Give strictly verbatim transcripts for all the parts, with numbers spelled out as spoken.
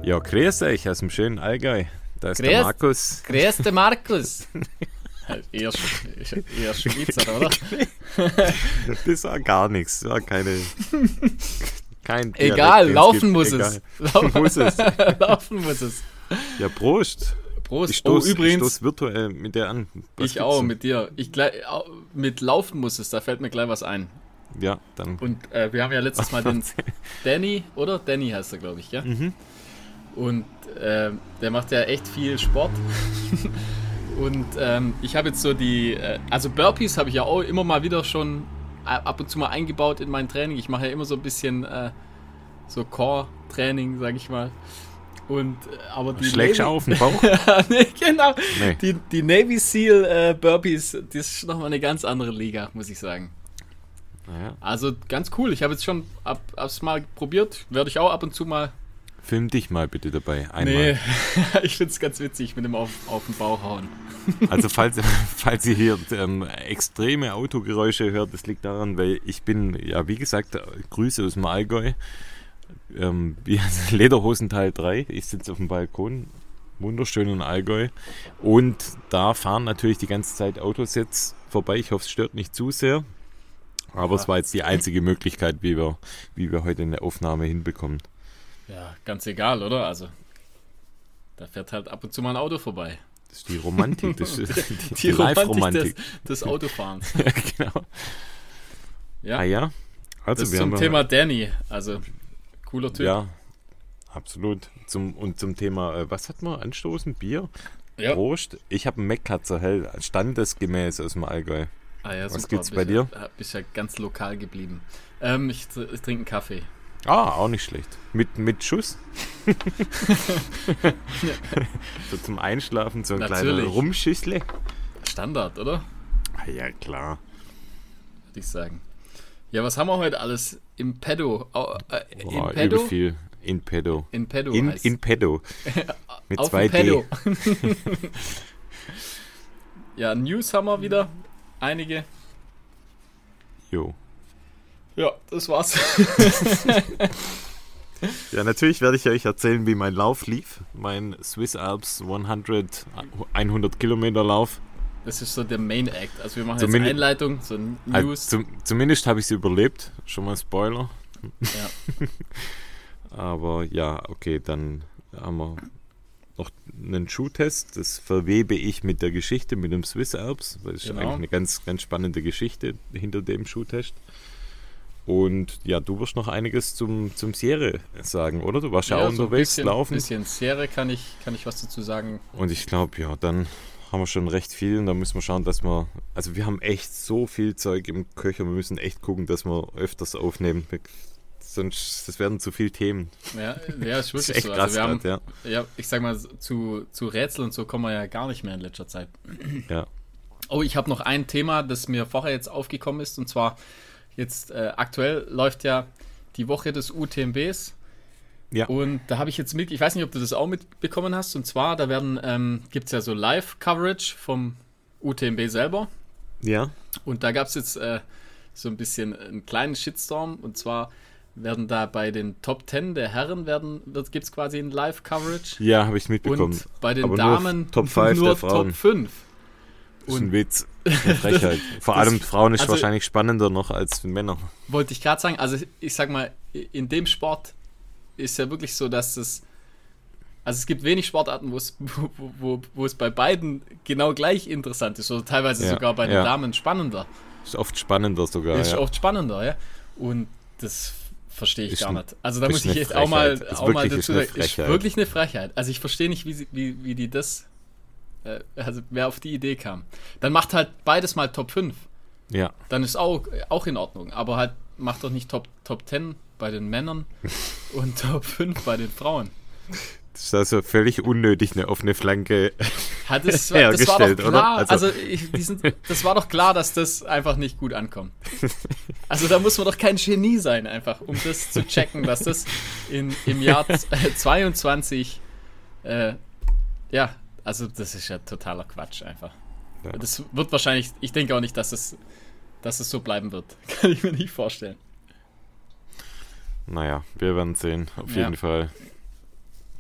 Ja, grüß euch aus dem schönen Allgäu. Da ist Grüß, der Markus. Grüß den Markus. eher, Sch- eher Schweizer, oder? Das war gar nichts. Das war keine. Kein Dialekt, Egal, den es laufen gibt. muss Egal. es. Laufen muss es. Laufen muss es. Ja, Prost. Prost. Ich stoß, oh, übrigens, ich stoß virtuell mit dir an. Was ich gibt's auch denn? mit dir. Ich gleich, au- mit Laufen muss es, da fällt mir gleich was ein. Ja, dann. Und äh, wir haben ja letztes Mal den Danny, oder? Danny heißt er, glaube ich, ja? Mhm. Und äh, der macht ja echt viel Sport. Und ähm, ich habe jetzt so die, äh, also Burpees habe ich ja auch immer mal wieder schon äh, ab und zu mal eingebaut in mein Training. Ich mache ja immer so ein bisschen äh, so Core-Training, sage ich mal. Und äh, aber die Schlägst du Navy- auf den Bauch? nee, genau. Nee. Die, die Navy Seal äh, Burpees, das ist nochmal eine ganz andere Liga, muss ich sagen. Naja. Also ganz cool. Ich habe jetzt schon ab, ab's mal probiert. Werde ich auch ab und zu mal. Film dich mal bitte dabei. Einmal. Nee, ich finde es ganz witzig mit dem auf, auf den Bauch hauen. Also falls, falls ihr hier ähm, extreme Autogeräusche hört, das liegt daran, weil ich bin, ja wie gesagt, Grüße aus dem Allgäu. Ähm, wie heißt es? Lederhosenteil drei. Ich sitze auf dem Balkon. Wunderschön in Allgäu. Und da fahren natürlich die ganze Zeit Autos jetzt vorbei. Ich hoffe, es stört nicht zu sehr. Aber es war jetzt die einzige Möglichkeit, wie wir, wie wir heute eine Aufnahme hinbekommen. Ja, ganz egal, oder? Also, da fährt halt ab und zu mal ein Auto vorbei. Das ist die Romantik. Das ist die, die, Die Romantik des, Live-Romantik. des Autofahrens. Ja, genau. Ja, Ah ja. Also das wir zum haben Thema Danny. Also, cooler Typ. Ja, absolut. Zum, und zum Thema, äh, was hat man anstoßen? Bier? Ja. Prost. Ich habe einen Meckkatzer hell, standesgemäß aus dem Allgäu. Ah, ja, Was super. gibt's Bist bei dir? Ja, bist ja ganz lokal geblieben. Ähm, ich, tr- ich trinke einen Kaffee. Ah, auch nicht schlecht. Mit, mit Schuss. So zum Einschlafen, so ein kleiner Natürlich. Rumschüssle. Standard, oder? Ah, ja, klar. Würde ich sagen. Ja, was haben wir heute alles im Pedo? Au- äh, in Boah, Pedo? übel viel. In Pedo. In Pedo In, heißt in Pedo. Mit Auf zwei dem Pedo. D. Ja, News haben wir wieder. Einige. Jo. Ja, das war's. Ja, natürlich werde ich euch erzählen, wie mein Lauf lief. Mein Swiss Alps hundert, hundert Kilometer Lauf. Das ist so der Main Act. Also wir machen Zumindest- jetzt Einleitung, so ein Also News. zum, zumindest habe ich sie überlebt. Schon mal Spoiler. Ja. Aber ja, okay, dann haben wir noch einen Schuhtest. Das verwebe ich mit der Geschichte, mit dem Swiss Alps. Das ist Genau. eigentlich eine ganz, ganz spannende Geschichte hinter dem Schuhtest. Und ja, du wirst noch einiges zum, zum Sierre sagen, oder? Du warst ja, auch so ein unterwegs, bisschen, laufen. bisschen Serie kann ich, kann ich was dazu sagen. Und ich glaube, ja, dann haben wir schon recht viel. Und da müssen wir schauen, dass wir. Also, wir haben echt so viel Zeug im Köcher. Wir müssen echt gucken, dass wir öfters aufnehmen. Sonst das werden zu viele Themen. Ja, ja ist Das ist wirklich echt so. krass, Also wir haben, grad, ja. ja, ich sag mal, zu, zu Rätsel und so kommen wir ja gar nicht mehr in letzter Zeit. Ja. Oh, ich habe noch ein Thema, das mir vorher jetzt aufgekommen ist. Und zwar, jetzt äh, aktuell läuft ja die Woche des U T M Bs. Ja. Und da habe ich jetzt mit, ich weiß nicht, ob du das auch mitbekommen hast. Und zwar, da werden, ähm, gibt es ja so Live-Coverage vom U T M B selber. Ja. Und da gab es jetzt äh, so ein bisschen einen kleinen Shitstorm. Und zwar werden da bei den Top zehn der Herren werden, gibt es quasi ein Live-Coverage. Ja, habe ich mitbekommen. Und bei den Aber nur Damen Top fünf nur der Frauen. Top fünf. Das ist ein Und Witz. Eine Frechheit. Vor das- allem Frauen ist also- wahrscheinlich spannender noch als Männer. wollte ich gerade sagen, also ich sag mal, in dem Sport ist ja wirklich so, dass es, also es gibt wenig Sportarten, wo es, wo, wo, wo es bei beiden genau gleich interessant ist, oder teilweise Ja, sogar bei den ja. Damen spannender. Ist oft spannender sogar. Ist ja. oft spannender, ja. Und das verstehe ich Ist gar ein- nicht. Also da ist muss ich eine jetzt auch mal, Frechheit. Ist auch mal wirklich dazu eine sagen, ist Frechheit. wirklich eine Frechheit. Also ich verstehe nicht, wie, sie, wie, wie die das, äh, also wer auf die Idee kam. Dann macht halt beides mal Top fünf. Ja. Dann ist auch, auch in Ordnung. Aber halt macht doch nicht Top, Top zehn bei den Männern und Top fünf bei den Frauen. Das ist also völlig unnötig, eine offene Flanke. Hat es, das war doch Hergestellt, klar, oder? also, Also- ich, die sind, das war doch klar, dass das einfach nicht gut ankommt. Also da muss man doch kein Genie sein, einfach, um das zu checken, dass das in, im Jahr zweiundzwanzig, äh, ja, also das ist ja totaler Quatsch einfach. Ja. Das wird wahrscheinlich, ich denke auch nicht, dass es, dass es so bleiben wird. Kann ich mir nicht vorstellen. Naja, wir werden sehen, auf Ja. jeden Fall.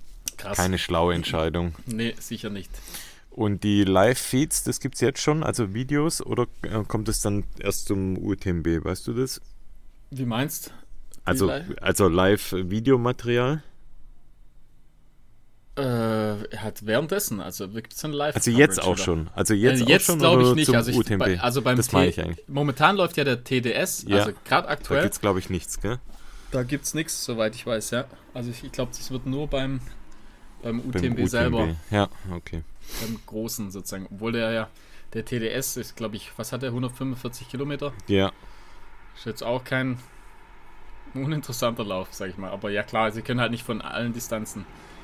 krass. Keine schlaue Entscheidung. Nee, sicher nicht. Und die Live-Feeds, das gibt es jetzt schon, also Videos, oder äh, kommt es dann erst zum U T M B, weißt du das? Wie meinst du? Also, also Live-Videomaterial? Äh, halt währenddessen, also gibt es ein live Also jetzt auch oder? schon. Also jetzt, äh, jetzt glaube ich nicht. Also, ich, U T M B? Bei, also beim das meine ich eigentlich. Momentan läuft ja der T D S, ja, also gerade aktuell. Da gibt es glaube ich nichts, gell? Da gibt es nichts, soweit ich weiß, ja. Also ich, ich glaube, das wird nur beim, beim U T M B beim selber. U T M B. Ja, okay. Beim großen sozusagen. Obwohl der ja, der T D S ist, glaube ich, was hat der, hundertfünfundvierzig Kilometer? Ja. Ist jetzt auch kein uninteressanter Lauf, sag ich mal. Aber ja klar, sie können halt nicht von allen Distanzen.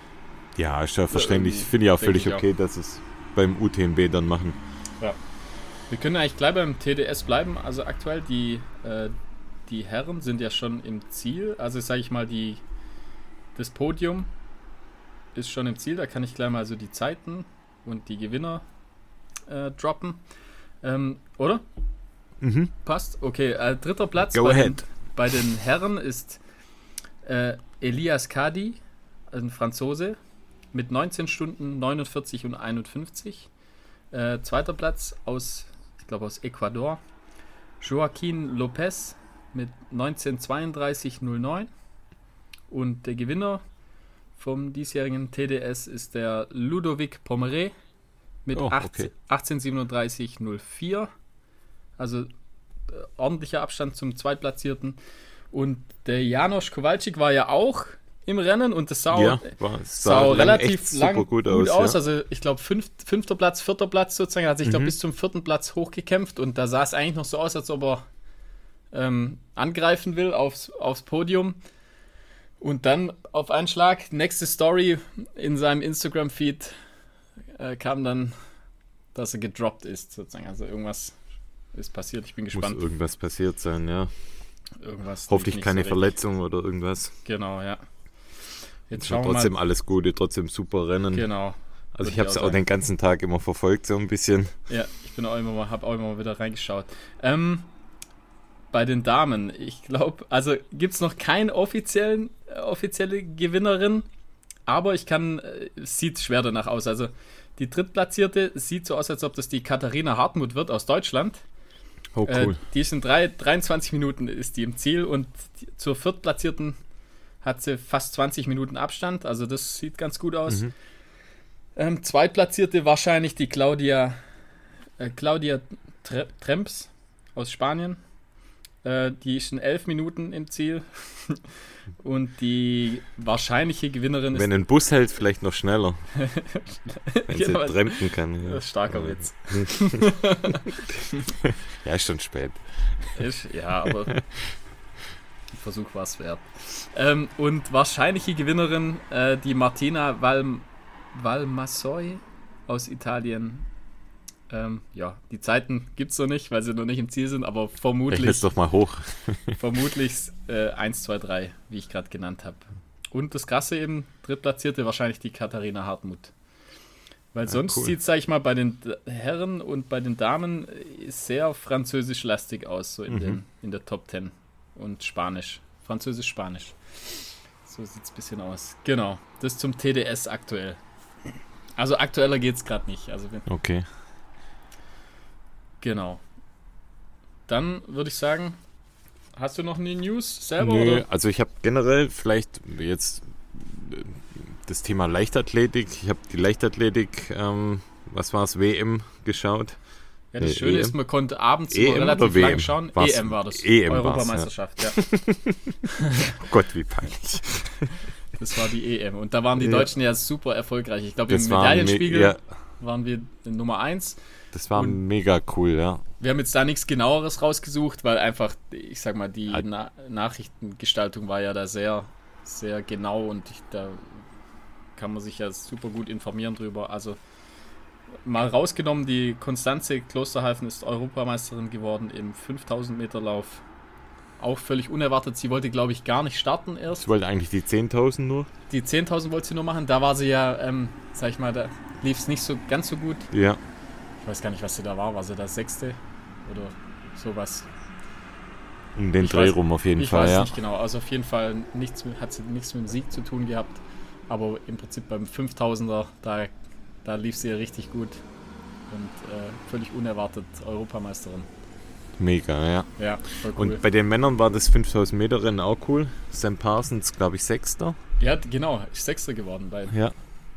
Ja, ist ja verständlich. Ähm, Finde ich auch völlig ich okay, auch. dass es beim U T M B dann machen. Ja. Wir können eigentlich gleich beim T D S bleiben. Also aktuell die, äh, die Herren sind ja schon im Ziel. Also sage ich mal, die, das Podium ist schon im Ziel. Da kann ich gleich mal so die Zeiten und die Gewinner äh, droppen. Ähm, oder? Mhm. Passt? Okay, äh, dritter Platz Go bei ahead. den, bei den Herren ist äh, Elias Kadi, ein Franzose, mit neunzehn Stunden neunundvierzig und einundfünfzig. Äh, zweiter Platz aus, ich glaube aus Ecuador, Joaquin Lopez mit neunzehn zweiunddreißig null neun. Und der Gewinner vom diesjährigen T D S ist der Ludovic Pommeret mit oh, okay. achtzehn siebenunddreißig null vier. Also äh, ordentlicher Abstand zum Zweitplatzierten. Und der Janosch Kowalczyk war ja auch im Rennen und das sah, ja, war, sah, sah lang relativ lang gut, gut aus. aus. Ja. Also ich glaube fünf, fünfter Platz, vierter Platz sozusagen, hat sich mhm. glaube bis zum vierten Platz hochgekämpft und da sah es eigentlich noch so aus, als ob er ähm, angreifen will aufs, aufs Podium. Und dann auf einen Schlag, nächste Story in seinem Instagram-Feed äh, kam dann, dass er gedroppt ist sozusagen. Also irgendwas ist passiert, ich bin gespannt. Muss irgendwas passiert sein, ja. Irgendwas hoffentlich keine so Verletzung oder irgendwas. Genau, ja. Jetzt schauen wir trotzdem mal. Alles Gute, trotzdem super Rennen. Genau. Also ich habe es auch, auch den ganzen Tag immer verfolgt, so ein bisschen. Ja, ich bin auch immer mal, habe auch immer mal wieder reingeschaut. Ähm, bei den Damen, ich glaube, also gibt es noch keine offiziellen, äh, offizielle Gewinnerin, aber ich kann, äh, sieht schwer danach aus. Also die Drittplatzierte sieht so aus, als ob das die Katharina Hartmut wird aus Deutschland. Oh, cool. Äh, die ist in drei, dreiundzwanzig Minuten ist die im Ziel und die, zur Viertplatzierten hat sie fast zwanzig Minuten Abstand, also das sieht ganz gut aus. Mhm. Ähm, Zweitplatzierte wahrscheinlich die Claudia äh, Claudia Tre- Tremps aus Spanien. Äh, die ist in elf Minuten im Ziel. Und die wahrscheinliche Gewinnerin ist... Wenn ein Bus hält, vielleicht noch schneller. Wenn sie genau, trempen kann. Ja. Das ist starker ja. Witz. Ja, ist schon spät. Ist, ja, aber Versuch war es wert. Ähm, und wahrscheinliche Gewinnerin, äh, die Martina Val- Valmassoi aus Italien. Ähm, ja, die Zeiten gibt es noch nicht, weil sie noch nicht im Ziel sind, aber vermutlich... Rechne es doch mal hoch. vermutlich äh, eins, zwei, drei, wie ich gerade genannt habe. Und das Krasse eben, Drittplatzierte wahrscheinlich die Katharina Hartmut. Weil ja, sonst cool. sieht es, sag ich mal, bei den Herren und bei den Damen sehr französisch-lastig aus, so in, mhm. den, in der Top Ten. Und Spanisch. Französisch-Spanisch. So sieht es ein bisschen aus. Genau, das zum T D S aktuell. Also aktueller geht es gerade nicht. Also okay. Genau. Dann würde ich sagen, hast du noch eine News selber? Nö, oder? Also ich habe generell vielleicht jetzt das Thema Leichtathletik. Ich habe die Leichtathletik, ähm, was war es, W M geschaut. Ja, das äh, Schöne E M. ist, man konnte abends E M relativ lang schauen. War's? E M war das. E M Europameisterschaft, ja. ja. Oh Gott, wie peinlich. Das war die E M. Und da waren die ja. Deutschen ja super erfolgreich. Ich glaube, im war Medaillenspiegel me- ja. waren wir Nummer eins. Das war und mega cool, ja. Wir haben jetzt da nichts Genaueres rausgesucht, weil einfach, ich sag mal, die Na- Nachrichtengestaltung war ja da sehr, sehr genau und ich, da kann man sich ja super gut informieren drüber. Also mal rausgenommen, die Constanze Klosterhalfen ist Europameisterin geworden im fünftausend Meter Lauf. Auch völlig unerwartet. Sie wollte, glaube ich, gar nicht starten erst. Sie wollte eigentlich die zehntausend nur. Die zehntausend wollte sie nur machen. Da war sie ja, ähm, sag ich mal, da lief es nicht so ganz so gut. Ja. Ich weiß gar nicht, was sie da war. War sie da Sechste oder sowas? Um den ich Dreh weiß, rum auf jeden ich Fall, weiß ja. nicht genau. Also auf jeden Fall nichts, hat sie nichts mit dem Sieg zu tun gehabt. aber im Prinzip beim fünftausender, da, da lief sie ja richtig gut und äh, völlig unerwartet Europameisterin. Mega, ja. Ja, voll cool. Und bei den Männern war das fünftausend Meter Rennen auch cool. Sam Parsons, glaube ich, Sechster. Ja, genau, ist Sechster geworden bei. Ja.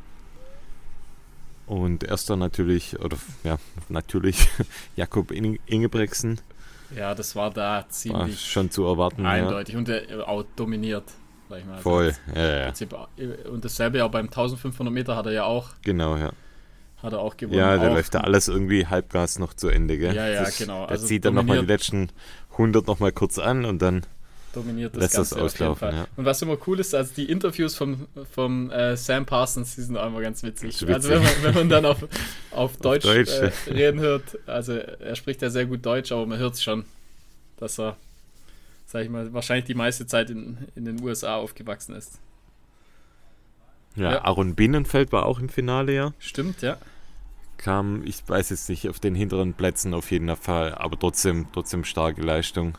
Und erster natürlich, oder ja, natürlich Jakob Ingebrigtsen. Ja, das war da ziemlich war schon zu erwarten. Eindeutig ja. Und der auch dominiert, sag ich mal. Voll, also ja, ja. Und dasselbe ja beim eintausendfünfhundert Meter hat er ja auch. Genau, ja. Hat er auch gewonnen. Ja, der auch. läuft da alles irgendwie Halbgas noch zu Ende, gell? Ja, ja, das, genau. Der also zieht dann nochmal die letzten hundert nochmal kurz an und dann dominiert das lässt Ganze das auslaufen. Ja. Und was immer cool ist, also die Interviews vom, vom äh, Sam Parsons, die sind auch immer ganz witzig. witzig. Also wenn man, wenn man dann auf, auf Deutsch, auf Deutsch. Äh, reden hört, also er spricht ja sehr gut Deutsch, aber man hört es schon, dass er, sag ich mal, wahrscheinlich die meiste Zeit in, in den U S A aufgewachsen ist. Ja, ja. Aaron Binnenfeld war auch im Finale, ja. Stimmt, ja. Kam, ich weiß jetzt nicht, auf den hinteren Plätzen auf jeden Fall, aber trotzdem, trotzdem starke Leistung.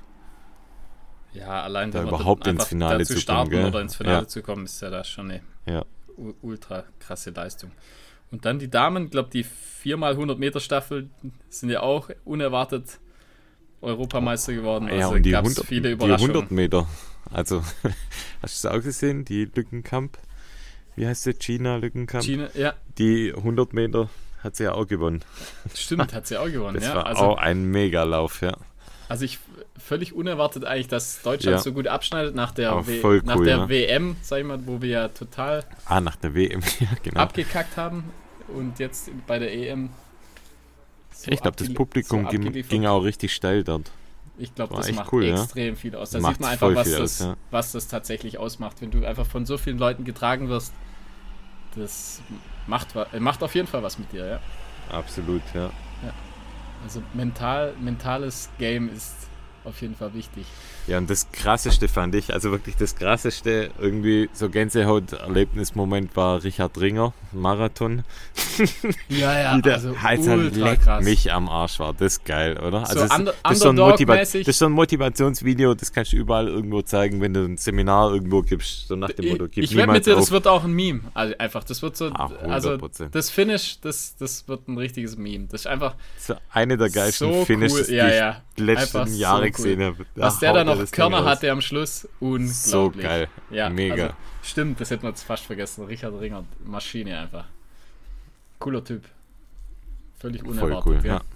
Ja, allein da überhaupt ins Finale zu starten kommen, oder ins Finale ja. zu kommen, ist ja da schon eine ja. u- ultra krasse Leistung. Und dann die Damen, ich glaube die vier mal hundert Meter Staffel sind ja auch unerwartet Europameister geworden. Ja, Also und die, gab's hundert, viele die Überraschungen. hundert Meter, also hast du es auch gesehen, die Lückenkamp, wie heißt sie, Gina Lückenkamp? Gina, ja. Die hundert Meter hat sie ja auch gewonnen. Stimmt, hat sie auch gewonnen. Das ja. war also, auch ein Megalauf, ja. Also ich völlig unerwartet eigentlich, dass Deutschland ja. so gut abschneidet nach der, w- cool, nach der ja. W M, sag ich mal, wo wir ja total ah, nach der W M, ja, genau. abgekackt haben und jetzt bei der E M so ich glaube, das abgel- Publikum so ging, abgeliefert. ging auch richtig steil dort. Ich glaube, War das echt macht cool, ja. extrem viel aus. Da Macht sieht man einfach, voll was viel das, aus, ja. was das tatsächlich ausmacht. Wenn du einfach von so vielen Leuten getragen wirst, das macht, wa- äh, macht auf jeden Fall was mit dir, ja. Absolut, ja. Also mental, mentales Game ist auf jeden Fall wichtig. Ja, und das Krasseste fand ich, also wirklich das Krasseste, irgendwie so Gänsehaut-Erlebnismoment war Richard Ringer, Marathon. Ja, ja, Wie der also Heizer ultra leckt krass. mich am Arsch war. Das ist geil, oder? So Also under- das, das, ist so ein Motiva- Underdog-mäßig. das ist so ein Motivationsvideo, das kannst du überall irgendwo zeigen, wenn du ein Seminar irgendwo gibst, so nach dem Motto, Ich, gib ich wette mit niemals dir, auf. das wird auch ein Meme. Also einfach, das wird so, Ah, also hundert Prozent. das Finish, das, das wird ein richtiges Meme. Das ist einfach So eine der geilsten so Finishes, cool. Ja, die ich ja. die letzten Einfach so Jahre cool. gesehen habe. Was der da noch Körner hatte am Schluss, unglaublich. So geil. Ja, Mega. Also, stimmt, das hätten wir jetzt fast vergessen. Richard Ringer, Maschine einfach. Cooler Typ. Völlig Voll unerwartet. cool, ja. ja.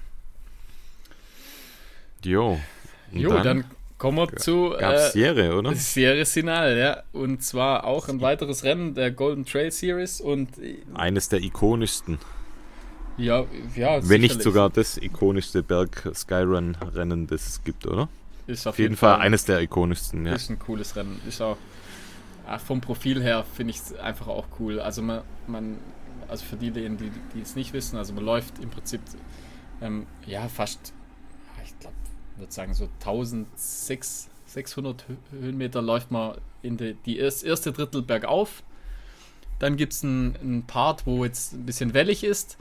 Jo. Und Jo, dann, kommen wir zu gab's äh, Serie, oder? Serie Final, ja. Und zwar auch ein weiteres Rennen der Golden Trail Series und Eines der ikonischsten. ja, ja Wenn nicht sicherlich. sogar das ikonischste Berg-Skyrun-Rennen, das es gibt, oder? Ist Auf jeden Fall eines der ikonischsten, ja. Ist ein cooles Rennen. Ist auch ah, vom Profil her finde ich es einfach auch cool. Also man, man, also für die, die, die es nicht wissen, also man läuft im Prinzip ähm, ja fast, ich glaube, ich würde sagen so eintausendsechshundert Höhenmeter läuft man in die, die erste Drittel bergauf. Dann gibt es einen, einen Part, wo jetzt ein bisschen wellig ist.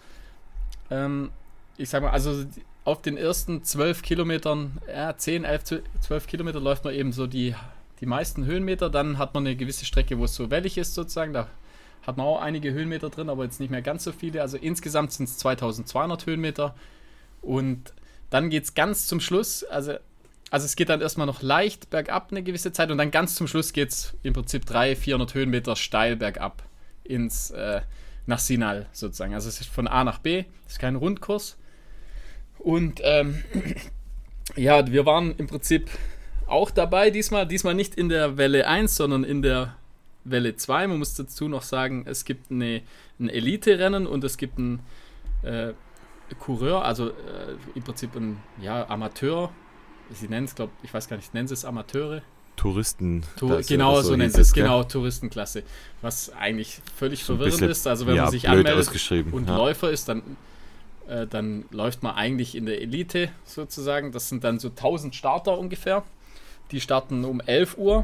Ähm, ich sag mal, also auf den ersten zwölf Kilometern, ja, zehn, elf, zwölf Kilometer läuft man eben so die, die meisten Höhenmeter. Dann hat man eine gewisse Strecke, wo es so wellig ist sozusagen. Da hat man auch einige Höhenmeter drin, aber jetzt nicht mehr ganz so viele. Also insgesamt sind es zweitausendzweihundert Höhenmeter. Und dann geht es ganz zum Schluss, also, also es geht dann erstmal noch leicht bergab eine gewisse Zeit und dann ganz zum Schluss geht es im Prinzip dreihundert, vierhundert Höhenmeter steil bergab ins, äh, nach Sinal sozusagen. Also es ist von A nach B, es ist kein Rundkurs. Und ähm, ja, wir waren im Prinzip auch dabei diesmal, diesmal nicht in der Welle eins, sondern in der Welle zwei. Man muss dazu noch sagen, es gibt eine, ein Elite-Rennen und es gibt einen äh, Coureur, also äh, im Prinzip ein ja, Amateur. Sie nennen es, glaube ich, weiß gar nicht, nennen sie es Amateure? Touristen. Tu- genau, so, nennt hieß es, gell? genau, Touristenklasse. Was eigentlich völlig So ein verwirrend bisschen, ist. Also wenn ja, man sich blöd anmeldet ausgeschrieben, und ja. Läufer ist, dann, äh, dann läuft man eigentlich in der Elite sozusagen. Das sind dann so tausend Starter ungefähr. Die starten um elf Uhr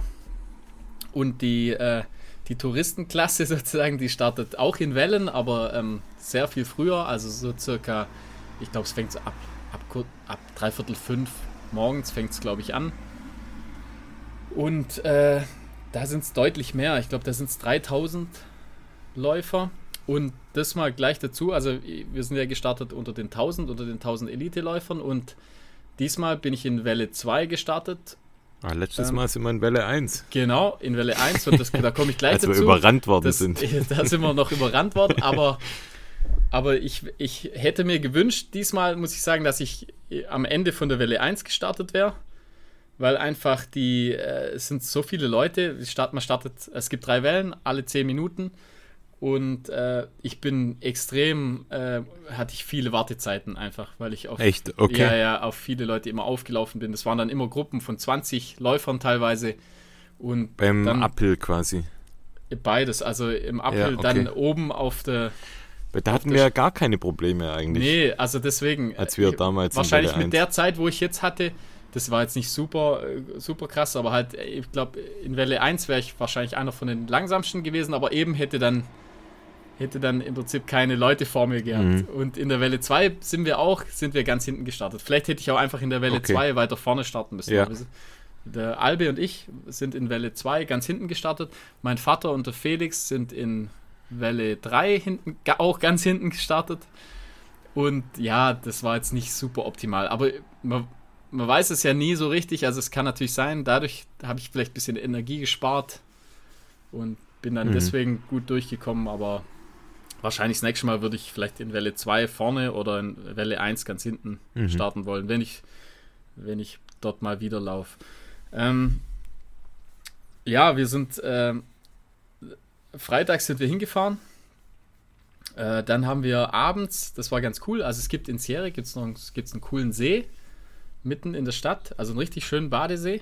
und die, äh, die Touristenklasse sozusagen, die startet auch in Wellen, aber ähm, sehr viel früher, also so circa, ich glaube es fängt so ab, ab, kur- ab dreiviertel fünf morgens fängt es glaube ich an. Und äh, da sind es deutlich mehr. Ich glaube, da sind es dreitausend Läufer. Und das mal gleich dazu, also wir sind ja gestartet unter den tausend, unter den tausend Elite-Läufern und diesmal bin ich in Welle zwei gestartet. Ah, letztes ähm, Mal sind wir in Welle eins. Genau, in Welle eins und das, da komme ich gleich Als dazu. Als wir überrannt worden das, sind. Da sind wir noch überrannt worden, aber, aber ich, ich hätte mir gewünscht, diesmal muss ich sagen, dass ich am Ende von der Welle eins gestartet wäre, weil einfach die, äh, es sind so viele Leute, man startet, es gibt drei Wellen, alle zehn Minuten. Und äh, ich bin extrem, äh, hatte ich viele Wartezeiten einfach, weil ich auf, Echt? Okay. Ja, ja, auf viele Leute immer aufgelaufen bin. Das waren dann immer Gruppen von zwanzig Läufern teilweise. Und beim dann, Uphill quasi? Beides, also im Uphill ja, okay. dann oben auf der... Da hatten wir ja gar keine Probleme eigentlich. Nee, also deswegen... Als wir damals wahrscheinlich mit der Zeit, wo ich jetzt hatte, das war jetzt nicht super, super krass, aber halt, ich glaube, in Welle eins wäre ich wahrscheinlich einer von den langsamsten gewesen, aber eben hätte dann... hätte dann im Prinzip keine Leute vor mir gehabt. Mhm. Und in der Welle zwei sind wir auch, sind wir ganz hinten gestartet. Vielleicht hätte ich auch einfach in der Welle zwei okay. weiter vorne starten müssen. Ja. Der Albe und ich sind in Welle zwei ganz hinten gestartet. Mein Vater und der Felix sind in Welle drei hinten, auch ganz hinten gestartet. Und ja, das war jetzt nicht super optimal. Aber man, man weiß es ja nie so richtig. Also es kann natürlich sein, dadurch habe ich vielleicht ein bisschen Energie gespart und bin dann mhm. deswegen gut durchgekommen, aber wahrscheinlich das nächste Mal würde ich vielleicht in Welle zwei vorne oder in Welle eins ganz hinten mhm. starten wollen, wenn ich, wenn ich dort mal wieder laufe. Ähm, ja, wir sind äh, freitags sind wir hingefahren. Äh, dann haben wir abends, das war ganz cool, also es gibt in Sierra gibt's noch gibt's einen coolen See mitten in der Stadt, also einen richtig schönen Badesee.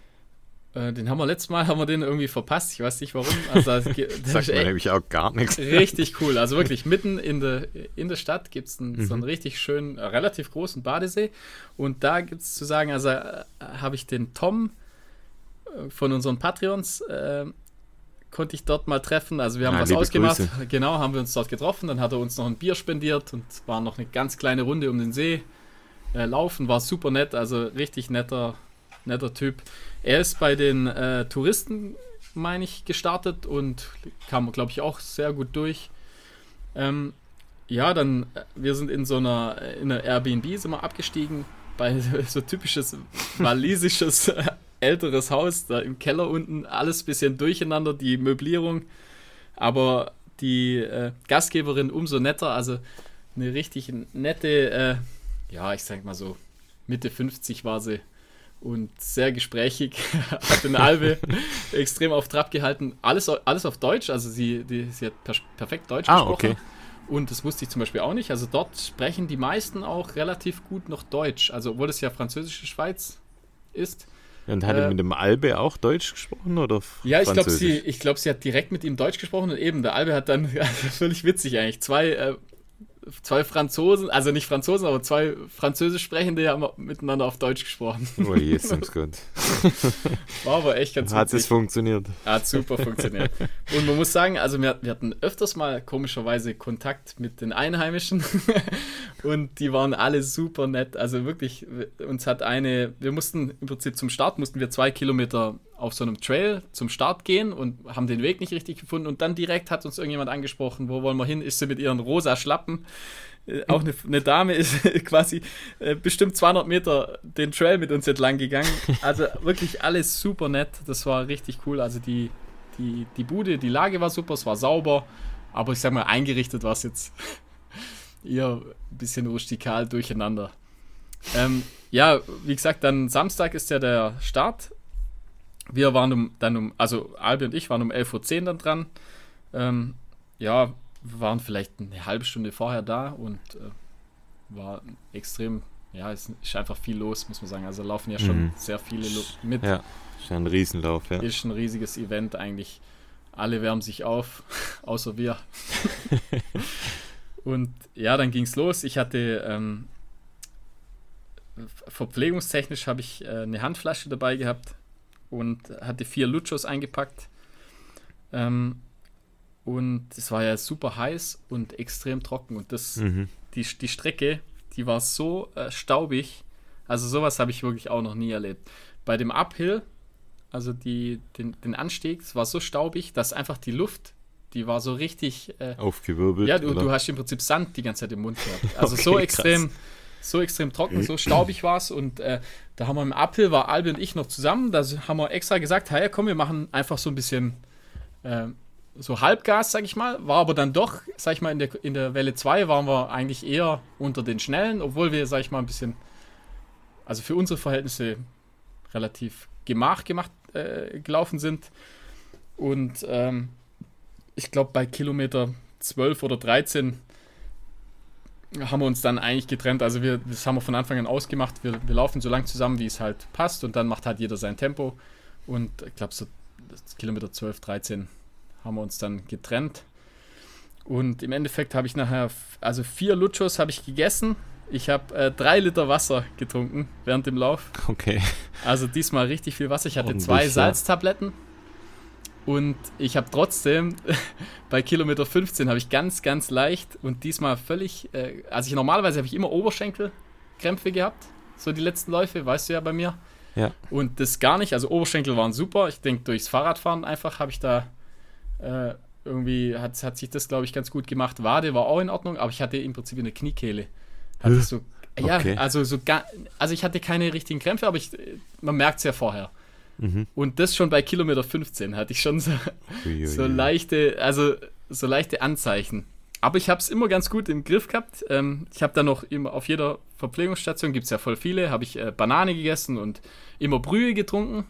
Den haben wir letztes Mal, haben wir den irgendwie verpasst. Ich weiß nicht warum. Also, das sagt mir nämlich auch gar nichts. Richtig cool. Also wirklich mitten in der, in der Stadt gibt es einen, mhm. so einen richtig schönen, relativ großen Badesee. Und da gibt es zu sagen, also äh, habe ich den Tom äh, von unseren Patreons, äh, konnte ich dort mal treffen. Also wir haben ja, was ausgemacht. Grüße. Genau, haben wir uns dort getroffen. Dann hat er uns noch ein Bier spendiert und war noch eine ganz kleine Runde um den See äh, laufen. War super nett, also richtig netter, netter Typ. Er ist bei den äh, Touristen, meine ich, gestartet und kam, glaube ich, auch sehr gut durch. Ähm, ja, dann, wir sind in so einer, in einer Airbnb sind wir abgestiegen, bei so typisches walisisches äh, älteres Haus, da im Keller unten, alles ein bisschen durcheinander, die Möblierung, aber die äh, Gastgeberin umso netter, also eine richtig nette, äh, ja, ich sag mal so, Mitte fünfzig war sie. Und sehr gesprächig, hat den Albe extrem auf Trab gehalten. Alles, alles auf Deutsch, also sie, die, sie hat per, perfekt Deutsch ah, gesprochen. Okay. Und das wusste ich zum Beispiel auch nicht. Also dort sprechen die meisten auch relativ gut noch Deutsch. Also obwohl es ja französische Schweiz ist. Und hat er äh, mit dem Albe auch Deutsch gesprochen oder Ja, ich glaube, sie, ich glaub, sie hat direkt mit ihm Deutsch gesprochen. Und eben, der Albe hat dann, also völlig witzig eigentlich, zwei... Äh, Zwei Franzosen, also nicht Franzosen, aber zwei Französisch Sprechende haben miteinander auf Deutsch gesprochen. Oh Jesus Gott. War aber echt ganz Hat es funktioniert. Hat super funktioniert. Und man muss sagen, also wir, wir hatten öfters mal komischerweise Kontakt mit den Einheimischen und die waren alle super nett. Also wirklich, uns hat eine, wir mussten im Prinzip zum Start, mussten wir zwei Kilometer auf so einem Trail zum Start gehen und haben den Weg nicht richtig gefunden und dann direkt hat uns irgendjemand angesprochen, wo wollen wir hin, ist sie mit ihren rosa Schlappen, äh, auch eine, eine Dame ist quasi äh, bestimmt zweihundert Meter den Trail mit uns entlang gegangen, also wirklich alles super nett, das war richtig cool, also die, die, die Bude, die Lage war super, es war sauber, aber ich sag mal, eingerichtet war es jetzt eher ein bisschen rustikal durcheinander. Ähm, ja, wie gesagt, dann Samstag ist ja der Start. Wir waren um, dann um, also Albi und ich waren um elf Uhr zehn dann dran. Ähm, ja, wir waren vielleicht eine halbe Stunde vorher da und äh, war extrem, ja, es ist einfach viel los, muss man sagen. Also laufen ja schon mhm. sehr viele lo- mit. Ja, ist ja ein Riesenlauf, ja. Ist ein riesiges Event eigentlich. Alle wärmen sich auf, außer wir. Und ja, dann ging es los. Ich hatte ähm, verpflegungstechnisch habe ich äh, eine Handflasche dabei gehabt und hatte vier Luchos eingepackt. Ähm, und es war ja super heiß und extrem trocken. Und das, mhm. die, die Strecke, die war so äh, staubig. Also sowas habe ich wirklich auch noch nie erlebt. Bei dem Uphill, also die, den, den Anstieg, es war so staubig, dass einfach die Luft die war so richtig äh, aufgewirbelt. Ja, du, du hast im Prinzip Sand die ganze Zeit im Mund gehabt. Also okay, so extrem, krass. so extrem trocken, so staubig war es. Und äh, da haben wir im April, war Albi und ich noch zusammen, da haben wir extra gesagt, hey, komm, wir machen einfach so ein bisschen äh, so Halbgas, sag ich mal. War aber dann doch, sag ich mal, in der, in der Welle zwei waren wir eigentlich eher unter den Schnellen, obwohl wir, sag ich mal, ein bisschen, also für unsere Verhältnisse relativ gemach gemacht äh, gelaufen sind. Und ähm, ich glaube, bei Kilometer zwölf oder dreizehn haben wir uns dann eigentlich getrennt. Also wir, das haben wir von Anfang an ausgemacht. Wir, wir laufen so lang zusammen, wie es halt passt. Und dann macht halt jeder sein Tempo. Und ich glaube, so Kilometer zwölf, dreizehn haben wir uns dann getrennt. Und im Endeffekt habe ich nachher, also vier Luchos habe ich gegessen. Ich habe äh, drei Liter Wasser getrunken während dem Lauf. Okay. Also diesmal richtig viel Wasser. Ich hatte Ordentlich, zwei ja. Salztabletten. Und ich habe trotzdem, bei Kilometer fünfzehn habe ich ganz, ganz leicht und diesmal völlig, äh, also ich normalerweise habe ich immer Oberschenkelkrämpfe gehabt, so die letzten Läufe, weißt du ja bei mir. Ja. Und das gar nicht, also Oberschenkel waren super. Ich denke, durchs Fahrradfahren einfach habe ich da, äh, irgendwie hat, hat sich das, glaube ich, ganz gut gemacht. Wade war auch in Ordnung, aber ich hatte im Prinzip eine Kniekehle. Hatte ich so, ja, okay. also so ga, also ich hatte keine richtigen Krämpfe, aber ich, man merkt es ja vorher. Mhm. Und das schon bei Kilometer fünfzehn hatte ich schon so, so leichte, also so leichte Anzeichen. Aber ich habe es immer ganz gut im Griff gehabt. Ähm, ich habe dann noch immer auf jeder Verpflegungsstation, gibt es ja voll viele, habe ich äh, Banane gegessen und immer Brühe getrunken.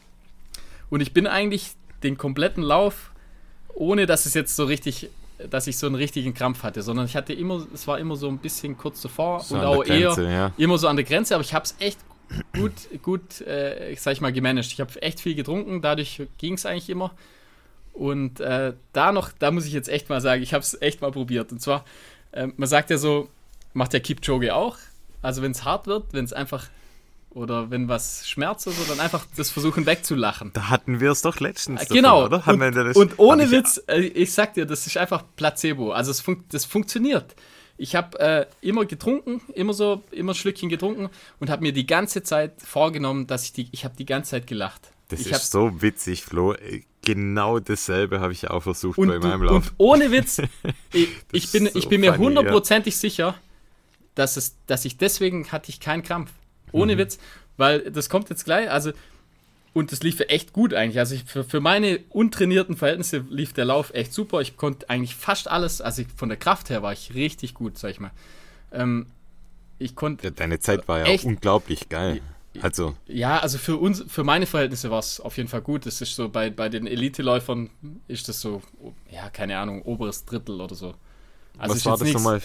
Und ich bin eigentlich den kompletten Lauf, ohne dass es jetzt so richtig, dass ich so einen richtigen Krampf hatte, sondern ich hatte immer, es war immer so ein bisschen kurz davor so und auch Grenze, eher ja. immer so an der Grenze, aber ich habe es echt gut, gut, äh, ich sag ich mal, gemanagt. Ich habe echt viel getrunken, dadurch ging es eigentlich immer. Und äh, da noch, da muss ich jetzt echt mal sagen, ich habe es echt mal probiert. Und zwar, äh, man sagt ja so, macht der Kipchoge auch. Also wenn es hart wird, wenn es einfach, oder wenn was schmerzt oder so, dann einfach das versuchen wegzulachen. Da hatten wir es doch letztens davon, genau. oder? Haben und, wir das, und ohne Witz, äh, ich sag dir, das ist einfach Placebo. Also es fun- das funktioniert. Ich habe äh, immer getrunken, immer so, immer ein Schlückchen getrunken und habe mir die ganze Zeit vorgenommen, dass ich die, ich habe die ganze Zeit gelacht. Das ich ist hab, so witzig, Flo. Genau dasselbe habe ich auch versucht und, bei meinem Lauf. Und ohne Witz, ich, ich bin, so ich bin mir hundertprozentig ja. sicher, dass, es, dass ich deswegen hatte ich keinen Krampf. Ohne mhm. Witz, weil das kommt jetzt gleich, also und das lief echt gut eigentlich. Also ich, für, für meine untrainierten Verhältnisse lief der Lauf echt super. Ich konnte eigentlich fast alles, also ich, von der Kraft her war ich richtig gut, sag ich mal. Ähm, ich konnte. Ja, deine Zeit war ja echt, auch unglaublich geil. Also. Ja, also für uns, für meine Verhältnisse war es auf jeden Fall gut. Das ist so, bei, bei den Elite-Läufern ist das so, ja, keine Ahnung, oberes Drittel oder so. Also was war das nochmal?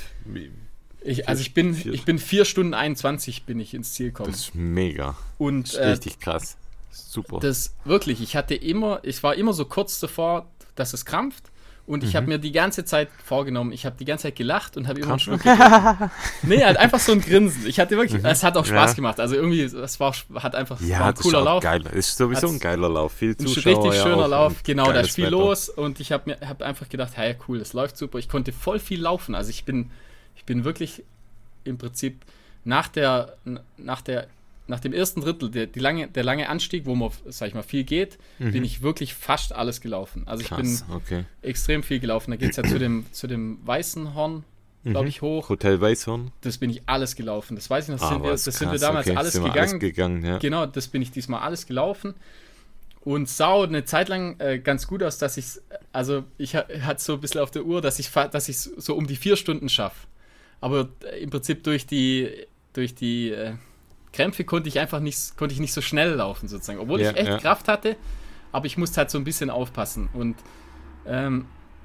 Ich, also ich bin, ich bin vier Stunden einundzwanzig bin ich ins Ziel gekommen. Das ist mega. Und, das ist richtig äh, krass. Super. Das wirklich, ich hatte immer, ich war immer so kurz davor, dass es krampft und ich mhm. habe mir die ganze Zeit vorgenommen, ich habe die ganze Zeit gelacht und habe immer einen Schluck getrunken. Nee, halt einfach so ein Grinsen. Ich hatte wirklich, mhm. es hat auch Spaß ja. gemacht, also irgendwie, es war, hat einfach, ja, war ein cooler Lauf. Geil. Ist sowieso Hat's ein geiler Lauf, viel Zuschauer. Ein richtig schöner ja Lauf, genau, da ist viel Wetter. los und ich habe mir hab einfach gedacht, hey, cool, das läuft super. Ich konnte voll viel laufen, also ich bin, ich bin wirklich im Prinzip nach der, nach der Nach dem ersten Drittel, der, die lange, der lange Anstieg, wo man, sag ich mal, viel geht, mhm. bin ich wirklich fast alles gelaufen. Also ich Krass, bin okay. extrem viel gelaufen. Da geht es ja zu dem, zu dem Weißenhorn, glaube mhm. ich, hoch. Hotel Weißenhorn. Das bin ich alles gelaufen. Das weiß ich noch, das, ah, sind, wir, das krass, sind wir damals okay. alles sind wir gegangen. Alles gegangen ja. Genau, das bin ich diesmal alles gelaufen. Und sah eine Zeit lang äh, ganz gut aus, dass ich, also ich hatte so ein bisschen auf der Uhr, dass ich dass ich so um die vier Stunden schaffe. Aber im Prinzip durch die, durch die äh, Krämpfe konnte ich einfach nicht, konnte ich nicht so schnell laufen, sozusagen. Obwohl ja, ich echt ja. Kraft hatte, aber ich musste halt so ein bisschen aufpassen. Und ähm,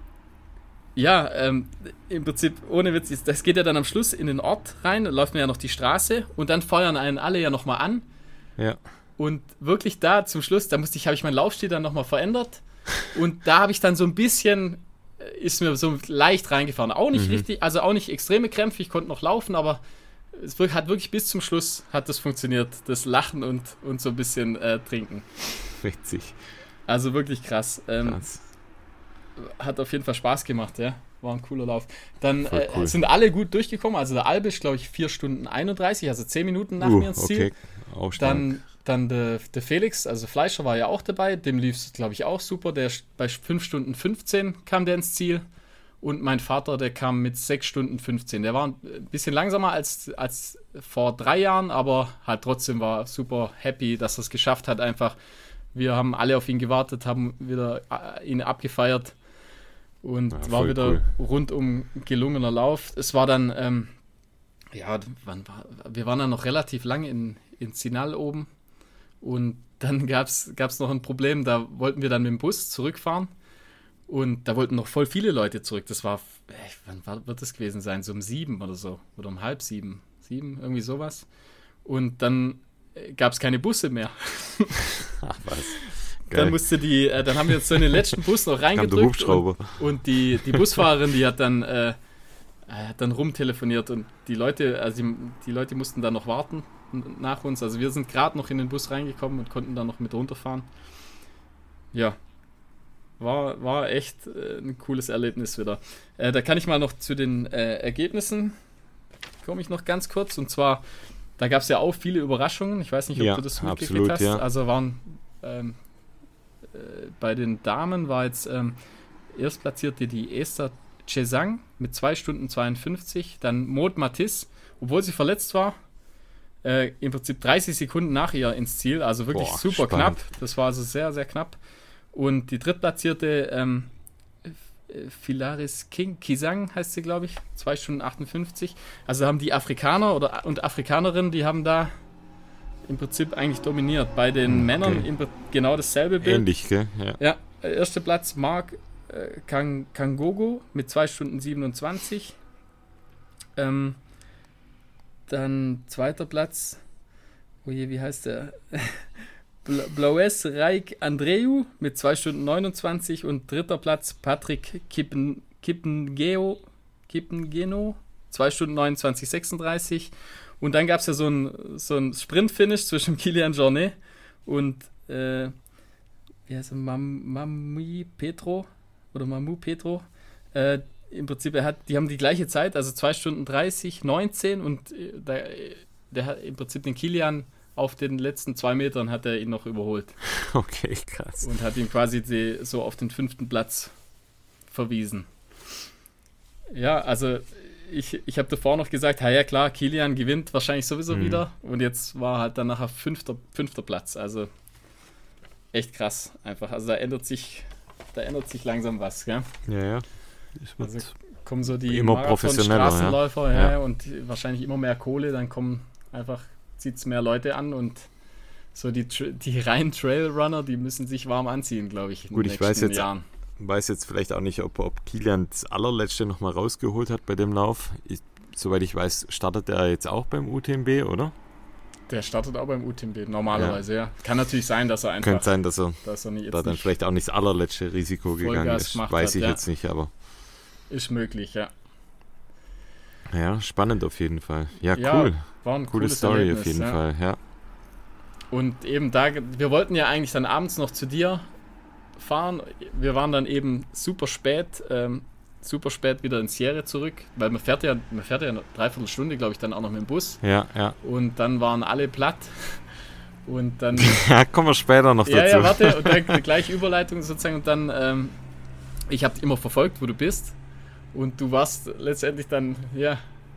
ja, ähm, im Prinzip, ohne Witz, das geht ja dann am Schluss in den Ort rein, da läuft man ja noch die Straße und dann feuern einen alle ja nochmal an. Ja. Und wirklich da zum Schluss, da musste ich, habe ich meinen Laufstil dann nochmal verändert. Und da habe ich dann so ein bisschen, ist mir so leicht reingefahren. Auch nicht mhm. richtig, also auch nicht extreme Krämpfe, ich konnte noch laufen, aber es hat wirklich bis zum Schluss hat das funktioniert, das Lachen und, und so ein bisschen äh, trinken. Witzig. Also wirklich krass. Ähm, krass. Hat auf jeden Fall Spaß gemacht, ja. War ein cooler Lauf. Dann äh, cool. sind alle gut durchgekommen. Also der Albe ist, glaube ich, vier Stunden einunddreißig, also zehn Minuten nach uh, mir ins Ziel. Okay. Auch stark. Dann dann der, der Felix, also Fleischer, war ja auch dabei. Dem lief es, glaube ich, auch super. Der bei fünf Stunden fünfzehn kam der ins Ziel. Und mein Vater, der kam mit sechs Stunden fünfzehn. Der war ein bisschen langsamer als, als vor drei Jahren, aber halt trotzdem war super happy, dass er es geschafft hat. Einfach, wir haben alle auf ihn gewartet, haben wieder ihn abgefeiert. Und ja, war wieder cool. Rundum gelungener Lauf. Es war dann, ähm, ja, wann war, wir waren dann noch relativ lang in, in Zinal oben. Und dann gab es noch ein Problem, da wollten wir dann mit dem Bus zurückfahren. Und da wollten noch voll viele Leute zurück. Das war, ey, wann war, wird das gewesen sein? So um sieben oder so. Oder um halb sieben. Sieben, irgendwie sowas. Und dann gab es keine Busse mehr. Ach was. Dann musste die, äh, dann haben wir jetzt so in den letzten Bus noch reingedrückt und, und die, die Busfahrerin, die hat dann, äh, hat dann rumtelefoniert und die Leute, also die, die Leute mussten dann noch warten nach uns. Also wir sind gerade noch in den Bus reingekommen und konnten dann noch mit runterfahren. Ja, war, war echt äh, ein cooles Erlebnis wieder. Äh, da kann ich mal noch zu den äh, Ergebnissen, komme ich noch ganz kurz. Und zwar, da gab es ja auch viele Überraschungen. Ich weiß nicht, ob ja, du das mitgekriegt hast. Ja. Also waren ähm, bei den Damen war jetzt ähm, erstplatzierte die Esther Chesang mit zwei Stunden zweiundfünfzig, dann Maud Matisse, obwohl sie verletzt war, äh, im Prinzip dreißig Sekunden nach ihr ins Ziel, also wirklich Boah, super spannend. Knapp. Das war also sehr, sehr knapp. Und die drittplatzierte ähm, Philaris King, Kisang heißt sie, glaube ich, zwei Stunden achtundfünfzig. Also haben die Afrikaner oder und Afrikanerinnen, die haben da im Prinzip eigentlich dominiert. Bei den okay. Männern im, genau dasselbe Bild. Ähnlich, gell? Ja. Ja, erster Platz Mark äh, Kang, Kangogo mit zwei Stunden siebenundzwanzig. Ähm, dann zweiter Platz, oh je, wie heißt der? Blaues Raik Andreu mit zwei Stunden neunundzwanzig und dritter Platz Patrick Kippen, Kippengeo, Kippengeno, zwei Stunden neunundzwanzig sechsunddreißig. Und dann gab es ja so ein, so ein Sprint-Finish zwischen Kilian Jornet und äh, wie heißt er, Mam, Mami Petro oder Mamu Petro. Äh, Im Prinzip, er hat, die haben die gleiche Zeit, also zwei Stunden dreißig, neunzehn und äh, der, der hat im Prinzip den Kilian auf den letzten zwei Metern hat er ihn noch überholt. Okay, krass. Und hat ihn quasi die, so auf den fünften Platz verwiesen. Ja, also ich, ich habe davor noch gesagt, ja klar, Kilian gewinnt wahrscheinlich sowieso mhm. wieder. Und jetzt war halt dann nachher fünfter, fünfter Platz. Also echt krass einfach. Also da ändert sich, da ändert sich langsam was, gell? Ja, ja. Also kommen so die immer professioneller Straßenläufer ja. Ja, ja. und wahrscheinlich immer mehr Kohle, dann kommen einfach, zieht es mehr Leute an und so die, die reinen Trailrunner, die müssen sich warm anziehen, glaube ich, in Gut, den ich nächsten weiß jetzt, Jahren. weiß jetzt vielleicht auch nicht, ob, ob Kilian das allerletzte nochmal rausgeholt hat bei dem Lauf. Ich, soweit ich weiß, startet er jetzt auch beim U T M B, oder? Der startet auch beim U T M B, normalerweise, ja. ja. Kann natürlich sein, dass er einfach... Könnte sein, dass er, dass er nicht, da dann vielleicht auch nicht das allerletzte Risiko gegangen ist. Weiß hat, ich ja. jetzt nicht, aber... Ist möglich, ja. Ja, spannend auf jeden Fall. Ja, ja cool. War ein Coole cooles Story Erlebnis, auf jeden ja. Fall, ja. Und eben da, wir wollten ja eigentlich dann abends noch zu dir fahren. Wir waren dann eben super spät, ähm, super spät wieder in Sierre zurück, weil man fährt ja, man fährt ja eine Dreiviertelstunde, glaube ich, dann auch noch mit dem Bus. Ja, ja. Und dann waren alle platt. Und dann... ja, kommen wir später noch dazu. Ja, ja, warte, und dann gleich Überleitung sozusagen. Und dann, ähm, ich habe immer verfolgt, wo du bist. Und du warst letztendlich dann, ja...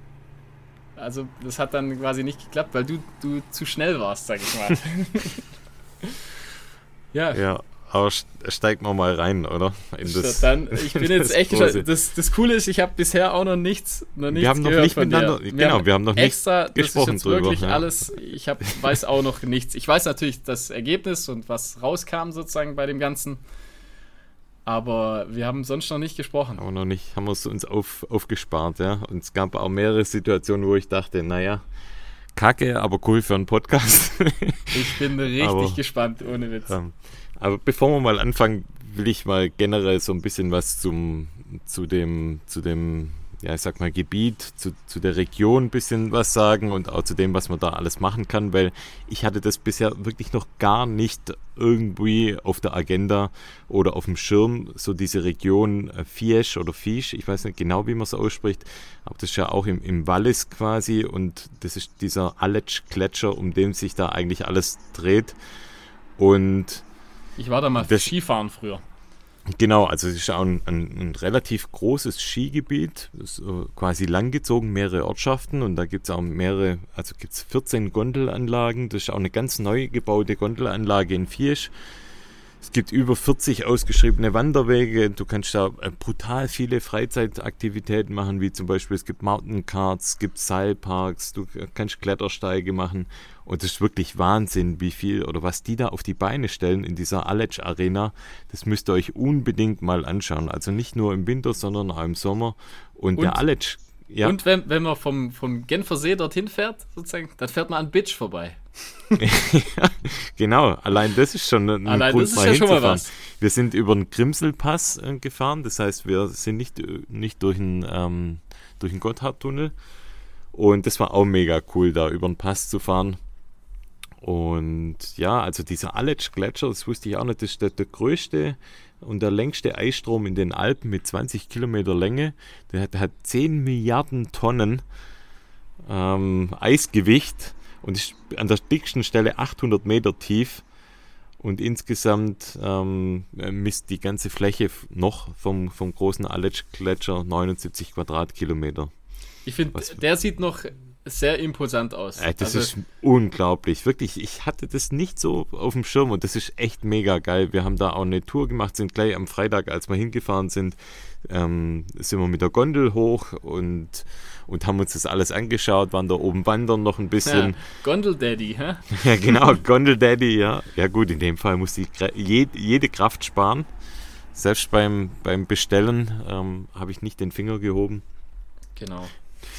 Also das hat dann quasi nicht geklappt, weil du, du zu schnell warst, sag ich mal. ja. Ja, aber steigt man mal rein, oder? In das, dann, ich bin jetzt echt gespannt. Das, das Coole ist, ich habe bisher auch noch nichts, noch nichts wir haben noch gehört nicht von miteinander, dir. Genau, wir haben noch extra, nicht gesprochen das ist jetzt drüber. Wirklich ja. alles, ich hab, weiß auch noch nichts. Ich weiß natürlich das Ergebnis und was rauskam sozusagen bei dem Ganzen. Aber wir haben sonst noch nicht gesprochen. Aber noch nicht, haben wir es uns auf, aufgespart, ja. Und es gab auch mehrere Situationen, wo ich dachte, naja, kacke, aber cool für einen Podcast. Ich bin richtig aber, gespannt, ohne Witz. Ähm, aber bevor wir mal anfangen, will ich mal generell so ein bisschen was zum, zu dem, zu dem, ja, ich sag mal, Gebiet, zu, zu der Region ein bisschen was sagen und auch zu dem, was man da alles machen kann, weil ich hatte das bisher wirklich noch gar nicht irgendwie auf der Agenda oder auf dem Schirm, so diese Region äh, Fiesche oder Fiesche, ich weiß nicht genau, wie man es ausspricht, aber das ist ja auch im, im Wallis quasi und das ist dieser Aletsch-Gletscher, um den sich da eigentlich alles dreht. Und ich war da mal das, Skifahren früher. Genau, also es ist auch ein, ein, ein relativ großes Skigebiet, das ist äh, quasi langgezogen, mehrere Ortschaften und da gibt es auch mehrere, also gibt es vierzehn Gondelanlagen, das ist auch eine ganz neu gebaute Gondelanlage in Fiesche. Es gibt über vierzig ausgeschriebene Wanderwege, du kannst da äh, brutal viele Freizeitaktivitäten machen, wie zum Beispiel es gibt Mountaincarts, es gibt Seilparks, du kannst Klettersteige machen und das ist wirklich Wahnsinn, wie viel oder was die da auf die Beine stellen in dieser Aletsch Arena, das müsst ihr euch unbedingt mal anschauen, also nicht nur im Winter, sondern auch im Sommer und, und der Aletsch. Ja. Und wenn, wenn man vom, vom Genfersee dorthin fährt, sozusagen, dann fährt man an Bitsch vorbei. Ja, genau, allein das ist schon ein allein Grund, das ist mal ja schon mal hinzufahren. was. Wir sind über den Grimselpass äh, gefahren, das heißt, wir sind nicht, nicht durch den, ähm, durch den Gotthardtunnel und das war auch mega cool, da über den Pass zu fahren. Und ja, also dieser Aletsch-Gletscher, das wusste ich auch nicht, das ist der, der größte und der längste Eisstrom in den Alpen mit zwanzig Kilometer Länge. Der hat, der hat zehn Milliarden Tonnen ähm, Eisgewicht und ist an der dicksten Stelle achthundert Meter tief. Und insgesamt ähm, misst die ganze Fläche noch vom, vom großen Aletsch-Gletscher neunundsiebzig Quadratkilometer. Ich finde, der sieht noch sehr imposant aus. Äh, das also, ist unglaublich, wirklich. Ich hatte das nicht so auf dem Schirm und das ist echt mega geil. Wir haben da auch eine Tour gemacht, sind gleich am Freitag, als wir hingefahren sind, ähm, sind wir mit der Gondel hoch und, und haben uns das alles angeschaut, waren da oben wandern noch ein bisschen. Ja, Gondel Daddy, hä? Ja, genau, Gondel Daddy, ja. Ja gut, in dem Fall muss ich jede, jede Kraft sparen. Selbst beim, beim Bestellen ähm, habe ich nicht den Finger gehoben. Genau.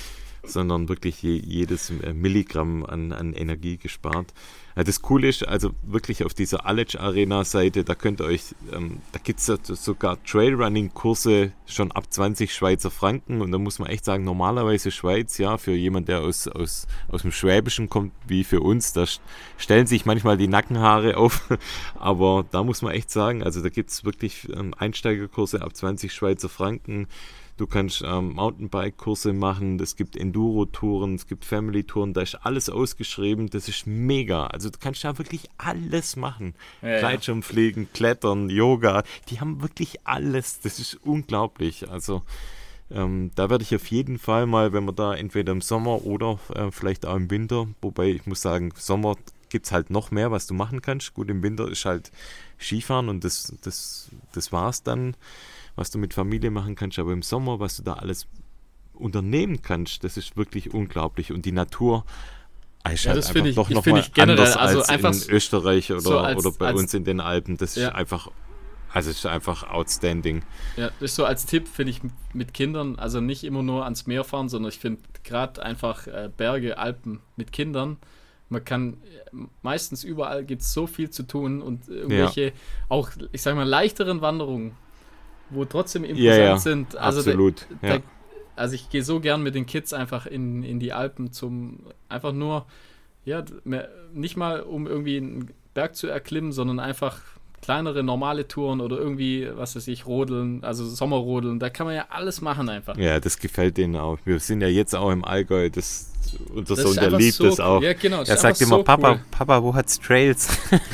Sondern wirklich je, jedes Milligramm an, an Energie gespart. Ja, das Coole ist, also wirklich auf dieser Aletsch-Arena-Seite, da könnt ihr euch, ähm, da gibt es ja sogar Trailrunning-Kurse schon ab zwanzig Schweizer Franken und da muss man echt sagen, normalerweise Schweiz, ja, für jemand, der aus, aus, aus dem Schwäbischen kommt, wie für uns, da stellen sich manchmal die Nackenhaare auf, aber da muss man echt sagen, also da gibt es wirklich ähm, Einsteigerkurse ab zwanzig Schweizer Franken. Du kannst ähm, Mountainbike-Kurse machen, es gibt Enduro-Touren, es gibt Family-Touren, da ist alles ausgeschrieben, das ist mega. Also du kannst da wirklich alles machen. Ja, Gleitschirmfliegen, ja. Klettern, Yoga, die haben wirklich alles, das ist unglaublich. Also ähm, da werde ich auf jeden Fall mal, wenn man da entweder im Sommer oder äh, vielleicht auch im Winter, wobei ich muss sagen, Sommer gibt es halt noch mehr, was du machen kannst. Gut, im Winter ist halt Skifahren und das, das, das war's dann, was du mit Familie machen kannst, aber im Sommer, was du da alles unternehmen kannst, das ist wirklich unglaublich. Und die Natur ist ja, halt das einfach ich, doch ich, nochmal generell, anders also als einfach in Österreich oder, so als, oder bei als, uns in den Alpen. Das ja. ist einfach, also es ist einfach outstanding. Ja, das ist so als Tipp, finde ich, mit Kindern, also nicht immer nur ans Meer fahren, sondern ich finde gerade einfach äh, Berge, Alpen mit Kindern, man kann, meistens überall gibt es so viel zu tun und irgendwelche, ja. auch, ich sage mal, leichteren Wanderungen, wo trotzdem imposant ja, ja, sind. Also absolut. Da, ja. da, also ich gehe so gern mit den Kids einfach in, in die Alpen zum, einfach nur, ja, mehr, nicht mal um irgendwie einen Berg zu erklimmen, sondern einfach kleinere, normale Touren oder irgendwie, was weiß ich, Rodeln, also Sommerrodeln, da kann man ja alles machen einfach. Ja, das gefällt denen auch. Wir sind ja jetzt auch im Allgäu, das, unser das Sohn, der liebt so das auch. Cool. Ja, genau, das er sagt immer, so Papa, cool. Papa, wo hat's Trails?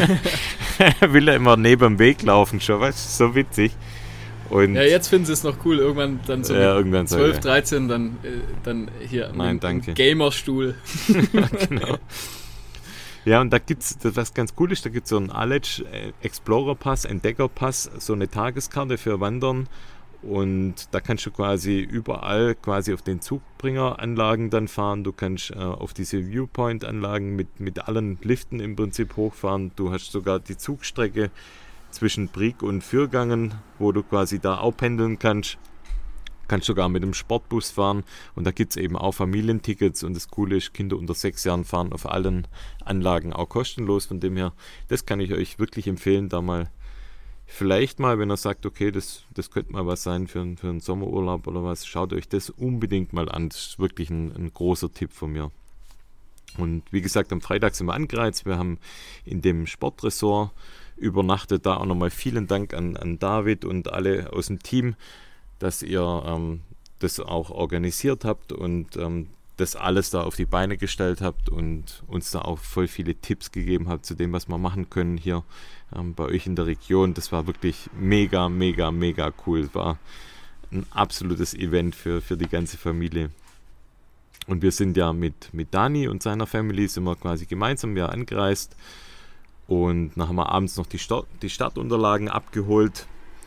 Will er immer neben dem Weg laufen schon, weißt du, so witzig. Und ja, jetzt finden sie es noch cool, irgendwann dann so ja, irgendwann zwölf, so, dreizehn, dann, äh, dann hier Nein, im, im danke. Gamerstuhl. Ja, genau. Ja, und da gibt es, was ganz cool ist, da gibt es so einen Aletsch Explorer Pass, Entdecker Pass, so eine Tageskarte für Wandern und da kannst du quasi überall quasi auf den Zugbringeranlagen dann fahren, du kannst äh, auf diese Viewpoint-Anlagen mit, mit allen Liften im Prinzip hochfahren, du hast sogar die Zugstrecke zwischen Brig und Fürgangen, wo du quasi da auch pendeln kannst. Kannst sogar mit dem Sportbus fahren und da gibt es eben auch Familientickets und das Coole ist, Kinder unter sechs Jahren fahren auf allen Anlagen auch kostenlos, von dem her, das kann ich euch wirklich empfehlen, da mal vielleicht mal, wenn er sagt, okay, das, das könnte mal was sein für, für einen Sommerurlaub oder was, schaut euch das unbedingt mal an. Das ist wirklich ein, ein großer Tipp von mir. Und wie gesagt, am Freitag sind wir angereist. Wir haben in dem Sportresort übernachtet. Da auch nochmal vielen Dank an, an David und alle aus dem Team, dass ihr ähm, das auch organisiert habt und ähm, das alles da auf die Beine gestellt habt und uns da auch voll viele Tipps gegeben habt zu dem, was wir machen können hier ähm, bei euch in der Region. Das war wirklich mega, mega, mega cool. War ein absolutes Event für, für die ganze Familie. Und wir sind ja mit, mit Dani und seiner Family sind wir quasi gemeinsam ja angereist. Und dann haben wir abends noch die, Start, die Startunterlagen abgeholt.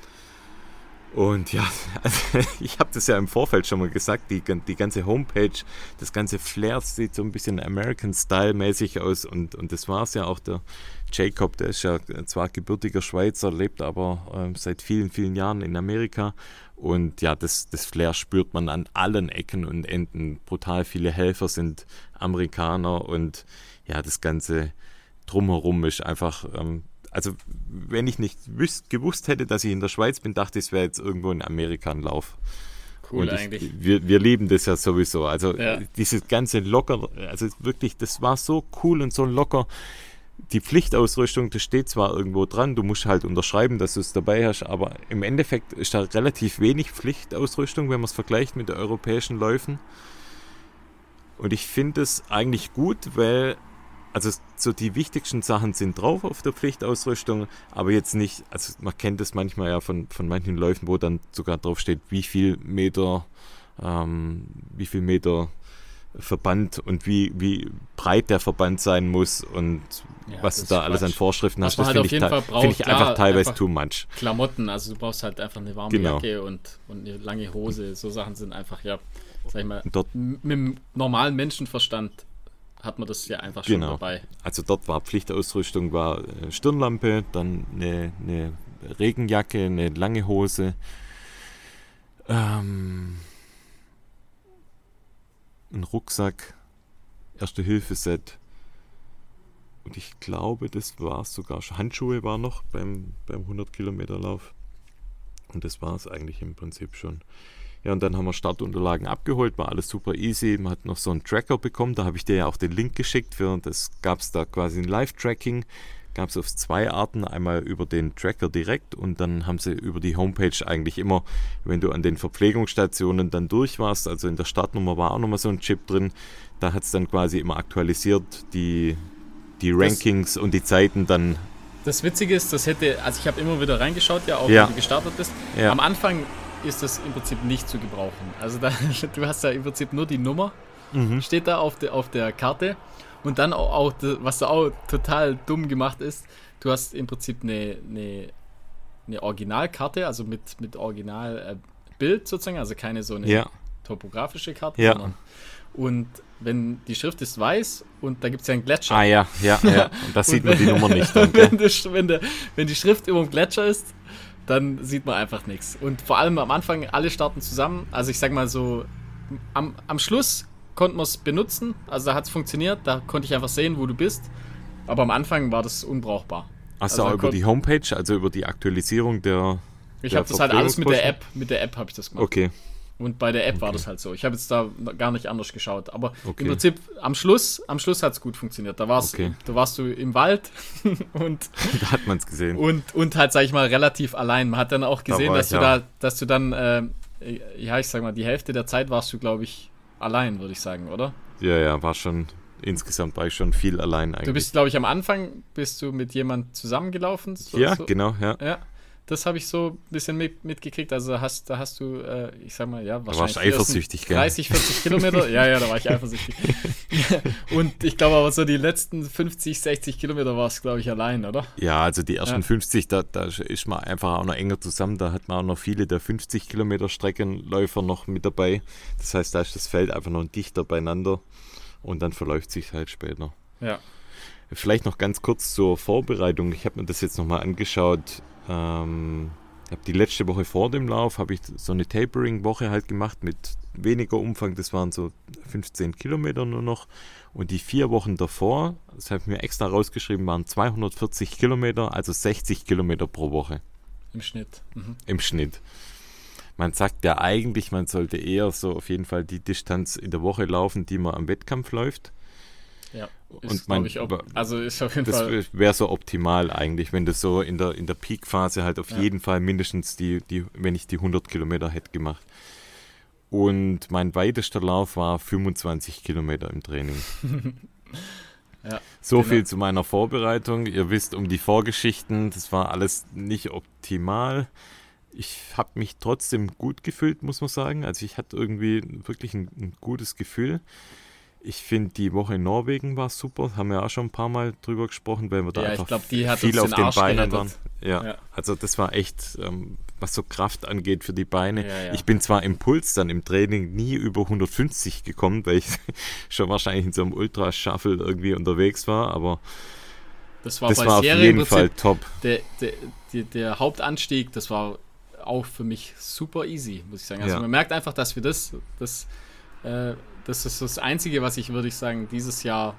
Und ja, also ich habe das ja im Vorfeld schon mal gesagt, die, die ganze Homepage, das ganze Flair sieht so ein bisschen American-Style-mäßig aus. Und, und das war es ja auch, der Jacob, der ist ja zwar gebürtiger Schweizer, lebt aber äh, seit vielen, vielen Jahren in Amerika. Und ja, das, das Flair spürt man an allen Ecken und Enden. Brutal viele Helfer sind Amerikaner und ja, das Ganze drumherum ist einfach, ähm, also wenn ich nicht wüs- gewusst hätte, dass ich in der Schweiz bin, dachte ich, es wäre jetzt irgendwo in Amerika ein Lauf. Cool und ich, eigentlich. Wir, wir lieben das ja sowieso. Also Ja. dieses ganze locker, also wirklich, das war so cool und so locker. Die Pflichtausrüstung, das steht zwar irgendwo dran, du musst halt unterschreiben, dass du es dabei hast, aber im Endeffekt ist da relativ wenig Pflichtausrüstung, wenn man es vergleicht mit den europäischen Läufen. Und ich finde es eigentlich gut, weil also so die wichtigsten Sachen sind drauf auf der Pflichtausrüstung, aber jetzt nicht, also man kennt es manchmal ja von, von manchen Läufen, wo dann sogar drauf steht, wie viel Meter, ähm, wie viel Meter Verband und wie, wie breit der Verband sein muss und Ja, was das du da ist alles an Quatsch. Vorschriften Was hast, man das halt finde auf ich, jeden ta- Fall braucht, find ich klar, einfach teilweise einfach too much. Klamotten, also du brauchst halt einfach eine warme Genau. Jacke und, und eine lange Hose. So Sachen sind einfach, ja, sag ich mal, Und dort, m- mit dem normalen Menschenverstand hat man das ja einfach schon Genau. dabei. also dort war Pflichtausrüstung, war äh, Stirnlampe, dann eine, eine Regenjacke, eine lange Hose, ähm, ein Rucksack, Erste-Hilfe-Set und ich glaube, das war es sogar schon. Handschuhe war noch beim, beim hundert-Kilometer-Lauf und das war es eigentlich im Prinzip schon. Ja, und dann haben wir Startunterlagen abgeholt, war alles super easy. Man hat noch so einen Tracker bekommen, da habe ich dir ja auch den Link geschickt. Für, das gab es da quasi ein Live-Tracking, gab es auf zwei Arten. Einmal über den Tracker direkt und dann haben sie über die Homepage eigentlich immer, wenn du an den Verpflegungsstationen dann durch warst, also in der Startnummer war auch nochmal so ein Chip drin, da hat es dann quasi immer aktualisiert, die, die Rankings und die Zeiten dann. Das Witzige ist, das hätte, also ich habe immer wieder reingeschaut, ja, auch Ja. wenn du gestartet bist. Ja. Am Anfang ist das im Prinzip nicht zu gebrauchen. Also da, du hast ja im Prinzip nur die Nummer, Mhm. steht da auf, de, auf der Karte. Und dann auch, auch, was da auch total dumm gemacht ist, du hast im Prinzip eine, eine, eine Originalkarte, also mit, mit Originalbild sozusagen, also keine so eine Ja, topografische Karte, Ja. sondern und wenn die Schrift ist weiß und da gibt es ja einen Gletscher. ah ja, ja, ja. Und da sieht man wenn- die Nummer nicht dann. wenn, Gell? die, wenn, der, wenn die Schrift über dem Gletscher ist, dann sieht man einfach nichts. Und vor allem am Anfang, alle starten zusammen. Also ich sag mal so, am, am Schluss konnten wir es benutzen. Also da hat es funktioniert. Da konnte ich einfach sehen, wo du bist. Aber am Anfang war das unbrauchbar. Hast du Also auch da über konnt- die Homepage, also über die Aktualisierung der. Ich der habe das halt alles mit der Verpflegungsposten? App. Mit der App habe ich das gemacht. Okay, Und bei der App war Okay. das halt so. Ich habe jetzt da gar nicht anders geschaut. Aber Okay. im Prinzip am Schluss, am Schluss hat es gut funktioniert. Da war's, Okay. da warst du im Wald und da hat man es gesehen. Und, und halt, sag ich mal, relativ allein. Man hat dann auch gesehen, war dass ich du ja. da, dass du dann, äh, ja, ich sag mal, die Hälfte der Zeit warst du, glaube ich, allein, würde ich sagen, oder? Ja, ja, war schon, insgesamt war ich schon viel allein eigentlich. Du bist, glaube ich, am Anfang bist du mit jemand zusammengelaufen. So, ja, so. genau, ja. Ja, das habe ich so ein bisschen mit, mitgekriegt. Also hast, da hast du, äh, ich sag mal, ja, warst wahrscheinlich du die ersten eifersüchtig, gell? dreißig, vierzig Kilometer. Ja, ja, da war ich eifersüchtig. Und ich glaube aber so die letzten fünfzig, sechzig Kilometer war es, glaube ich, allein, oder? Ja, also die ersten Ja. fünfzig, da, da ist man einfach auch noch enger zusammen. Da hat man auch noch viele der fünfzig Kilometer Streckenläufer noch mit dabei. Das heißt, da ist das Feld einfach noch dichter beieinander und dann verläuft sich halt später. Ja. Vielleicht noch ganz kurz zur Vorbereitung. Ich habe mir das jetzt nochmal angeschaut. Ähm, ich habe die letzte Woche vor dem Lauf habe ich so eine Tapering-Woche halt gemacht mit weniger Umfang. Das waren so fünfzehn Kilometer nur noch. Und die vier Wochen davor, das habe ich mir extra rausgeschrieben, waren zweihundertvierzig Kilometer, also sechzig Kilometer pro Woche. Im Schnitt. Mhm. Im Schnitt. Man sagt ja eigentlich, man sollte eher so auf jeden Fall die Distanz in der Woche laufen, die man am Wettkampf läuft. Ja, und ist, man, ich, ob, also ist auf jeden das Fall. Das wäre so optimal eigentlich, wenn das so in der, in der Peak-Phase halt auf ja. jeden Fall mindestens die, die, wenn ich die hundert Kilometer hätte gemacht. Und mein weitester Lauf war fünfundzwanzig Kilometer im Training. ja, so genau. viel zu meiner Vorbereitung. Ihr wisst um die Vorgeschichten, das war alles nicht optimal. Ich habe mich trotzdem gut gefühlt, muss man sagen. Also ich hatte irgendwie wirklich ein, ein gutes Gefühl. Ich finde, die Woche in Norwegen war super. Haben wir auch schon ein paar Mal drüber gesprochen, weil wir da ja, einfach ich glaub, die hat viel uns auf den den Beinen gerettet. waren. Ja, Ja. also das war echt, ähm, was so Kraft angeht für die Beine. Ja, ja. Ich bin zwar im Puls dann im Training nie über hundertfünfzig gekommen, weil ich schon wahrscheinlich in so einem Ultra-Shuffle irgendwie unterwegs war, aber das war, das bei war auf Serie jeden im Prinzip Fall top. Der, der, der, der Hauptanstieg, das war auch für mich super easy, muss ich sagen. Also Ja. man merkt einfach, dass wir das, das, äh, das ist das Einzige, was ich, würde ich sagen, dieses Jahr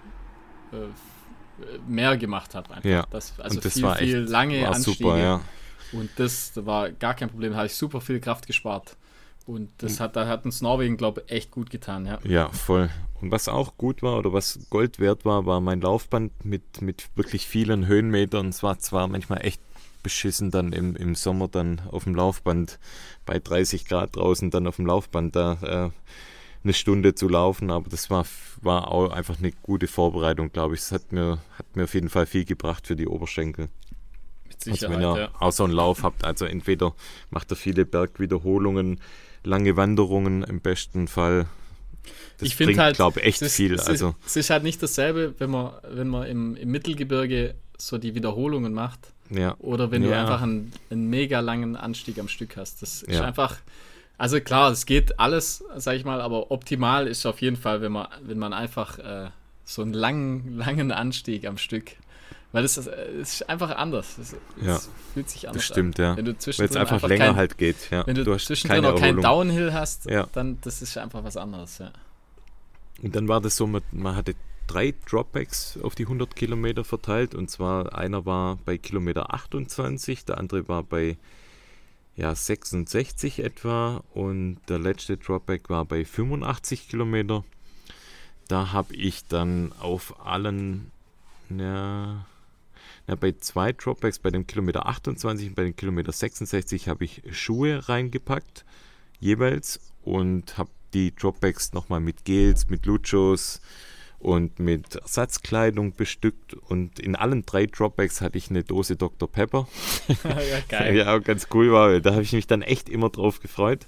äh, mehr gemacht habe. Einfach. Ja. Das, also Und das viel, war viel echt, lange war Anstiege. super, ja. Und das war gar kein Problem, da habe ich super viel Kraft gespart. Und das hat, da hat uns Norwegen, glaube ich, echt gut getan. Ja. Ja, voll. Und was auch gut war oder was Gold wert war, war mein Laufband mit, mit wirklich vielen Höhenmetern. Es war zwar manchmal echt beschissen, dann im, im Sommer dann auf dem Laufband bei dreißig Grad draußen dann auf dem Laufband da äh, eine Stunde zu laufen, aber das war, war auch einfach eine gute Vorbereitung, glaube ich. Es hat mir, hat mir auf jeden Fall viel gebracht für die Oberschenkel. Mit Sicherheit, also wenn ihr ja. auch so einen Lauf habt, also entweder macht ihr viele Bergwiederholungen, lange Wanderungen im besten Fall. Das ich finde bringt, halt, glaube ich, echt es ist, viel. Es, also. ist, es ist halt nicht dasselbe, wenn man, wenn man im, im Mittelgebirge so die Wiederholungen macht Ja. oder wenn ja. du einfach einen, einen mega langen Anstieg am Stück hast. Das ist Ja. einfach, also klar, es geht alles, sag ich mal, aber optimal ist auf jeden Fall, wenn man, wenn man einfach äh, so einen langen, langen Anstieg am Stück, weil das ist, äh, ist einfach anders. Das, Ja. das fühlt sich anders Das stimmt, an. ja. Wenn du Weil es zwischendrin einfach, einfach länger kein, halt geht. Ja. Wenn du, du hast zwischendrin keine auch keinen Erholung. Downhill hast, Ja. dann das ist einfach was anderes, ja. Und dann war das so, man, man hatte drei Dropbacks auf die hundert Kilometer verteilt. Und zwar einer war bei Kilometer achtundzwanzig, der andere war bei ja, sechsundsechzig etwa und der letzte Dropback war bei fünfundachtzig Kilometer. Da habe ich dann auf allen, ja, ja, bei zwei Dropbacks, bei dem Kilometer achtundzwanzig und bei dem Kilometer sechsundsechzig habe ich Schuhe reingepackt, jeweils, und habe die Dropbacks nochmal mit Gels, mit Luchos und mit Ersatzkleidung bestückt, und in allen drei Dropbacks hatte ich eine Dose Doktor Pepper. Ja, geil. Ja, auch ganz cool war, da habe ich mich dann echt immer drauf gefreut.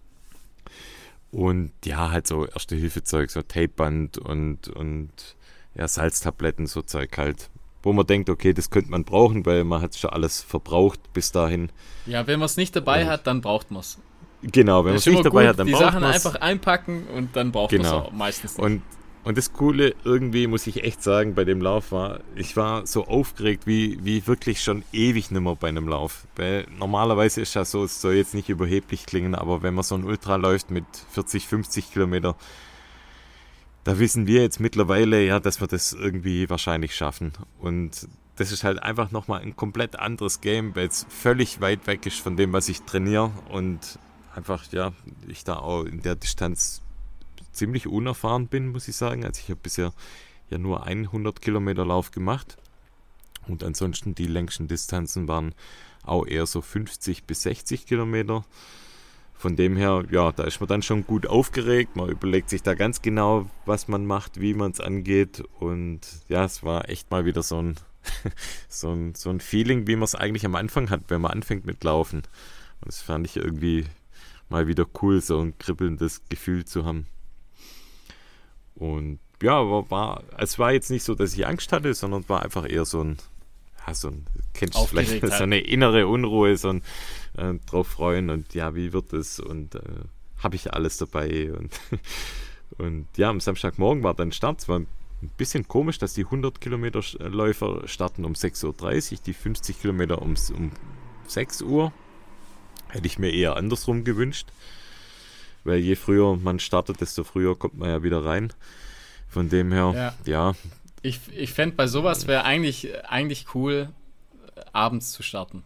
Und ja, halt so Erste-Hilfe-Zeug, so Tapeband und, und ja, Salztabletten, so Zeug halt. Wo man denkt, okay, das könnte man brauchen, weil man hat schon alles verbraucht bis dahin. Ja, wenn man es nicht dabei Und- hat, dann braucht man es. Genau, wenn man es nicht dabei hat, dann die braucht Sachen man es. einfach einpacken und dann braucht man Genau. es meistens nicht. Und, und das Coole, irgendwie muss ich echt sagen, bei dem Lauf war, ich war so aufgeregt wie, wie wirklich schon ewig nimmer bei einem Lauf. Weil normalerweise ist das so, es soll jetzt nicht überheblich klingen, aber wenn man so ein Ultra läuft mit vierzig, fünfzig Kilometer, da wissen wir jetzt mittlerweile, ja, dass wir das irgendwie wahrscheinlich schaffen. Und das ist halt einfach nochmal ein komplett anderes Game, weil es völlig weit weg ist von dem, was ich trainiere, und einfach, ja, ich da auch in der Distanz ziemlich unerfahren bin, muss ich sagen. Also ich habe bisher ja nur einen hundert Kilometer Lauf gemacht, und ansonsten die längsten Distanzen waren auch eher so fünfzig bis sechzig Kilometer. Von dem her, ja, da ist man dann schon gut aufgeregt. Man überlegt sich da ganz genau, was man macht, wie man es angeht. Und ja, es war echt mal wieder so ein, so ein, so ein Feeling, wie man es eigentlich am Anfang hat, wenn man anfängt mit Laufen. Und das fand ich irgendwie mal wieder cool, so ein kribbelndes Gefühl zu haben. Und ja, aber war, es war jetzt nicht so, dass ich Angst hatte, sondern es war einfach eher so ein, ja, so ein, kennst du vielleicht, Aufgeregt so eine innere Unruhe, so ein äh, drauf freuen und ja, wie wird es, und äh, habe ich alles dabei, und, und ja, am Samstagmorgen war dann Start. Es war ein bisschen komisch, dass die hundert Kilometer Läufer starten um sechs Uhr dreißig, die fünfzig Kilometer um, um sechs Uhr. Hätte ich mir eher andersrum gewünscht, weil je früher man startet, desto früher kommt man ja wieder rein. Von dem her, Ja. ja, Ich, ich fände, bei sowas wäre eigentlich, eigentlich cool, abends zu starten.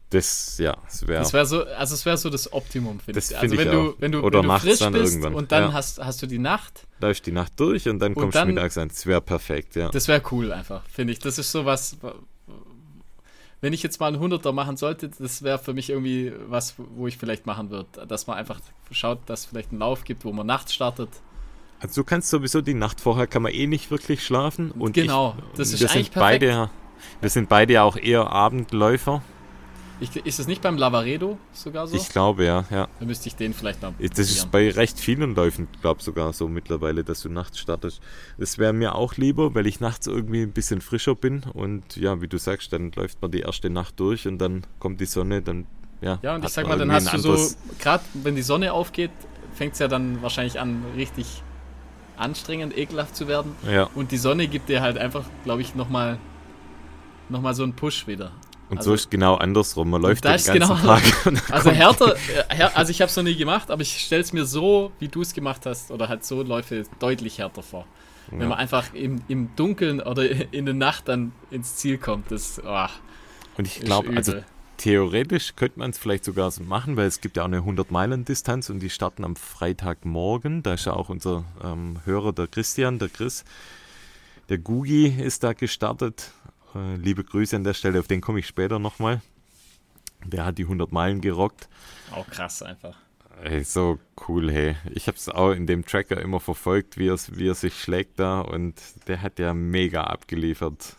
Das, ja, das wäre... Das wäre so, also es wäre so das Optimum, finde ich. Also find wenn ich du, auch. wenn du, Oder wenn du nachts frisch dann bist irgendwann. und dann ja. hast, hast du die Nacht. Läufst die Nacht durch und dann und kommst dann, du mittags an. Das wäre perfekt, ja. Das wäre cool einfach, finde ich. Das ist sowas, wenn ich jetzt mal einen Hunderter machen sollte, das wäre für mich irgendwie was, wo ich vielleicht machen würde. Dass man einfach schaut, dass es vielleicht einen Lauf gibt, wo man nachts startet. Also du kannst sowieso die Nacht vorher, kann man eh nicht wirklich schlafen. Und genau, ich, das ist wir eigentlich sind perfekt. Beide, wir sind beide ja auch eher Abendläufer. Ich, ist es nicht beim Lavaredo sogar so? Ich glaube, ja. ja. Dann müsste ich den vielleicht noch Das ist bei recht vielen Läufen, glaube ich, sogar so mittlerweile, dass du nachts startest. Das wäre mir auch lieber, weil ich nachts irgendwie ein bisschen frischer bin. Und ja, wie du sagst, dann läuft man die erste Nacht durch und dann kommt die Sonne, dann ja. Ja, und ich sag mal, dann hast du so, gerade wenn die Sonne aufgeht, fängt es ja dann wahrscheinlich an, richtig anstrengend, ekelhaft zu werden. Ja. Und die Sonne gibt dir halt einfach, glaube ich, nochmal noch mal so einen Push wieder. Und also, so ist genau andersrum. Man läuft den ganzen genau, Tag. Also härter, her, also ich habe es noch nie gemacht, aber ich stelle es mir so, wie du es gemacht hast, oder halt so Läufe deutlich härter vor. Ja. Wenn man einfach im, im Dunkeln oder in der Nacht dann ins Ziel kommt. Das, oh, und ich glaube, also theoretisch könnte man es vielleicht sogar so machen, weil es gibt ja auch eine hundert-Meilen-Distanz und die starten am Freitagmorgen. Da ist ja auch unser ähm, Hörer, der Christian, der Chris. Der Gugi ist da gestartet. Äh, liebe Grüße an der Stelle, auf den komme ich später nochmal. Der hat die hundert Meilen gerockt. Auch krass einfach. Ey, so cool, hey. Ich habe es auch in dem Tracker immer verfolgt, wie, wie er sich schlägt da und der hat ja mega abgeliefert.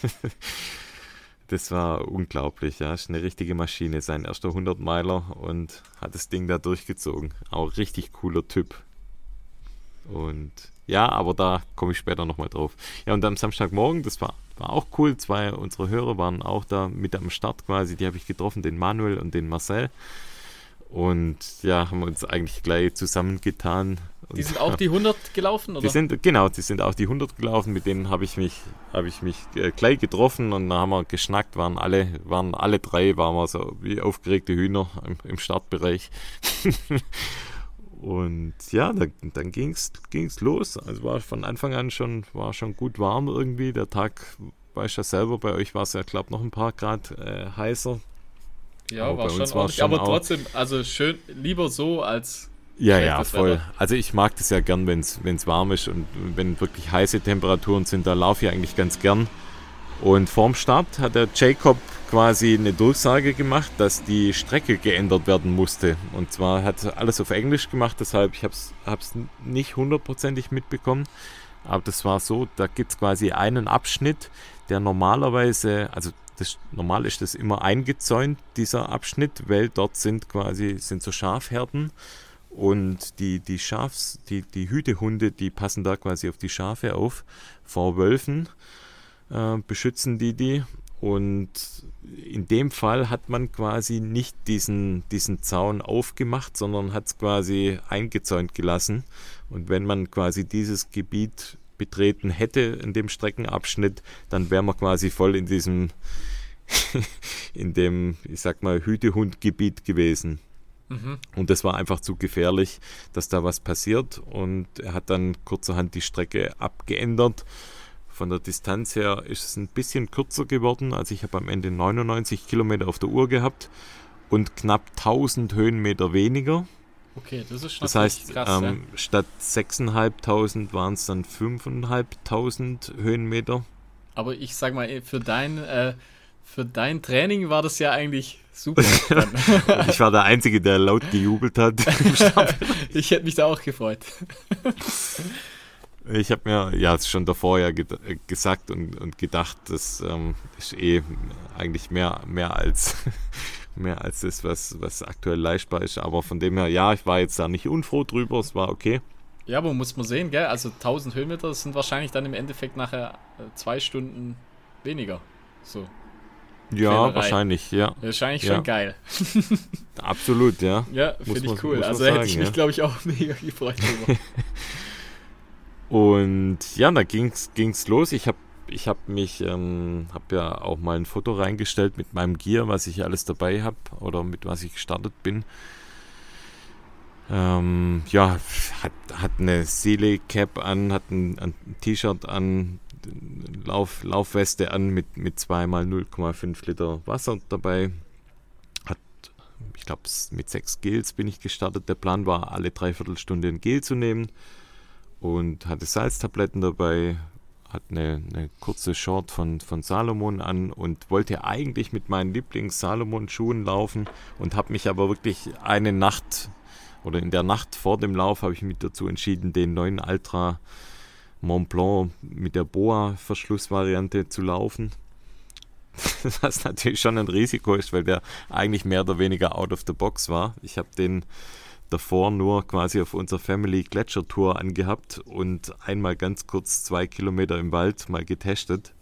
Das war unglaublich, ja. Ist eine richtige Maschine, sein erster hundert-Meiler und hat das Ding da durchgezogen. Auch richtig cooler Typ. Und ja, aber da komme ich später nochmal drauf. Ja, und am Samstagmorgen, das war, war auch cool. Zwei unserer Hörer waren auch da mit am Start quasi. Die habe ich getroffen, den Manuel und den Marcel. Und ja, haben wir uns eigentlich gleich zusammengetan. Und die sind auch die hundert gelaufen, oder? Die sind, genau, die sind auch die hundert gelaufen. Mit denen habe ich mich, habe ich mich äh, gleich getroffen und dann haben wir geschnackt. Waren alle, waren alle drei, waren wir so wie aufgeregte Hühner im, im Startbereich. Und ja, da, dann ging es los. Also war von Anfang an schon, war schon gut warm irgendwie. Der Tag, weißt du ja selber, bei euch war es ja, glaube ich, noch ein paar Grad äh, heißer. Ja, aber war bei schon, uns war ordentlich, schon aber auch, trotzdem, also schön, lieber so als ja, ja, voll. Wetter. Also ich mag das ja gern, wenn es warm ist und wenn wirklich heiße Temperaturen sind, da laufe ich eigentlich ganz gern. Und vorm Start hat der Jacob quasi eine Durchsage gemacht, dass die Strecke geändert werden musste. Und zwar hat er alles auf Englisch gemacht, deshalb ich habe es nicht hundertprozentig mitbekommen. Aber das war so, da gibt es quasi einen Abschnitt, der normalerweise, also das, normal ist das immer eingezäunt, dieser Abschnitt, weil dort sind quasi sind so Schafherden und die, die Schafs, die, die Hütehunde, die passen da quasi auf die Schafe auf, vor Wölfen. Äh, beschützen die die und in dem Fall hat man quasi nicht diesen, diesen Zaun aufgemacht, sondern hat es quasi eingezäunt gelassen und wenn man quasi dieses Gebiet betreten hätte in dem Streckenabschnitt, dann wäre man quasi voll in diesem in dem, ich sag mal, Hütehundgebiet gewesen. Mhm. Und das war einfach zu gefährlich, dass da was passiert und er hat dann kurzerhand die Strecke abgeändert. Von der Distanz her ist es ein bisschen kürzer geworden. Also ich habe am Ende neunundneunzig Kilometer auf der Uhr gehabt und knapp tausend Höhenmeter weniger. Okay, das ist schon Das heißt, krass, ähm, ja. statt sechstausendfünfhundert waren es dann fünftausendfünfhundert Höhenmeter. Aber ich sag mal, für dein, äh, für dein Training war das ja eigentlich super. Ich war der Einzige, der laut gejubelt hat. Ich hätte mich da auch gefreut. Ich habe mir ja schon davor ja ge- gesagt und, und gedacht, das ähm, ist eh eigentlich mehr, mehr, als, mehr als das, was, was aktuell leistbar ist. Aber von dem her, ja, ich war jetzt da nicht unfroh drüber, es war okay. Ja, aber muss man sehen, gell? Also tausend Höhenmeter sind wahrscheinlich dann im Endeffekt nachher zwei Stunden weniger. So. Ja, Quälerei. Wahrscheinlich, ja. Das ist eigentlich ja. schon geil. Absolut, ja. Ja, finde ich cool. Also hätte ich mich, glaube ich, auch mega gefreut drüber. Und ja, da ging's, ging's los. Ich habe ich hab mich, ähm, habe ja auch mal ein Foto reingestellt mit meinem Gear, was ich alles dabei habe oder mit was ich gestartet bin. Ähm, ja, hat, hat eine Seele-Cap an, hat ein, ein T-Shirt an, Lauf, Laufweste an mit, mit zweimal null Komma fünf Liter Wasser dabei. ich glaube, mit sechs Gels bin ich gestartet. Der Plan war, alle dreiviertel Stunde ein Gel zu nehmen und hatte Salztabletten dabei, hatte eine, eine kurze Short von, von Salomon an und wollte eigentlich mit meinen Lieblings-Salomon-Schuhen laufen und habe mich aber wirklich eine Nacht oder in der Nacht vor dem Lauf habe ich mich dazu entschieden, den neuen Altra Mont Blanc mit der Boa-Verschlussvariante zu laufen. Was natürlich schon ein Risiko ist, weil der eigentlich mehr oder weniger out of the box war. Ich habe den davor nur quasi auf unserer Family Gletscher Tour angehabt und einmal ganz kurz zwei Kilometer im Wald mal getestet.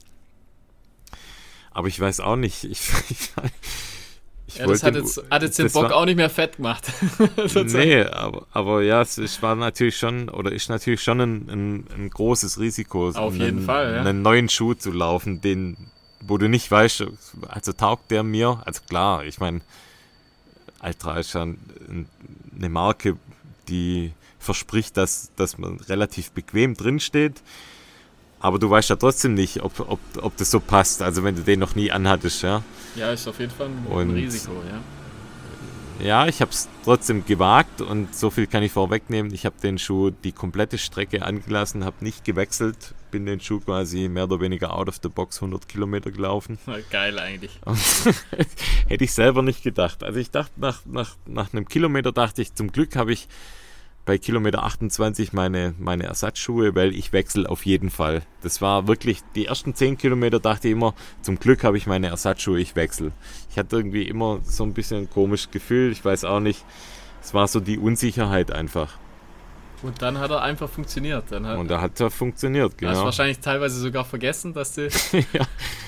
Aber ich weiß auch nicht. Ich, ich, ich ja, das hat jetzt, hat jetzt den Bock war, auch nicht mehr fett gemacht. Nee, aber, aber ja, es, es war natürlich schon, oder ist natürlich schon ein, ein, ein großes Risiko, auf einen, jeden Fall, ja. einen neuen Schuh zu laufen, den, wo du nicht weißt, also taugt der mir, also klar, ich meine, Altra ist ja eine Marke, die verspricht, dass, dass man relativ bequem drinsteht, aber du weißt ja trotzdem nicht, ob, ob, ob das so passt, also wenn du den noch nie anhattest, ja. Ja, ist auf jeden Fall ein und, Risiko, ja. Ja, ich habe es trotzdem gewagt und so viel kann ich vorwegnehmen. Ich habe den Schuh die komplette Strecke angelassen, habe nicht gewechselt, bin den Schuh quasi mehr oder weniger out of the box hundert Kilometer gelaufen. Geil eigentlich. Hätte ich selber nicht gedacht. Also ich dachte, nach, nach, nach einem Kilometer dachte ich, zum Glück habe ich bei Kilometer achtundzwanzig meine, meine Ersatzschuhe, weil ich wechsle auf jeden Fall. Das war wirklich, die ersten zehn Kilometer dachte ich immer, zum Glück habe ich meine Ersatzschuhe, ich wechsle. Ich hatte irgendwie immer so ein bisschen ein komisches Gefühl, ich weiß auch nicht, es war so die Unsicherheit einfach. Und dann hat er einfach funktioniert. Dann hat, Und da hat er funktioniert, genau. Du hast wahrscheinlich teilweise sogar vergessen, dass du... ja.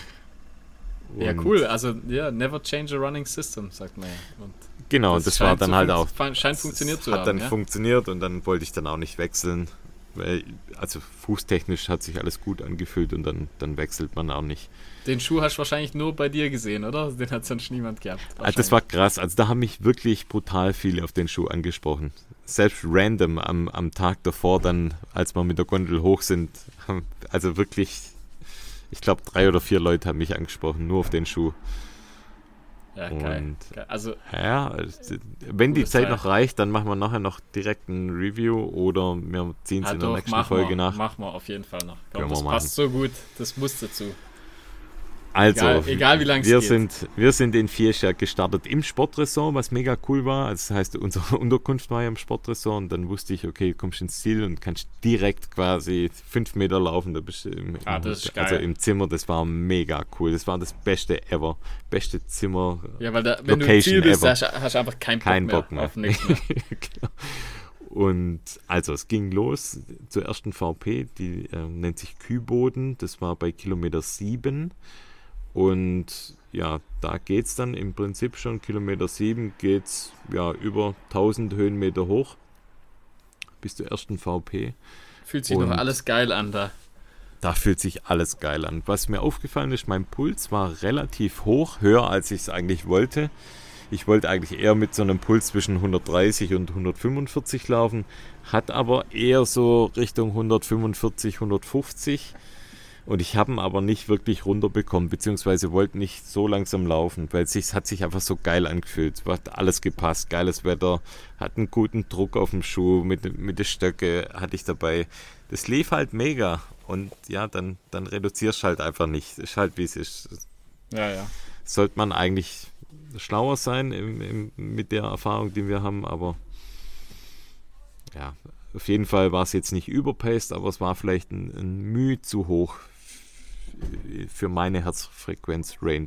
Ja, cool, also ja, never change a running system, sagt man ja. Und genau, das, das war dann halt auch. Scheint funktioniert zu haben. Hat dann ja? funktioniert und dann wollte ich dann auch nicht wechseln. Weil, also fußtechnisch hat sich alles gut angefühlt und dann, dann wechselt man auch nicht. Den Schuh hast du wahrscheinlich nur bei dir gesehen, oder? Den hat sonst niemand gehabt. Also das war krass. Also da haben mich wirklich brutal viele auf den Schuh angesprochen. Selbst random am, am Tag davor dann, als wir mit der Gondel hoch sind, also wirklich, ich glaube drei oder vier Leute haben mich angesprochen, nur auf den Schuh. Ja, geil. geil. Also, ja, wenn die Zeit noch reicht, dann machen wir nachher noch direkt ein Review oder wir ziehen es ja, in der doch, nächsten Folge wir, nach. Machen wir auf jeden Fall noch. Glaub, das passt so gut, das muss dazu. Also, egal, egal wie lange es wir geht. Sind, wir sind in Fiescher gestartet im Sportressort, was mega cool war. Also das heißt, unsere Unterkunft war ja im Sportressort und dann wusste ich, okay, du kommst ins Ziel und kannst direkt quasi fünf Meter laufen. Da bist du im, ah, das ist geil. Also im Zimmer, das war mega cool. Das war das Beste ever. Beste Zimmer. Ja, weil da, wenn Location du im Ziel bist, hast, hast du einfach keinen Bock, Kein mehr, Bock mehr auf nichts mehr. Genau. Und also es ging los zur ersten V P, die äh, nennt sich Küboden. Das war bei Kilometer sieben. Und ja, da geht es dann im Prinzip schon, Kilometer sieben geht es ja, über tausend Höhenmeter hoch bis zur ersten V P. Fühlt sich Und noch alles geil an da. Da fühlt sich alles geil an. Was mir aufgefallen ist, mein Puls war relativ hoch, höher als ich es eigentlich wollte. Ich wollte eigentlich eher mit so einem Puls zwischen hundertdreißig und hundertfünfundvierzig laufen, hat aber eher so Richtung hundertfünfundvierzig, hundertfünfzig. Und ich habe ihn aber nicht wirklich runterbekommen, beziehungsweise wollte nicht so langsam laufen, weil es sich, hat sich einfach so geil angefühlt. Es hat alles gepasst, geiles Wetter, hat einen guten Druck auf dem Schuh, mit, mit den Stöcke hatte ich dabei. Das lief halt mega und ja, dann, dann reduzierst du halt einfach nicht. Ist halt wie es ist. Ja, ja. Sollte man eigentlich schlauer sein im, im, mit der Erfahrung, die wir haben, aber ja, auf jeden Fall war es jetzt nicht überpaced, aber es war vielleicht ein, ein Mühe zu hoch für meine Herzfrequenz-Range.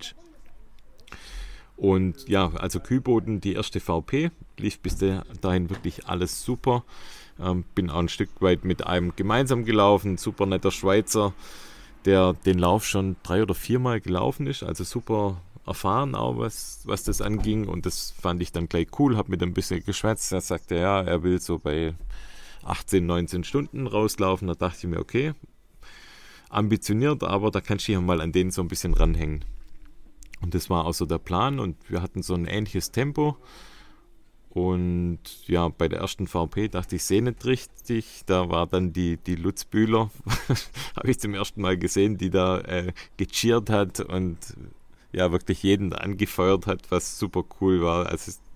Und ja, also Küboden, die erste V P, lief bis dahin wirklich alles super. Ähm, bin auch ein Stück weit mit einem gemeinsam gelaufen, super netter Schweizer, der den Lauf schon drei oder viermal gelaufen ist, also super erfahren auch, was, was das anging, und das fand ich dann gleich cool, habe mit ein bisschen geschwätzt. Er sagte, ja, er will so bei achtzehn, neunzehn Stunden rauslaufen. Da dachte ich mir, okay, ambitioniert, aber da kannst du ja mal an denen so ein bisschen ranhängen. Und das war auch so der Plan, und wir hatten so ein ähnliches Tempo. Und ja, bei der ersten V P dachte ich, sehe nicht richtig. Da war dann die, die Lutz Bühler, habe ich zum ersten Mal gesehen, die da äh, gecheert hat und ja, wirklich jeden angefeuert hat, was super cool war. Also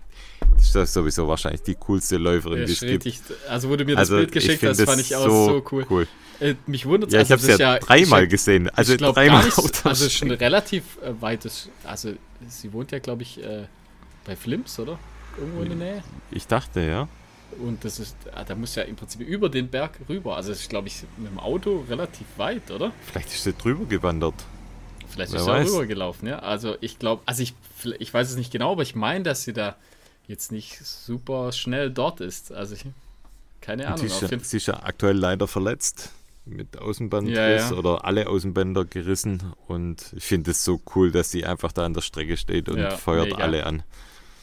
ist das sowieso wahrscheinlich die coolste Läuferin, Ja, die es gibt. richtig. Also wo du mir Also, das Bild ich geschickt find hast, das fand ich auch so so cool. cool. Äh, mich wundert Ja, also, ich habe es das ist ja, ja dreimal ich, gesehen. Also ich glaube dreimal gar nicht, auf der also schon Strecke. relativ äh, weites, also sie wohnt ja, glaube ich, äh, bei Flims, oder? Irgendwo in der Nähe. Ich dachte, ja. Und das ist, ah, da muss ja im Prinzip über den Berg rüber. Also das ist, glaube ich, mit dem Auto relativ weit, oder? Vielleicht ist sie drüber gewandert. Vielleicht Wer ist sie auch weiß. rübergelaufen, ja. Also ich glaube, also ich, ich weiß es nicht genau, aber ich meine, dass sie da jetzt nicht super schnell dort ist. Also ich, keine Und Ahnung. sie, ist Auf ja, jeden, sie ist ja aktuell leider verletzt. Mit Außenbandriss Ja, ja. oder alle Außenbänder gerissen. Und ich finde es so cool, dass sie einfach da an der Strecke steht und Ja, feuert mega. alle an.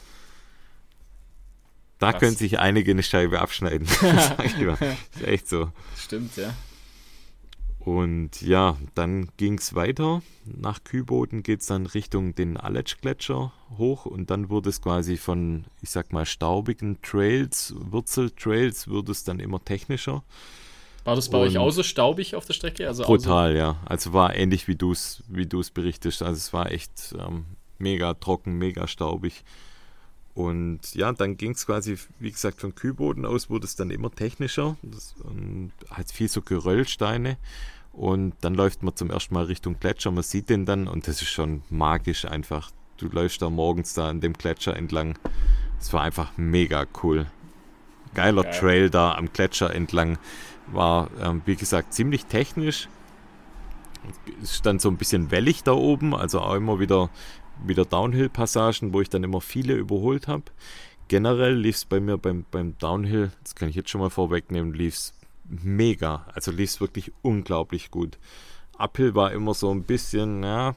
Da Krass. können sich einige eine Scheibe abschneiden. Sag ich mal. Ist echt so. Stimmt, ja. Und ja, dann ging es weiter. Nach Küboden geht es dann Richtung den Aletsch-Gletscher hoch und dann wurde es quasi von, ich sag mal, staubigen Trails, Wurzeltrails, wurde es dann immer technischer. War das bei Und euch auch so staubig auf der Strecke? Also Brutal, ja. Also war ähnlich wie du es wie du's berichtest. Also es war echt ähm, mega trocken, mega staubig. Und ja, dann ging es quasi, wie gesagt, von Küboden aus wurde es dann immer technischer. Das, und hat viel so Geröllsteine. Und dann läuft man zum ersten Mal Richtung Gletscher. Man sieht den dann und das ist schon magisch einfach. Du läufst da morgens da an dem Gletscher entlang. Es war einfach mega cool. Geiler Geil. Trail da am Gletscher entlang. War, ähm, wie gesagt, ziemlich technisch. Es stand so ein bisschen wellig da oben, also auch immer wieder, wieder Downhill-Passagen, wo ich dann immer viele überholt habe. Generell lief es bei mir beim, beim Downhill, das kann ich jetzt schon mal vorwegnehmen, lief es mega. Also lief es wirklich unglaublich gut. Uphill war immer so ein bisschen, ja,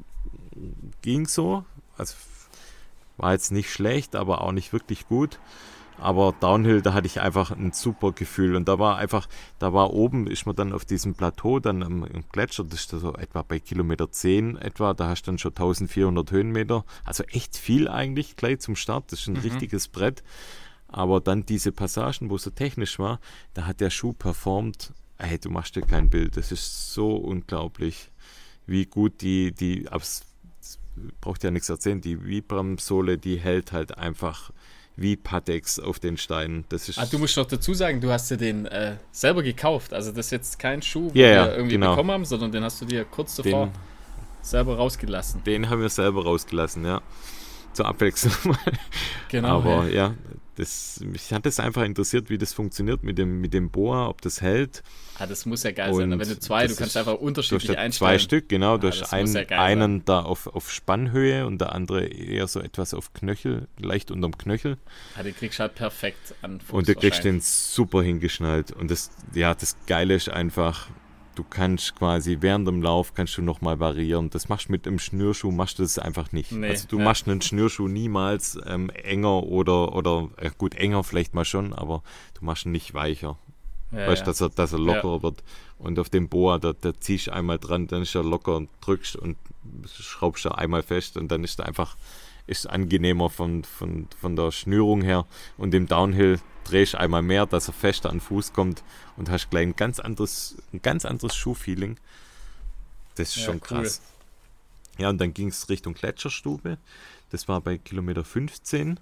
ging so. Also war jetzt nicht schlecht, aber auch nicht wirklich gut. Aber Downhill, da hatte ich einfach ein super Gefühl. Und da war einfach, da war oben, ist man dann auf diesem Plateau, dann am, am Gletscher, das ist so etwa bei Kilometer zehn etwa, da hast du dann schon eintausendvierhundert Höhenmeter. Also echt viel eigentlich gleich zum Start, das ist ein Mhm. richtiges Brett. Aber dann diese Passagen, wo es so technisch war, da hat der Schuh performt. Ey, du machst dir kein Bild. Das ist so unglaublich, wie gut die, die, aber es braucht ja nichts erzählen, die Vibram-Sohle, die hält halt einfach wie Pateks auf den Steinen. Das ist Ah, du musst doch dazu sagen, du hast dir den äh, selber gekauft. Also das ist jetzt kein Schuh, wo Ja, wir ja, irgendwie genau. bekommen haben, sondern den hast du dir kurz davor den, selber rausgelassen. den haben wir selber rausgelassen, ja. Zur Abwechslung mal. Genau. Aber ja. ja, das, mich hat es einfach interessiert, wie das funktioniert mit dem, mit dem Boa, ob das hält. Ah, das muss ja geil sein. Und Wenn du zwei, du das kannst ist- einfach Du hast unterschiedlich ja einstellen. zwei Stück, genau. Du Ah, hast das muss einen, ja geil einen da auf, auf Spannhöhe und der andere eher so etwas auf Knöchel, leicht unterm Knöchel. Ah, den kriegst du halt perfekt an Fuß Und du kriegst den wahrscheinlich. super hingeschnallt. Und das, ja, das Geile ist einfach, du kannst quasi während dem Lauf kannst du nochmal variieren. Das machst du mit einem Schnürschuh, machst du das einfach nicht. Nee, also du ja. machst einen Schnürschuh niemals ähm, enger oder, oder äh, gut, enger vielleicht mal schon, aber du machst ihn nicht weicher. Ja, weißt du, ja. dass er, dass er lockerer wird. Und auf dem Boa, da, da ziehst du einmal dran, dann ist er locker und drückst und schraubst er einmal fest und dann ist er einfach ist angenehmer von, von, von der Schnürung her. Und im Downhill drehst du einmal mehr, dass er fester an den Fuß kommt und hast gleich ein ganz anderes, ein ganz anderes Schuhfeeling. Das ist Ja, schon cool. krass. Ja, und dann ging es Richtung Gletscherstube. Das war bei Kilometer fünfzehn.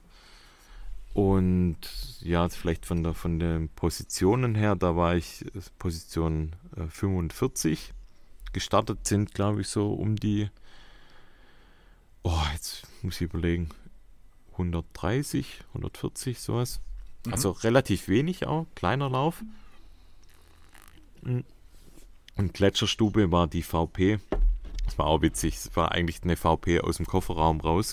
Und ja, vielleicht von der von den Positionen her, da war ich äh, Position äh, fünfundvierzig. Gestartet sind, glaube ich, so um die, oh, jetzt muss ich überlegen, hundertdreißig, hundertvierzig, sowas. Mhm. Also relativ wenig auch, kleiner Lauf. Und Gletscherstube war die V P. Das war auch witzig. Es war eigentlich eine V P aus dem Kofferraum raus.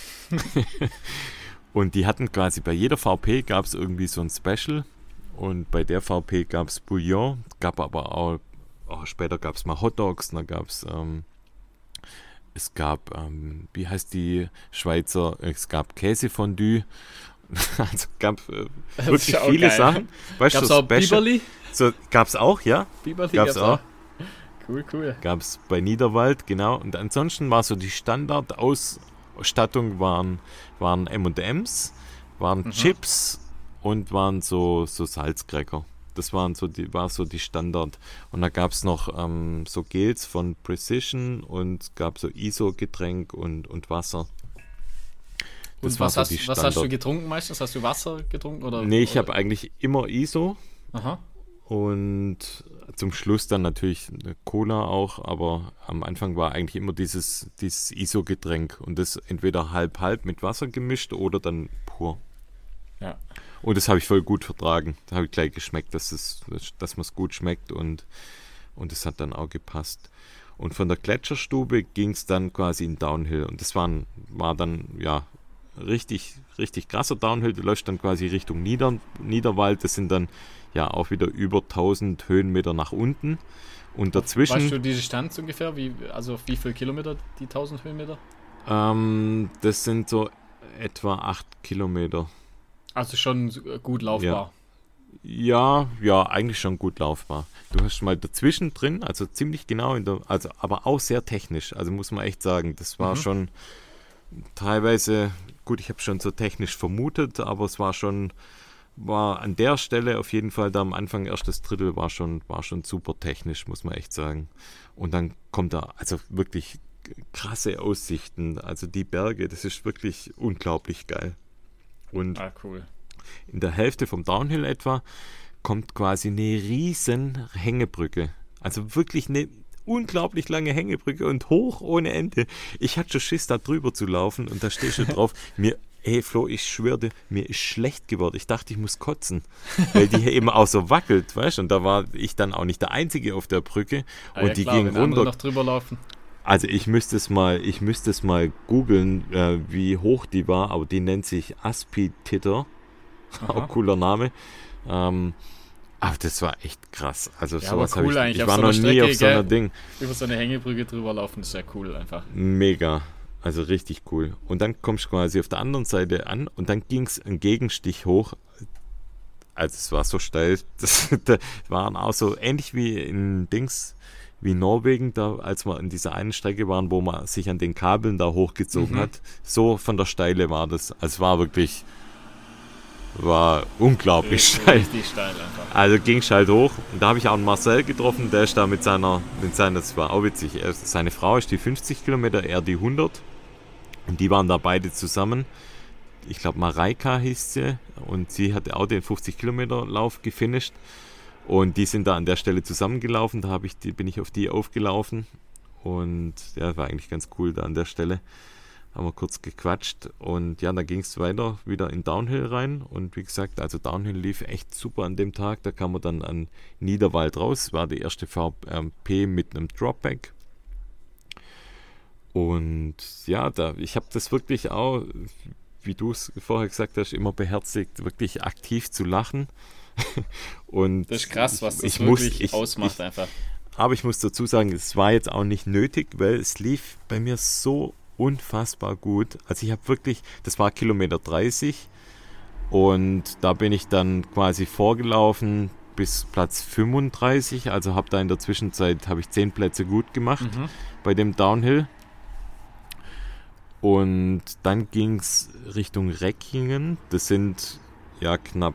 Und die hatten quasi bei jeder V P gab es irgendwie so ein Special. Und bei der V P gab es Bouillon, gab aber auch, oh, später gab es mal Hotdogs, dann gab es, ähm, es gab, ähm, wie heißt die Schweizer, es gab Käsefondue. Also gab äh, Das ist wirklich ja auch viele geil. Sachen. Weißt du, Gab's so auch Special- Biberli? So, gab es auch, ja. Biberli Gab's auch. Cool, cool. Gab es bei Niederwald, genau. Und ansonsten war so die Standardausstattung waren, waren M und M's, waren Mhm. Chips und waren so, so Salzcracker. Das waren so die, war so die Standard. Und da gab es noch ähm, so Gels von Precision und gab so I S O-Getränk und, und Wasser. Das Und war was, so hast, die was Standard. hast du getrunken meistens? Hast du Wasser getrunken? Oder, Nee, ich oder? habe eigentlich immer I S O. Aha. Und zum Schluss dann natürlich eine Cola auch, aber am Anfang war eigentlich immer dieses, dieses I S O-Getränk und das entweder halb-halb mit Wasser gemischt oder dann pur. Ja. Und das habe ich voll gut vertragen. Da habe ich gleich geschmeckt, dass es, dass man es gut schmeckt und und es hat dann auch gepasst. Und von der Gletscherstube ging es dann quasi in Downhill und das waren, war dann ja richtig, richtig krasser Downhill. Du läufst dann quasi Richtung Nieder, Niederwald. Das sind dann ja auch wieder über tausend Höhenmeter nach unten. Und dazwischen. Weißt du die Distanz ungefähr? Wie, also auf wie viele Kilometer die tausend Höhenmeter? Ähm, das sind so etwa acht Kilometer. Also schon gut laufbar. Ja, ja, eigentlich schon gut laufbar. Du hast mal dazwischen drin, also ziemlich genau in der, also aber auch sehr technisch. Also muss man echt sagen, das war Mhm. schon teilweise, gut, ich habe schon so technisch vermutet, aber es war schon, war an der Stelle auf jeden Fall da am Anfang, erstes Drittel war schon, war schon super technisch, muss man echt sagen. Und dann kommt da also wirklich krasse Aussichten, also die Berge, das ist wirklich unglaublich geil. Und Ah, cool. in der Hälfte vom Downhill etwa kommt quasi eine riesen Hängebrücke. Also wirklich eine unglaublich lange Hängebrücke und hoch ohne Ende. Ich hatte schon Schiss, da drüber zu laufen und da steht schon drauf, mir, hey Flo, ich schwöre dir, mir ist schlecht geworden. Ich dachte, ich muss kotzen, weil die hier eben auch so wackelt, weißt du? Und da war ich dann auch nicht der Einzige auf der Brücke Ah, und ja, die klar, ging wenn andere runter. noch drüber laufen. Also ich müsste es mal, ich müsste es mal googeln, äh, wie hoch die war, aber die nennt sich Aspi-Titter. Auch cooler Name. Ähm, aber das war echt krass. Also Ja, aber sowas habe cool ich, eigentlich, ich auf war so noch einer nie Strecke, auf so einer gell? Ding. Über so eine Hängebrücke drüber laufen, ist ja cool einfach. Mega. Also richtig cool. Und dann kommst du quasi auf der anderen Seite an und dann ging es einen Gegenstich hoch. Also es war so steil. Das, das waren auch so ähnlich wie in Dings, wie Norwegen, da als wir an dieser einen Strecke waren, wo man sich an den Kabeln da hochgezogen Mhm. hat. So von der Steile war das. Also es war wirklich, war unglaublich Richtig, steil. richtig steil einfach. Also ging es halt hoch. Und da habe ich auch einen Marcel getroffen, der ist da mit seiner, mit seiner, das war auch witzig, er, seine Frau ist die fünfzig Kilometer, er die hundert. Und die waren da beide zusammen. Ich glaube Mareika hieß sie und sie hatte auch den fünfzig Kilometer Lauf gefinisht. Und die sind da an der Stelle zusammengelaufen, da hab ich die, bin ich auf die aufgelaufen. Und ja, war eigentlich ganz cool da an der Stelle. Haben wir kurz gequatscht und ja, dann ging es weiter wieder in Downhill rein und wie gesagt, also Downhill lief echt super an dem Tag, da kam man dann an Niederwald raus, war die erste V P mit einem Dropback und ja, da, ich habe das wirklich auch, wie du es vorher gesagt hast, immer beherzigt, wirklich aktiv zu lachen und Das ist krass, was das ich wirklich muss, ich, ausmacht ich, einfach. aber ich muss dazu sagen, es war jetzt auch nicht nötig, weil es lief bei mir so unfassbar gut. Also ich habe wirklich, das war Kilometer dreißig und da bin ich dann quasi vorgelaufen bis Platz fünfunddreißig, also habe da in der Zwischenzeit, habe ich zehn Plätze gut gemacht Mhm. bei dem Downhill. Und dann ging es Richtung Reckingen, das sind ja knapp,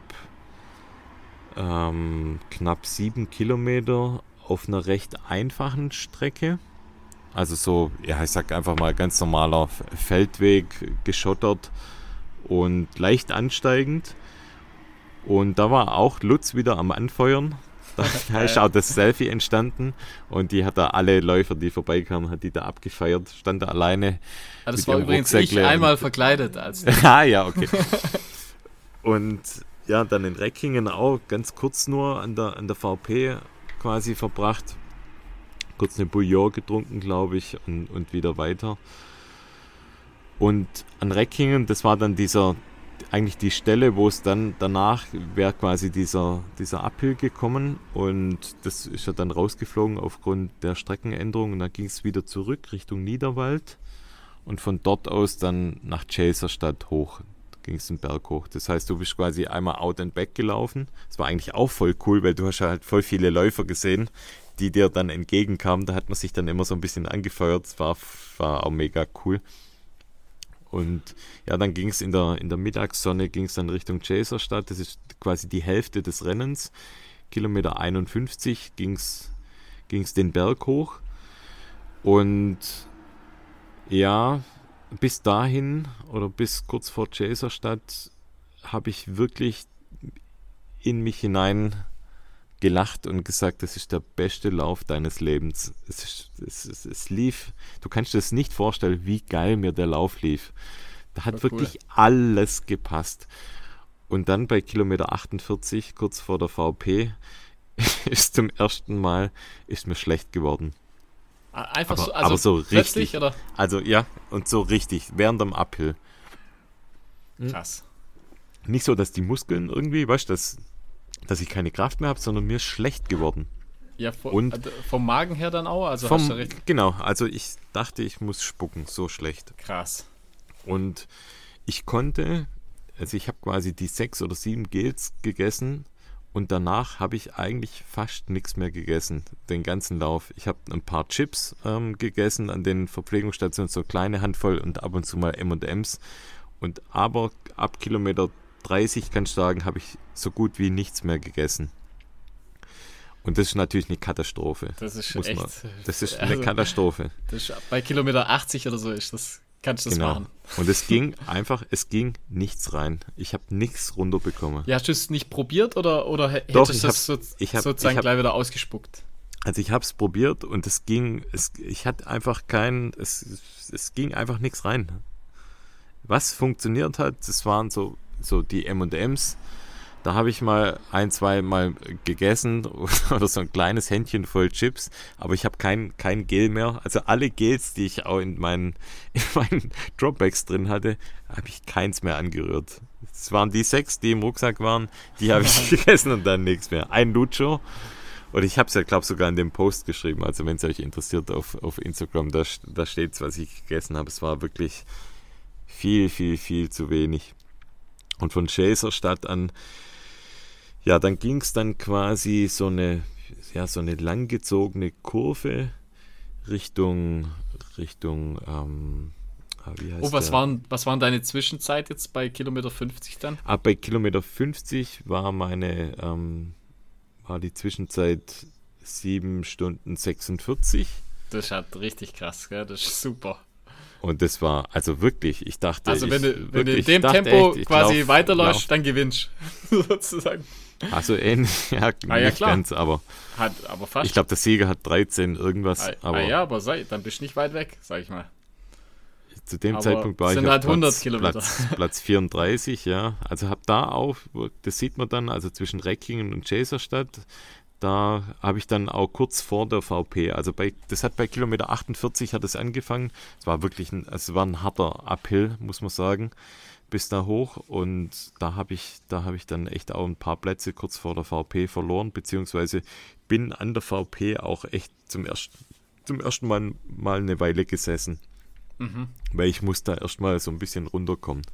ähm, knapp sieben Kilometer auf einer recht einfachen Strecke. Also so, ja, ich sag einfach mal ganz normaler Feldweg, geschottert und leicht ansteigend. Und da war auch Lutz wieder am Anfeuern. Da ist auch das Selfie entstanden und die hat da alle Läufer, die vorbeikamen, hat die da abgefeiert, stand da alleine. Ja, das mit war ihrem übrigens ich Rucksäckle einmal und- verkleidet als Ah ja, okay. Und ja, dann in Reckingen auch ganz kurz nur an der, an der V P quasi verbracht. Kurz eine Bouillon getrunken, glaube ich, und, und wieder weiter. Und an Reckingen, das war dann dieser, eigentlich die Stelle, wo es dann danach wäre quasi dieser, dieser Uphill gekommen und das ist ja dann rausgeflogen aufgrund der Streckenänderung und dann ging es wieder zurück Richtung Niederwald und von dort aus dann nach Chaserstadt hoch, ging es den Berg hoch. Das heißt, du bist quasi einmal out and back gelaufen. Das war eigentlich auch voll cool, weil du hast ja halt voll viele Läufer gesehen, die dir dann entgegenkamen. Da hat man sich dann immer so ein bisschen angefeuert. Das war, war auch mega cool. Und ja, dann ging es in der, in der Mittagssonne ging es dann Richtung Chaserstadt. Das ist quasi die Hälfte des Rennens. Kilometer einundfünfzig ging es den Berg hoch. Und ja, bis dahin oder bis kurz vor Chaserstadt habe ich wirklich in mich hinein gelacht und gesagt, das ist der beste Lauf deines Lebens. Es, ist, es, es, es lief, du kannst dir das nicht vorstellen, wie geil mir der Lauf lief. Da hat wirklich cool. alles gepasst. Und dann bei Kilometer achtundvierzig, kurz vor der V P, ist zum ersten Mal ist mir schlecht geworden. Einfach aber, so, also aber so richtig. Oder? Also ja, und so richtig, während dem Uphill. Krass. Nicht so, dass die Muskeln irgendwie, weißt du, dass, dass ich keine Kraft mehr habe, sondern mir ist schlecht geworden. Ja, vor, und also vom Magen her dann auch? Also vom, hast du recht. Genau, also ich dachte, ich muss spucken, so schlecht. Krass. Und ich konnte, also ich habe quasi die sechs oder sieben Gels gegessen und danach habe ich eigentlich fast nichts mehr gegessen, den ganzen Lauf. Ich habe ein paar Chips ähm, gegessen an den Verpflegungsstationen, so kleine Handvoll und ab und zu mal M und M's. Und aber ab Kilometer dreißig, kann ich sagen, habe ich so gut wie nichts mehr gegessen. Und das ist natürlich eine Katastrophe. Das ist muss echt. Man, das ist eine also, Katastrophe. Das ist, bei Kilometer achtzig oder so ist das, kannst du das genau. machen. Und es ging einfach, es ging nichts rein. Ich habe nichts runterbekommen. Ja, hast du es nicht probiert oder, oder hättest Doch, du das so, ich hab, sozusagen ich hab, gleich wieder ausgespuckt? Also ich habe es probiert und es ging, es, ich hatte einfach kein, es, es ging einfach nichts rein. Was funktioniert hat, das waren so, so die M und M's. Da habe ich mal ein, zwei Mal gegessen oder so ein kleines Händchen voll Chips, aber ich habe kein, kein Gel mehr. Also alle Gels, die ich auch in meinen, in meinen Dropbacks drin hatte, habe ich keins mehr angerührt. Es waren die sechs, die im Rucksack waren, die habe ich gegessen und dann nichts mehr. Ein Lucho. Und ich habe es ja, glaube ich, sogar in dem Post geschrieben. Also wenn es euch interessiert auf, auf Instagram, da, da steht es, was ich gegessen habe. Es war wirklich viel, viel, viel zu wenig. Und von Chaserstadt an, ja, dann ging es dann quasi so eine, ja, so eine langgezogene Kurve Richtung, Richtung, ähm, wie heißt Oh, was der? waren, was waren deine Zwischenzeit jetzt bei Kilometer fünfzig dann? Ah, bei Kilometer fünfzig war meine, ähm, war die Zwischenzeit sieben Stunden sechsundvierzig. Das ist halt richtig krass, gell? Das ist super. Und das war, also wirklich, ich dachte... Also wenn, ich, du, wenn wirklich, du in dem Tempo echt, quasi lauf, weiterläufst, lauf. dann gewinnst du, sozusagen. Also ähnlich, ja, ah, ja nicht klar. ganz, aber... Hat, aber fast. Ich glaube, der Sieger hat dreizehn irgendwas. Ah, aber ah ja, aber sei, dann bist du nicht weit weg, sag ich mal. Zu dem aber Zeitpunkt war sind ich halt auf hundert Platz, Kilometer. Platz, Platz vierunddreißig, ja. Also habe da auch, das sieht man dann, also zwischen Reckingen und Chaserstadt, da habe ich dann auch kurz vor der V P, also bei, das hat bei Kilometer achtundvierzig hat es angefangen. Es war wirklich ein, es war ein harter Uphill, muss man sagen, bis da hoch. Und da habe ich, da habe ich dann echt auch ein paar Plätze kurz vor der V P verloren, beziehungsweise bin an der V P auch echt zum ersten, zum ersten Mal, mal eine Weile gesessen. Mhm. Weil ich muss da erstmal so ein bisschen runterkommen.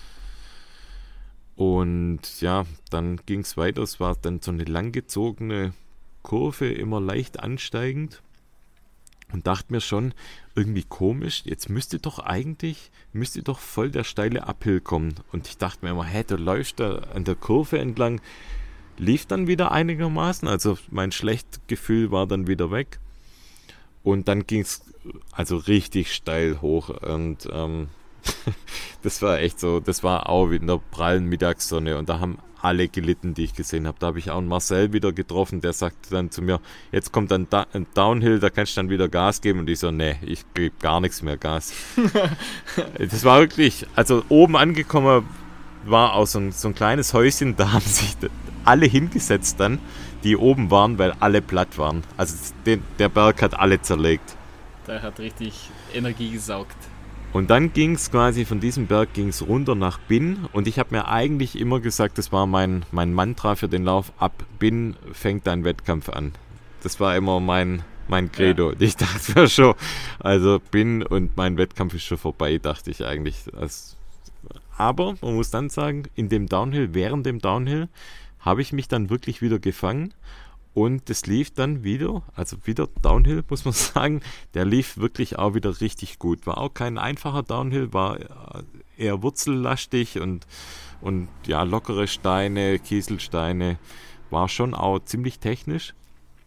Und ja, dann ging es weiter. Es war dann so eine langgezogene Kurve, immer leicht ansteigend. Und dachte mir schon, irgendwie komisch, jetzt müsste doch eigentlich, müsste doch voll der steile Uphill kommen. Und ich dachte mir immer, hä, du läufst da an der Kurve entlang. Lief dann wieder einigermaßen, also mein schlechtes Gefühl war dann wieder weg. Und dann ging es also richtig steil hoch und ähm, das war echt so, das war auch in der prallen Mittagssonne und da haben alle gelitten, die ich gesehen habe. Da habe ich auch einen Marcel wieder getroffen, der sagte dann zu mir, jetzt kommt dann da- ein Downhill, da kannst du dann wieder Gas geben. Und ich so, nee, ich gebe gar nichts mehr Gas. Das war wirklich, also oben angekommen war auch so ein, so ein kleines Häuschen, da haben sich alle hingesetzt dann, die oben waren, weil alle platt waren. Also den, der Berg hat alle zerlegt. Der hat richtig Energie gesaugt. Und dann ging es quasi, von diesem Berg ging es runter nach Binn. Und ich habe mir eigentlich immer gesagt, das war mein, mein Mantra für den Lauf, ab Binn fängt dein Wettkampf an. Das war immer mein, mein Credo. Ja. Ich dachte mir schon, also Binn und mein Wettkampf ist schon vorbei, dachte ich eigentlich. Das, aber man muss dann sagen, in dem Downhill, während dem Downhill, habe ich mich dann wirklich wieder gefangen. Und es lief dann wieder, also wieder Downhill, muss man sagen, der lief wirklich auch wieder richtig gut. War auch kein einfacher Downhill, war eher wurzellastig und, und ja, lockere Steine, Kieselsteine, war schon auch ziemlich technisch.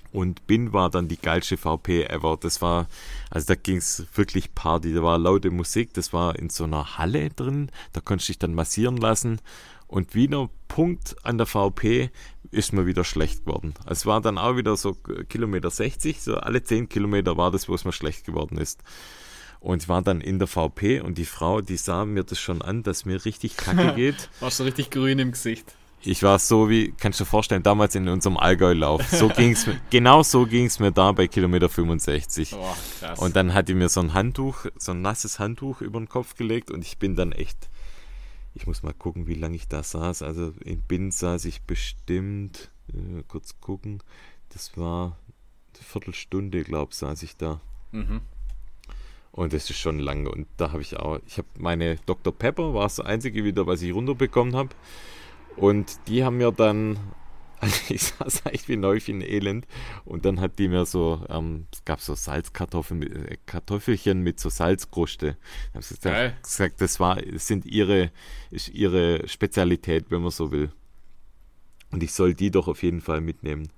Und Bin war dann die geilste V P ever. Das war, also da ging es wirklich Party. Da war laute Musik, das war in so einer Halle drin. Da konntest du dich dann massieren lassen. Und wieder Punkt an der V P ist mir wieder schlecht geworden. Es war dann auch wieder so Kilometer sechzig, so alle zehn Kilometer war das, wo es mir schlecht geworden ist. Und ich war dann in der V P und die Frau, die sah mir das schon an, dass mir richtig kacke geht. Warst du richtig grün im Gesicht? Ich war so wie, kannst du dir vorstellen, damals in unserem Allgäu-Lauf. So ging's mir, genau so ging es mir da bei Kilometer fünfundsechzig. Oh, krass. Und dann hat die mir so ein Handtuch, so ein nasses Handtuch über den Kopf gelegt und ich bin dann echt, ich muss mal gucken, wie lange ich da saß. Also in Bin saß ich bestimmt, äh, kurz gucken, das war eine Viertelstunde, glaube ich, saß ich da. Mhm. Und das ist schon lange. Und da habe ich auch, ich habe meine Doktor Pepper, war das einzige wieder, was ich runterbekommen habe. Und die haben mir dann, also ich saß echt wie neu in Elend. Und dann hat die mir so, ähm, es gab so Salzkartoffeln, äh, Kartoffelchen mit so Salzkruste. Da habe ich gesagt, gesagt, das war, das sind ihre, ist ihre Spezialität, wenn man so will. Und ich soll die doch auf jeden Fall mitnehmen.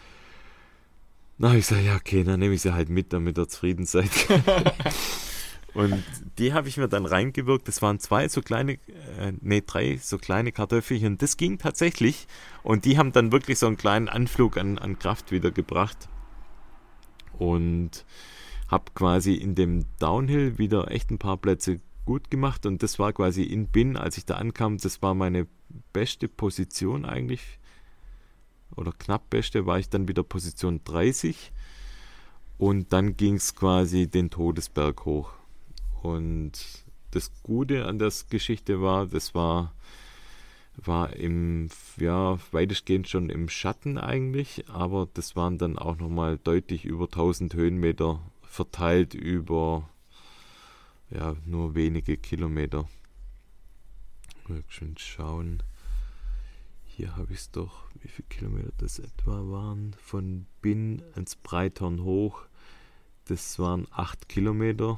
Na, ich sage, ja, okay, dann nehme ich sie halt mit, damit ihr zufrieden seid. Und die habe ich mir dann reingewirkt. Das waren zwei so kleine, äh, nee, drei so kleine Kartoffelchen. Das ging tatsächlich. Und die haben dann wirklich so einen kleinen Anflug an, an Kraft wieder gebracht. Und habe quasi in dem Downhill wieder echt ein paar Plätze gut gemacht. Und das war quasi in Bin, als ich da ankam, das war meine beste Position eigentlich. Oder knapp beste, war ich dann wieder Position dreißig. Und dann ging es quasi den Todesberg hoch. Und das Gute an der Geschichte war, das war, war im, ja, weitestgehend schon im Schatten eigentlich, aber das waren dann auch nochmal deutlich über tausend Höhenmeter verteilt über, ja, nur wenige Kilometer. Mal schön schauen. Hier habe ich es doch, wie viele Kilometer das etwa waren. Von Bin ans Breithorn hoch, das waren acht Kilometer.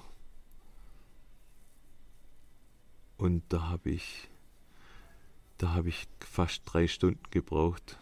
Und da habe ich, da habe ich fast drei Stunden gebraucht.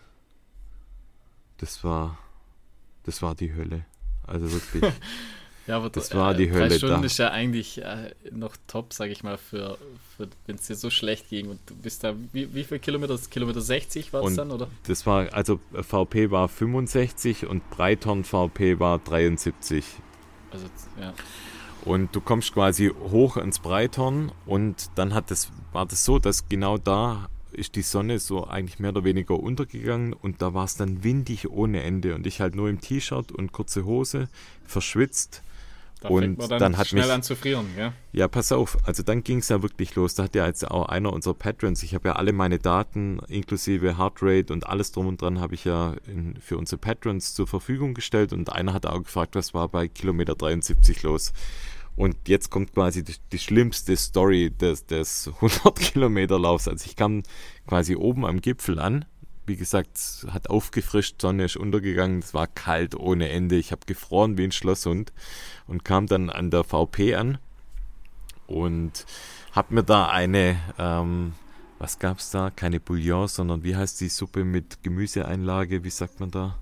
Das war, das war die Hölle. Also wirklich. Ja, aber das äh, war die Hölle. Drei Stunden da. ist ja eigentlich äh, noch top, sage ich mal, für, für wenn es dir so schlecht ging. Und du bist da, wie, wie viele Kilometer? Kilometer sechzig war es dann, oder? Das war, also V P war fünfundsechzig und Breithorn V P war dreiundsiebzig. Also, ja. Und du kommst quasi hoch ins Breithorn und dann hat das, war das so, dass genau da ist die Sonne so eigentlich mehr oder weniger untergegangen und da war es dann windig ohne Ende und ich halt nur im T-Shirt und kurze Hose, verschwitzt. Da und fängt man dann, dann hat schnell mich, an zu frieren, ja? Ja, pass auf, also dann ging es ja wirklich los. Da hat ja jetzt auch einer unserer Patrons, ich habe ja alle meine Daten inklusive Heartrate und alles drum und dran habe ich ja in, für unsere Patrons zur Verfügung gestellt und einer hat auch gefragt, was war bei Kilometer dreiundsiebzig los. Und jetzt kommt quasi die, die schlimmste Story des, des hundert Kilometer Laufs. Also ich kam quasi oben am Gipfel an. Wie gesagt, hat aufgefrischt, Sonne ist untergegangen, es war kalt ohne Ende. Ich habe gefroren wie ein Schlosshund und kam dann an der V P an und habe mir da eine, ähm, was gab es da? Keine Bouillon, sondern wie heißt die Suppe mit Gemüseeinlage? Wie sagt man da?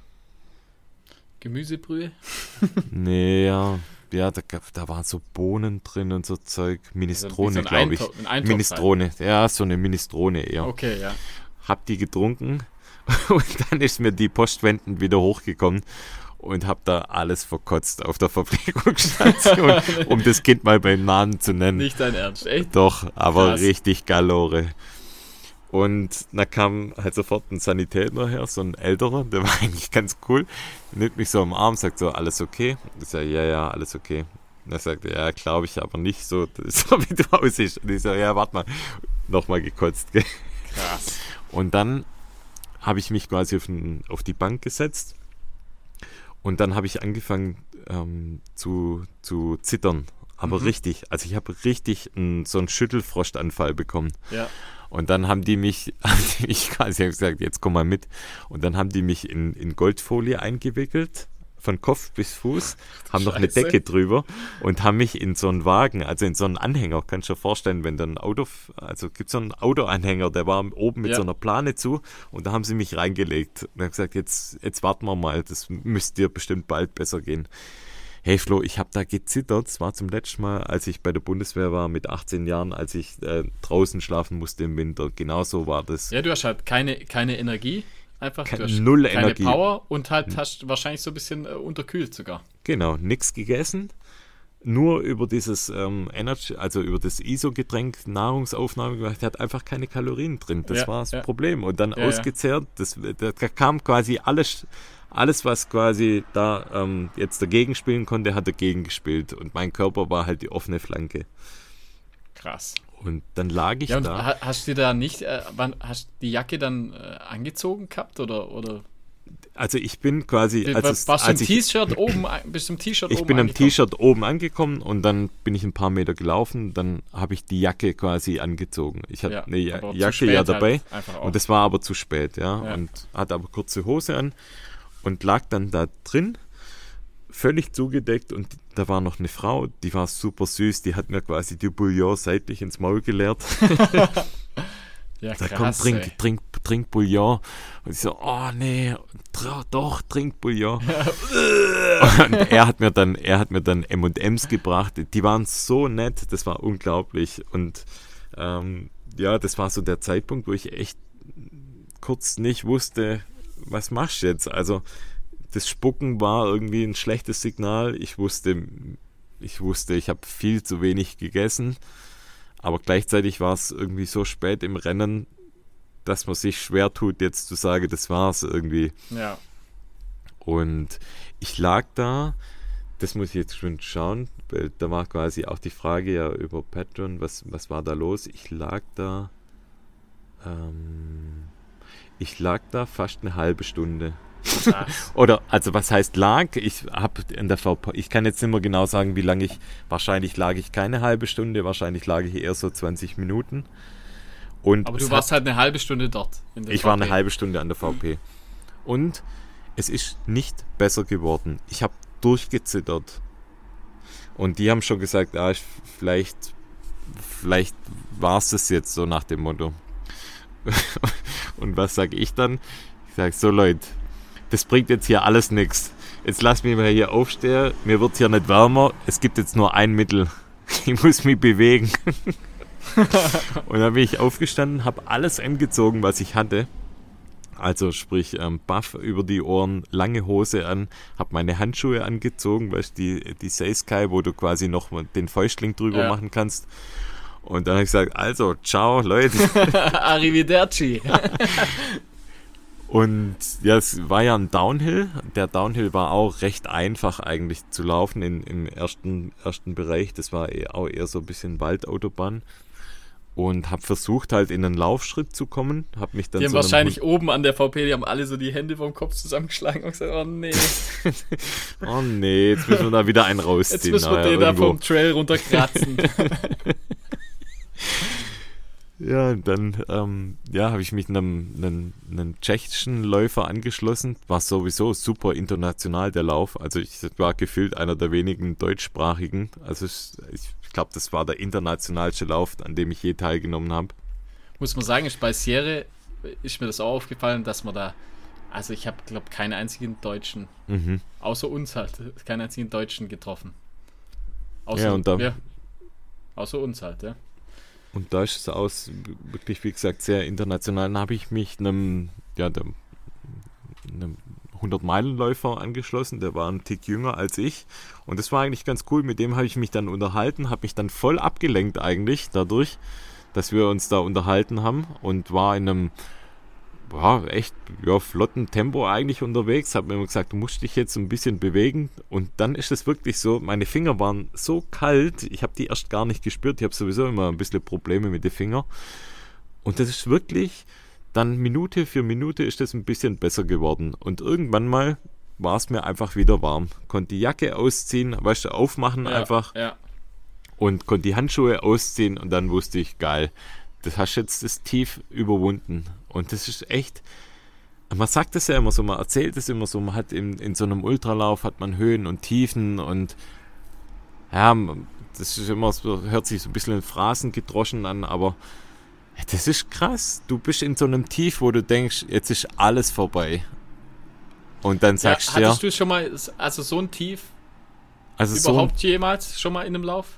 Gemüsebrühe? Nee, ja. Ja, da, da waren so Bohnen drin und so Zeug. Minestrone, also so glaube ich. Eintopf, ein Eintopf Minestrone, halt. Ja, so eine Minestrone eher. Okay, ja. Hab die getrunken und dann ist mir die postwendend wieder hochgekommen und hab da alles verkotzt auf der Verpflegungsstation, um das Kind mal beim Namen zu nennen. Nicht dein Ernst, echt? Doch, aber Krass. Richtig Galore. Und da kam halt sofort ein Sanitäter her, so ein älterer, der war eigentlich ganz cool. Der nimmt mich so am Arm, sagt so, alles okay? Ich sage, ja, ja, alles okay. Und er sagt, ja, glaube ich aber nicht so, so wie du aussiehst. Und ich sage, ja, warte mal, nochmal gekotzt. Gell? Krass. Und dann habe ich mich quasi auf, den, auf die Bank gesetzt und dann habe ich angefangen ähm, zu, zu zittern. Aber mhm. richtig, also ich habe richtig einen, so einen Schüttelfrostanfall bekommen. Ja. Und dann haben die mich, haben die mich quasi gesagt, jetzt komm mal mit. Und dann haben die mich in, in Goldfolie eingewickelt, von Kopf bis Fuß, haben noch eine Scheiße. Decke drüber und haben mich in so einen Wagen, also in so einen Anhänger, kannst du dir vorstellen, wenn dann ein Auto, also gibt es so einen Autoanhänger, der war oben mit Ja. so einer Plane zu und da haben sie mich reingelegt und haben gesagt, jetzt, jetzt warten wir mal, das müsste dir bestimmt bald besser gehen. Hey Flo, ich habe da gezittert, das war zum letzten Mal, als ich bei der Bundeswehr war mit achtzehn Jahren, als ich äh, draußen schlafen musste im Winter, genauso war das. Ja, du hast halt keine, keine Energie, einfach Ke- du hast null keine Energie. Power und halt hast wahrscheinlich so ein bisschen äh, unterkühlt sogar. Genau, nichts gegessen, nur über dieses ähm, Energy, also über das I S O-Getränk Nahrungsaufnahme gemacht, der hat einfach keine Kalorien drin, das Ja, war das ja. Problem und dann Ja, ja. ausgezehrt, das, da kam quasi alles, alles was quasi da ähm, jetzt dagegen spielen konnte, hat dagegen gespielt und mein Körper war halt die offene Flanke Krass. und dann lag ich Ja, und da. ha- hast du da nicht, äh, wann, hast die Jacke dann äh, angezogen gehabt oder, oder Also ich bin quasi, als es, warst du im als ich, T-Shirt oben, ein- bist du im T-Shirt ich oben bin am angekommen? T-Shirt oben angekommen und dann bin ich ein paar Meter gelaufen, dann habe ich die Jacke quasi angezogen. Ich hatte Ja, eine Ja- aber zu Jacke spät ja halt dabei einfach auch. und das war aber zu spät, ja, Ja. und hatte aber kurze Hose an und lag dann da drin, völlig zugedeckt und da war noch eine Frau, die war super süß, die hat mir quasi die Bouillon seitlich ins Maul geleert. Ja, Da krass, komm, trink, ey. trink, trink Bouillon. Und ich so, oh nee, tr- doch, trink Bouillon. Und er hat mir dann, er hat mir dann M und M's gebracht. Die waren so nett, das war unglaublich. Und ähm, ja, das war so der Zeitpunkt, wo ich echt kurz nicht wusste, was machst du jetzt? Also das Spucken war irgendwie ein schlechtes Signal. Ich wusste, ich wusste, ich habe viel zu wenig gegessen. Aber gleichzeitig war es irgendwie so spät im Rennen, dass man sich schwer tut, jetzt zu sagen, das war's irgendwie. Ja. Und ich lag da, das muss ich jetzt schon schauen, weil da war quasi auch die Frage ja über Patreon, was, was war da los? Ich lag da, ähm, ich lag da fast eine halbe Stunde. Krass. Oder, also was heißt lag? Ich habe in der V P, ich kann jetzt nicht mehr genau sagen, wie lange ich, wahrscheinlich lag ich keine halbe Stunde, wahrscheinlich lag ich eher so zwanzig Minuten. Und Aber du es warst hat, halt eine halbe Stunde dort. In der ich war eine V P. halbe Stunde an der V P. Und es ist nicht besser geworden. Ich habe durchgezittert. Und die haben schon gesagt, ah, ich, vielleicht, vielleicht war es das jetzt so nach dem Motto. Und was sage ich dann? Ich sage, so Leute, das bringt jetzt hier alles nichts. Jetzt lass mich mal hier aufstehen, mir wird hier nicht wärmer, es gibt jetzt nur ein Mittel. Ich muss mich bewegen. Und dann bin ich aufgestanden, habe alles angezogen, was ich hatte. Also sprich ähm, Buff über die Ohren, lange Hose an, habe meine Handschuhe angezogen, weißt du, die, die Say Sky, wo du quasi noch den Fäustling drüber Ja. machen kannst. Und dann habe ich gesagt, also, ciao Leute. Arrivederci. Und ja, es war ja ein Downhill. Der Downhill war auch recht einfach eigentlich zu laufen in, im ersten, ersten Bereich. Das war eher, auch eher so ein bisschen Waldautobahn. Und habe versucht halt in einen Laufschritt zu kommen. Hab mich dann Die haben so einem wahrscheinlich oben an der V P, die haben alle so die Hände vom Kopf zusammengeschlagen und gesagt, oh nee, Hund- Oh nee, jetzt müssen wir da wieder einen rausziehen. jetzt müssen wir Naja, den da irgendwo. vom Trail runterkratzen. Ja, und dann ähm, ja, habe ich mich einem, einem, einem tschechischen Läufer angeschlossen. War sowieso super international, der Lauf. Also ich war gefühlt einer der wenigen deutschsprachigen. Also ich, ich glaube, das war der internationalste Lauf, an dem ich je teilgenommen habe. Muss man sagen, ist bei Sierre ist mir das auch aufgefallen, dass man da, also ich habe, glaube keinen einzigen Deutschen, Mhm. außer uns halt, keinen einzigen Deutschen getroffen. Außer, Ja, und da- ja, außer uns halt, ja. Und da ist es aus, wirklich, wie gesagt, sehr international. Dann habe ich mich einem, ja, dem, einem hundert-Meilen-Läufer angeschlossen. Der war ein Tick jünger als ich. Und das war eigentlich ganz cool. Mit dem habe ich mich dann unterhalten, habe mich dann voll abgelenkt eigentlich dadurch, dass wir uns da unterhalten haben und war in einem ja, echt ja, flotten Tempo eigentlich unterwegs. Habe mir immer gesagt, du musst dich jetzt ein bisschen bewegen. Und dann ist es wirklich so, meine Finger waren so kalt, ich habe die erst gar nicht gespürt. Ich habe sowieso immer ein bisschen Probleme mit den Fingern. Und das ist wirklich, dann Minute für Minute ist das ein bisschen besser geworden. Und irgendwann mal war es mir einfach wieder warm. Konnte die Jacke ausziehen, weißt du, aufmachen ja, einfach Ja, und konnte die Handschuhe ausziehen und dann wusste ich, geil, das hast jetzt das Tief überwunden. Und das ist echt, man sagt es ja immer so, man erzählt es immer so, man hat in, in so einem Ultralauf hat man Höhen und Tiefen und ja, das ist immer so, hört sich so ein bisschen in Phrasen gedroschen an, aber das ist krass. Du bist in so einem Tief, wo du denkst, jetzt ist alles vorbei. Und dann sagst du ja... Hattest ja, du schon mal, also so ein Tief also überhaupt so, jemals schon mal in einem Lauf?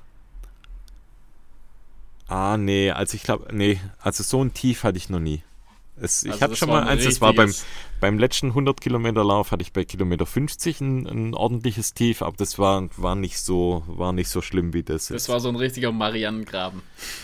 Ah, nee, also ich glaube, nee, also so ein Tief hatte ich noch nie. Es, ich Also hatte das schon war mal ein eins, das war beim, richtiges- beim letzten hundert Kilometer Lauf, hatte ich bei Kilometer fünfzig ein, ein ordentliches Tief, aber das war, war, nicht so, war nicht so schlimm wie das Das jetzt. war so ein richtiger Marianengraben.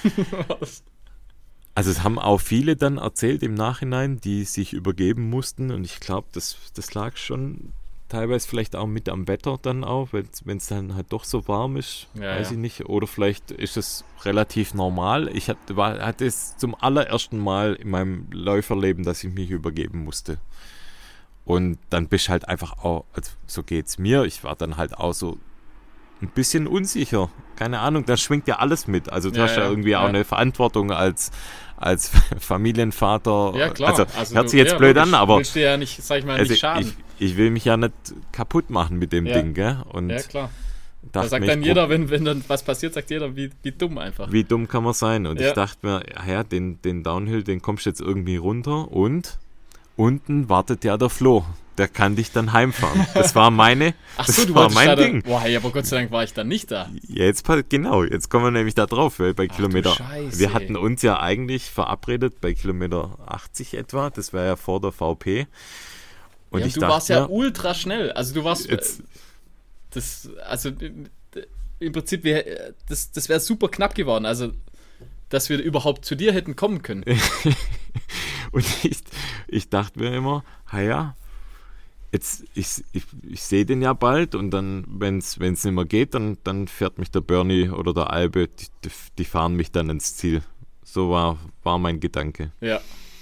Also es haben auch viele dann erzählt im Nachhinein, die sich übergeben mussten und ich glaube, das, das lag schon teilweise vielleicht auch mit am Wetter dann auch, wenn es dann halt doch so warm ist, Ja, weiß ja. ich nicht. Oder vielleicht ist es relativ normal. Ich hatte, war, hatte es zum allerersten Mal in meinem Läuferleben, dass ich mich übergeben musste. Und dann bist du halt einfach auch, also so geht's mir, ich war dann halt auch so ein bisschen unsicher. Keine Ahnung, da schwingt ja alles mit. Also du Ja, hast ja ja, irgendwie ja. auch eine Verantwortung als, als Familienvater. Ja, klar. Also, hört du- sich jetzt ja, blöd logisch. an, aber Willst dir ja nicht, sag ich mal, also nicht schaden. ich, ich will mich ja nicht kaputt machen mit dem Ja. Ding, gell? Und Ja, klar. Da dachte sagt mir, dann ich jeder, wenn, wenn dann was passiert, sagt jeder, wie, wie dumm einfach. guck, wie dumm kann man sein? Und Ja. ich dachte mir, ja, ja, den, den Downhill, den kommst du jetzt irgendwie runter und unten wartet ja der Flo. Der kann dich dann heimfahren. Das war meine, Ach das so, du war wolltest mein da Ding. Dann, boah, ja, aber Gott sei Dank war ich dann nicht da. Ja, jetzt, pa- genau, jetzt kommen wir nämlich da drauf, weil bei Ach, Kilometer, du Scheiße. wir hatten uns ja eigentlich verabredet bei Kilometer achtzig etwa, das wäre ja vor der V P. Und ja, ich du dachte warst ja mir, ultra schnell. Also du warst, jetzt, das, also im Prinzip, wär, das, das wäre super knapp geworden. Also, dass wir überhaupt zu dir hätten kommen können. und ich, ich dachte mir immer, ja, jetzt, ich, ich, ich sehe den ja bald und dann, wenn es nicht mehr geht, dann, dann fährt mich der Bernie oder der Albe, die, die, die fahren mich dann ins Ziel. So war, war mein Gedanke. Ja.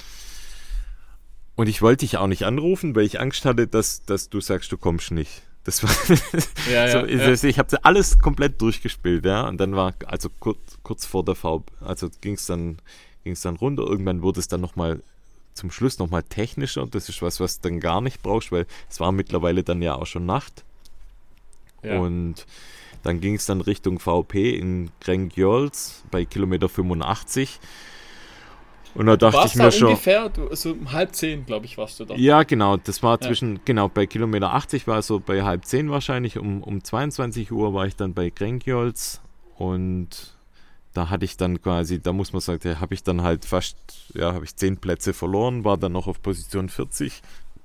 Und ich wollte dich auch nicht anrufen, weil ich Angst hatte, dass, dass du sagst, du kommst nicht. Das war Ja, ja, so, ja. also ich habe alles komplett durchgespielt, ja. Und dann war, also kurz, kurz vor der V, also ging es dann, ging's dann runter. Irgendwann wurde es dann nochmal zum Schluss nochmal technischer. Das ist was, was du dann gar nicht brauchst, weil es war mittlerweile dann ja auch schon Nacht. Ja. Und dann ging es dann Richtung V P in Grengjols bei Kilometer fünfundachtzig. Und da dachte warst ich da mir schon. ungefähr, du, so um halb zehn, glaube ich, warst du da. Ja, genau, das war Ja. zwischen, genau, bei Kilometer achtzig war es so bei halb zehn wahrscheinlich, um, um zweiundzwanzig Uhr war ich dann bei Grengjols und da hatte ich dann quasi, da muss man sagen, da habe ich dann halt fast, ja, habe ich zehn Plätze verloren, war dann noch auf Position vierzig.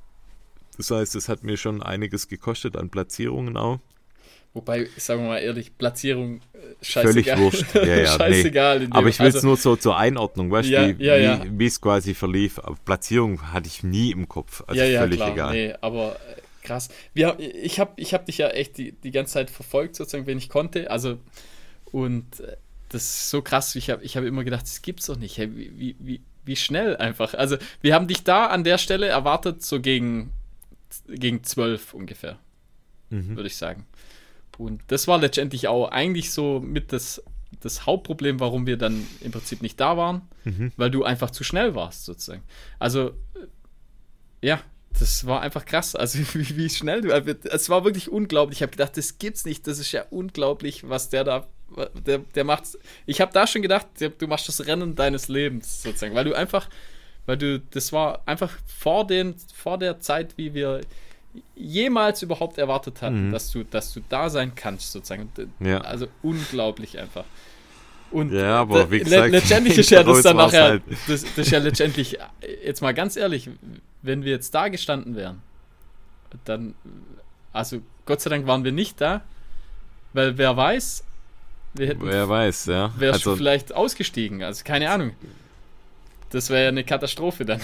Das heißt, es hat mir schon einiges gekostet an Platzierungen auch. Wobei, sagen wir mal ehrlich, Platzierung, äh, Völlig scheißegal. wurscht. Ja, ja, scheißegal. in dem- Aber ich will es also, nur so zur Einordnung, weißt du, Ja, wie ja, ja. wie wie es quasi verlief. Aber Platzierung hatte ich nie im Kopf, also ja, ja, völlig klar, egal. nee, aber äh, krass. Wir, ich habe ich hab dich ja echt die, die ganze Zeit verfolgt, sozusagen, wenn ich konnte. Also, und äh, das ist so krass. Ich habe ich hab immer gedacht, das gibt's doch nicht. Hey, wie, wie, wie, wie schnell einfach. Also, wir haben dich da an der Stelle erwartet, so gegen, gegen zwölf ungefähr, Mhm. würde ich sagen. Und das war letztendlich auch eigentlich so mit das, das Hauptproblem, warum wir dann im Prinzip nicht da waren, Mhm. weil du einfach zu schnell warst, sozusagen. Also, äh, ja, das war einfach krass. Also, wie, wie schnell du. Es war wirklich unglaublich. Ich habe gedacht, das gibt's nicht. Das ist ja unglaublich, was der da. Der, der macht. Ich habe da schon gedacht, der, du machst das Rennen deines Lebens, sozusagen. Weil du einfach. Weil du. Das war einfach vor, den, vor der Zeit, wie wir jemals überhaupt erwartet hatten, Mhm. dass du, dass du da sein kannst, sozusagen. Ja. Also unglaublich einfach. Und Ja, aber wie le- gesagt, letztendlich ist ja das daraus dann war's nachher, halt. das, das ist ja letztendlich, jetzt mal ganz ehrlich, wenn wir jetzt da gestanden wären, dann, also Gott sei Dank waren wir nicht da, weil wer weiß, wir hätten, Wer weiß, ja. wärst Also, du vielleicht ausgestiegen, also keine Ahnung. Das wäre ja eine Katastrophe dann.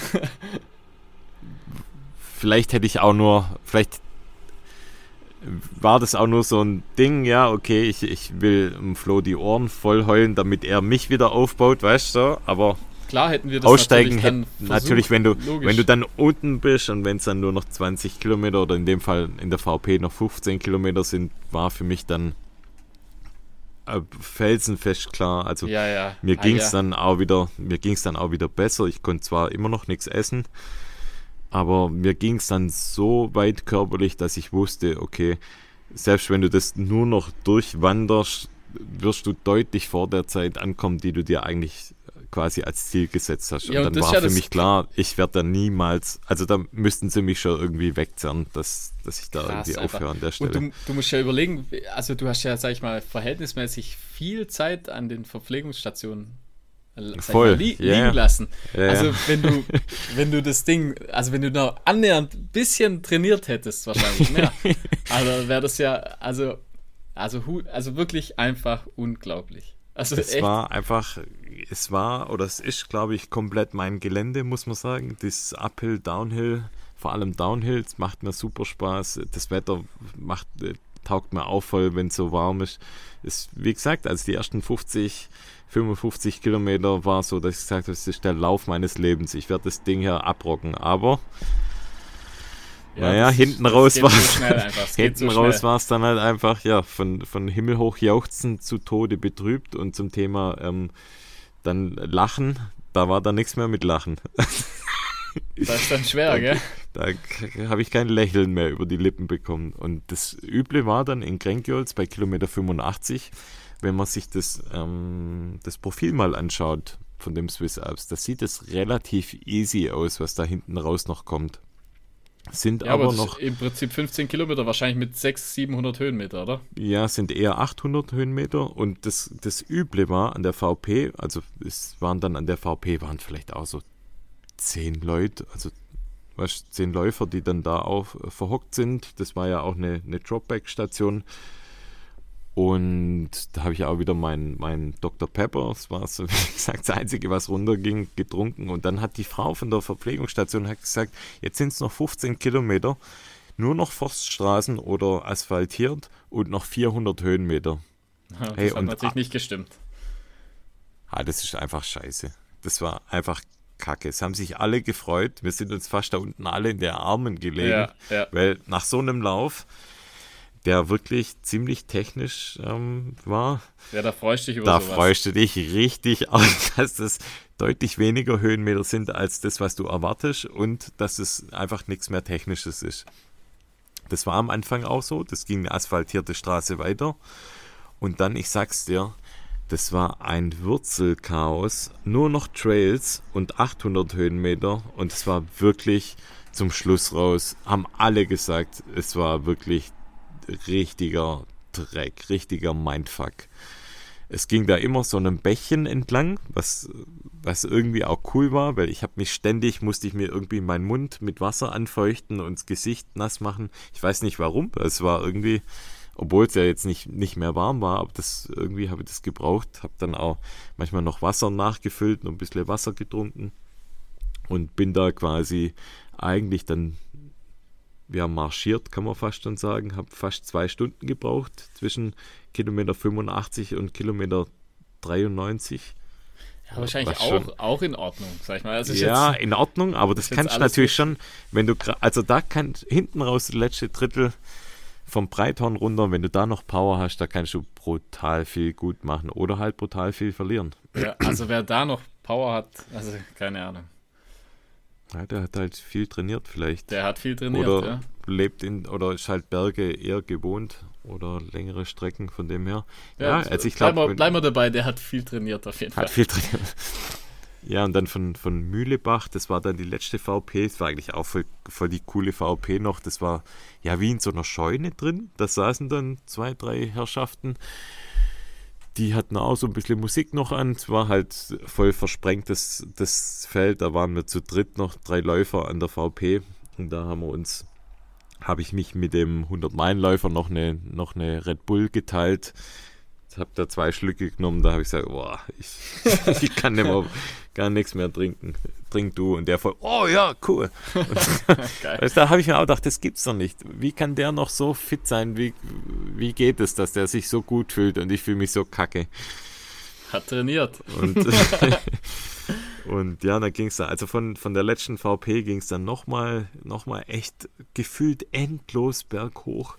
vielleicht hätte ich auch nur, vielleicht war das auch nur so ein Ding, ja, okay, ich, ich will dem Flo die Ohren voll heulen, damit er mich wieder aufbaut, weißt du, aber Klar hätten wir das aussteigen natürlich hätte, dann natürlich, versucht, wenn du, logisch. wenn du dann unten bist und wenn es dann nur noch zwanzig Kilometer oder in dem Fall in der V P noch fünfzehn Kilometer sind, war für mich dann äh, felsenfest klar, also ja, ja. mir Ah, ging es ja. dann auch wieder, mir ging es dann auch wieder besser. Ich konnte zwar immer noch nichts essen, Aber mir ging es dann so weit körperlich, dass ich wusste, okay, selbst wenn du das nur noch durchwanderst, wirst du deutlich vor der Zeit ankommen, die du dir eigentlich quasi als Ziel gesetzt hast. Und Ja, und dann das war ist ja für das- mich klar, ich werde da niemals, also da müssten sie mich schon irgendwie wegzerren, dass, dass ich da Krass, irgendwie einfach. aufhöre an der Stelle. Und du, du musst ja überlegen, also du hast ja, sag ich mal, verhältnismäßig viel Zeit an den Verpflegungsstationen äh, sag ich Voll, mal, li ja, ja. liegen lassen. Ja, also ja. wenn du, wenn du das Ding, also wenn du noch annähernd ein bisschen trainiert hättest, wahrscheinlich mehr, also wäre das ja, also, also, hu- also wirklich einfach unglaublich. Also Es echt, war einfach, es war oder es ist, glaube ich, komplett mein Gelände, muss man sagen. Das Uphill, Downhill, vor allem Downhill, es macht mir super Spaß. Das Wetter macht, äh, taugt mir auch voll, wenn es so warm ist. Es, wie gesagt, als die ersten fünfzig, fünfundfünfzig Kilometer war so, dass ich gesagt habe, das ist der Lauf meines Lebens. Ich werde das Ding hier abrocken. Aber naja, das- hinten das raus geht war so schnell einfach, es geht hinten so raus schnell. war es dann halt einfach, ja, von, von Himmel hoch jauchzen zu Tode betrübt und zum Thema ähm, dann Lachen, da war dann nichts mehr mit Lachen. Das ist dann schwer, gell? Da k- habe ich kein Lächeln mehr über die Lippen bekommen. Und das Üble war dann in Grengjolz bei Kilometer fünfundachtzig, wenn man sich das, ähm, das Profil mal anschaut von dem Swiss Alps, da sieht es relativ easy aus, was da hinten raus noch kommt. Sind Ja, aber aber das noch ist im Prinzip fünfzehn Kilometer, wahrscheinlich mit sechshundert, siebenhundert Höhenmeter, oder? Ja, sind eher achthundert Höhenmeter und das, das Üble war an der V P, also es waren dann an der V P, waren vielleicht auch so zehn Leute, also weißt, du, zehn Läufer, die dann da auch äh, verhockt sind. Das war ja auch eine, eine Dropback-Station und da habe ich auch wieder mein, mein Doktor Pepper, das war so, wie gesagt, das Einzige, was runterging, getrunken und dann hat die Frau von der Verpflegungsstation hat gesagt, jetzt sind es noch fünfzehn Kilometer, nur noch Forststraßen oder asphaltiert und noch vierhundert Höhenmeter. Ja, das Hey, hat und natürlich a- nicht gestimmt. Ah, das ist einfach scheiße. Das war einfach kacke. Es haben sich alle gefreut. Wir sind uns fast da unten alle in der Armen gelegen, Ja, ja. weil nach so einem Lauf, der wirklich ziemlich technisch ähm, war, Ja, da freust du dich über da sowas. freust du dich richtig aus, dass das deutlich weniger Höhenmeter sind als das, was du erwartest und dass es einfach nichts mehr Technisches ist. Das war am Anfang auch so. Das ging eine asphaltierte Straße weiter. Und dann, ich sag's dir, das war ein Wurzelchaos. Nur noch Trails und achthundert Höhenmeter. Und es war wirklich zum Schluss raus, haben alle gesagt, es war wirklich richtiger Dreck, richtiger Mindfuck. Es ging da immer so einem Bächchen entlang, was, was irgendwie auch cool war, weil ich habe mich ständig, musste ich mir irgendwie meinen Mund mit Wasser anfeuchten und das Gesicht nass machen. Ich weiß nicht warum, es war irgendwie, obwohl es ja jetzt nicht, nicht mehr warm war, aber das irgendwie habe ich das gebraucht, habe dann auch manchmal noch Wasser nachgefüllt und ein bisschen Wasser getrunken und bin da quasi eigentlich dann ja, marschiert, kann man fast schon sagen, habe fast zwei Stunden gebraucht zwischen Kilometer fünfundachtzig und Kilometer dreiundneunzig. Ja, wahrscheinlich Was schon. auch, auch in Ordnung, sag ich mal. Das ist Ja, jetzt, in Ordnung, aber das ist jetzt kannst du alles natürlich nicht- schon, wenn du, gra- also da kann hinten raus das letzte Drittel vom Breithorn runter, wenn du da noch Power hast, da kannst du brutal viel gut machen oder halt brutal viel verlieren. ja, also wer da noch Power hat, also keine Ahnung. Ja, der hat halt viel trainiert vielleicht. Der hat viel trainiert, Oder ja. lebt in, oder ist halt Berge eher gewohnt oder längere Strecken von dem her. Ja, Ja, also ich bleiben, wir, glaube, bleiben wir dabei, der hat viel trainiert auf jeden hat Fall. viel trainiert. Ja, und dann von, von Mühlebach, das war dann die letzte V P, das war eigentlich auch voll, voll die coole V P noch, das war ja wie in so einer Scheune drin, da saßen dann zwei, drei Herrschaften, die hatten auch so ein bisschen Musik noch an, es war halt voll versprengtes das Feld, da waren wir zu dritt noch, drei Läufer an der V P und da haben wir uns, habe ich mich mit dem hundert-Meilen-Läufer noch eine, noch eine Red Bull geteilt. Ich habe da zwei Schlücke genommen, da habe ich gesagt, boah, ich, ich kann nicht mehr, gar nichts mehr trinken. Trink du. Und der voll, oh ja, cool. Und, Geil. weißt, da habe ich mir auch gedacht, das gibt's doch nicht. Wie kann der noch so fit sein? Wie, wie geht es, dass der sich so gut fühlt und ich fühle mich so kacke? Hat trainiert. Und, und ja, dann ging es dann, also von, von der letzten V P ging es dann nochmal noch mal echt gefühlt endlos berghoch.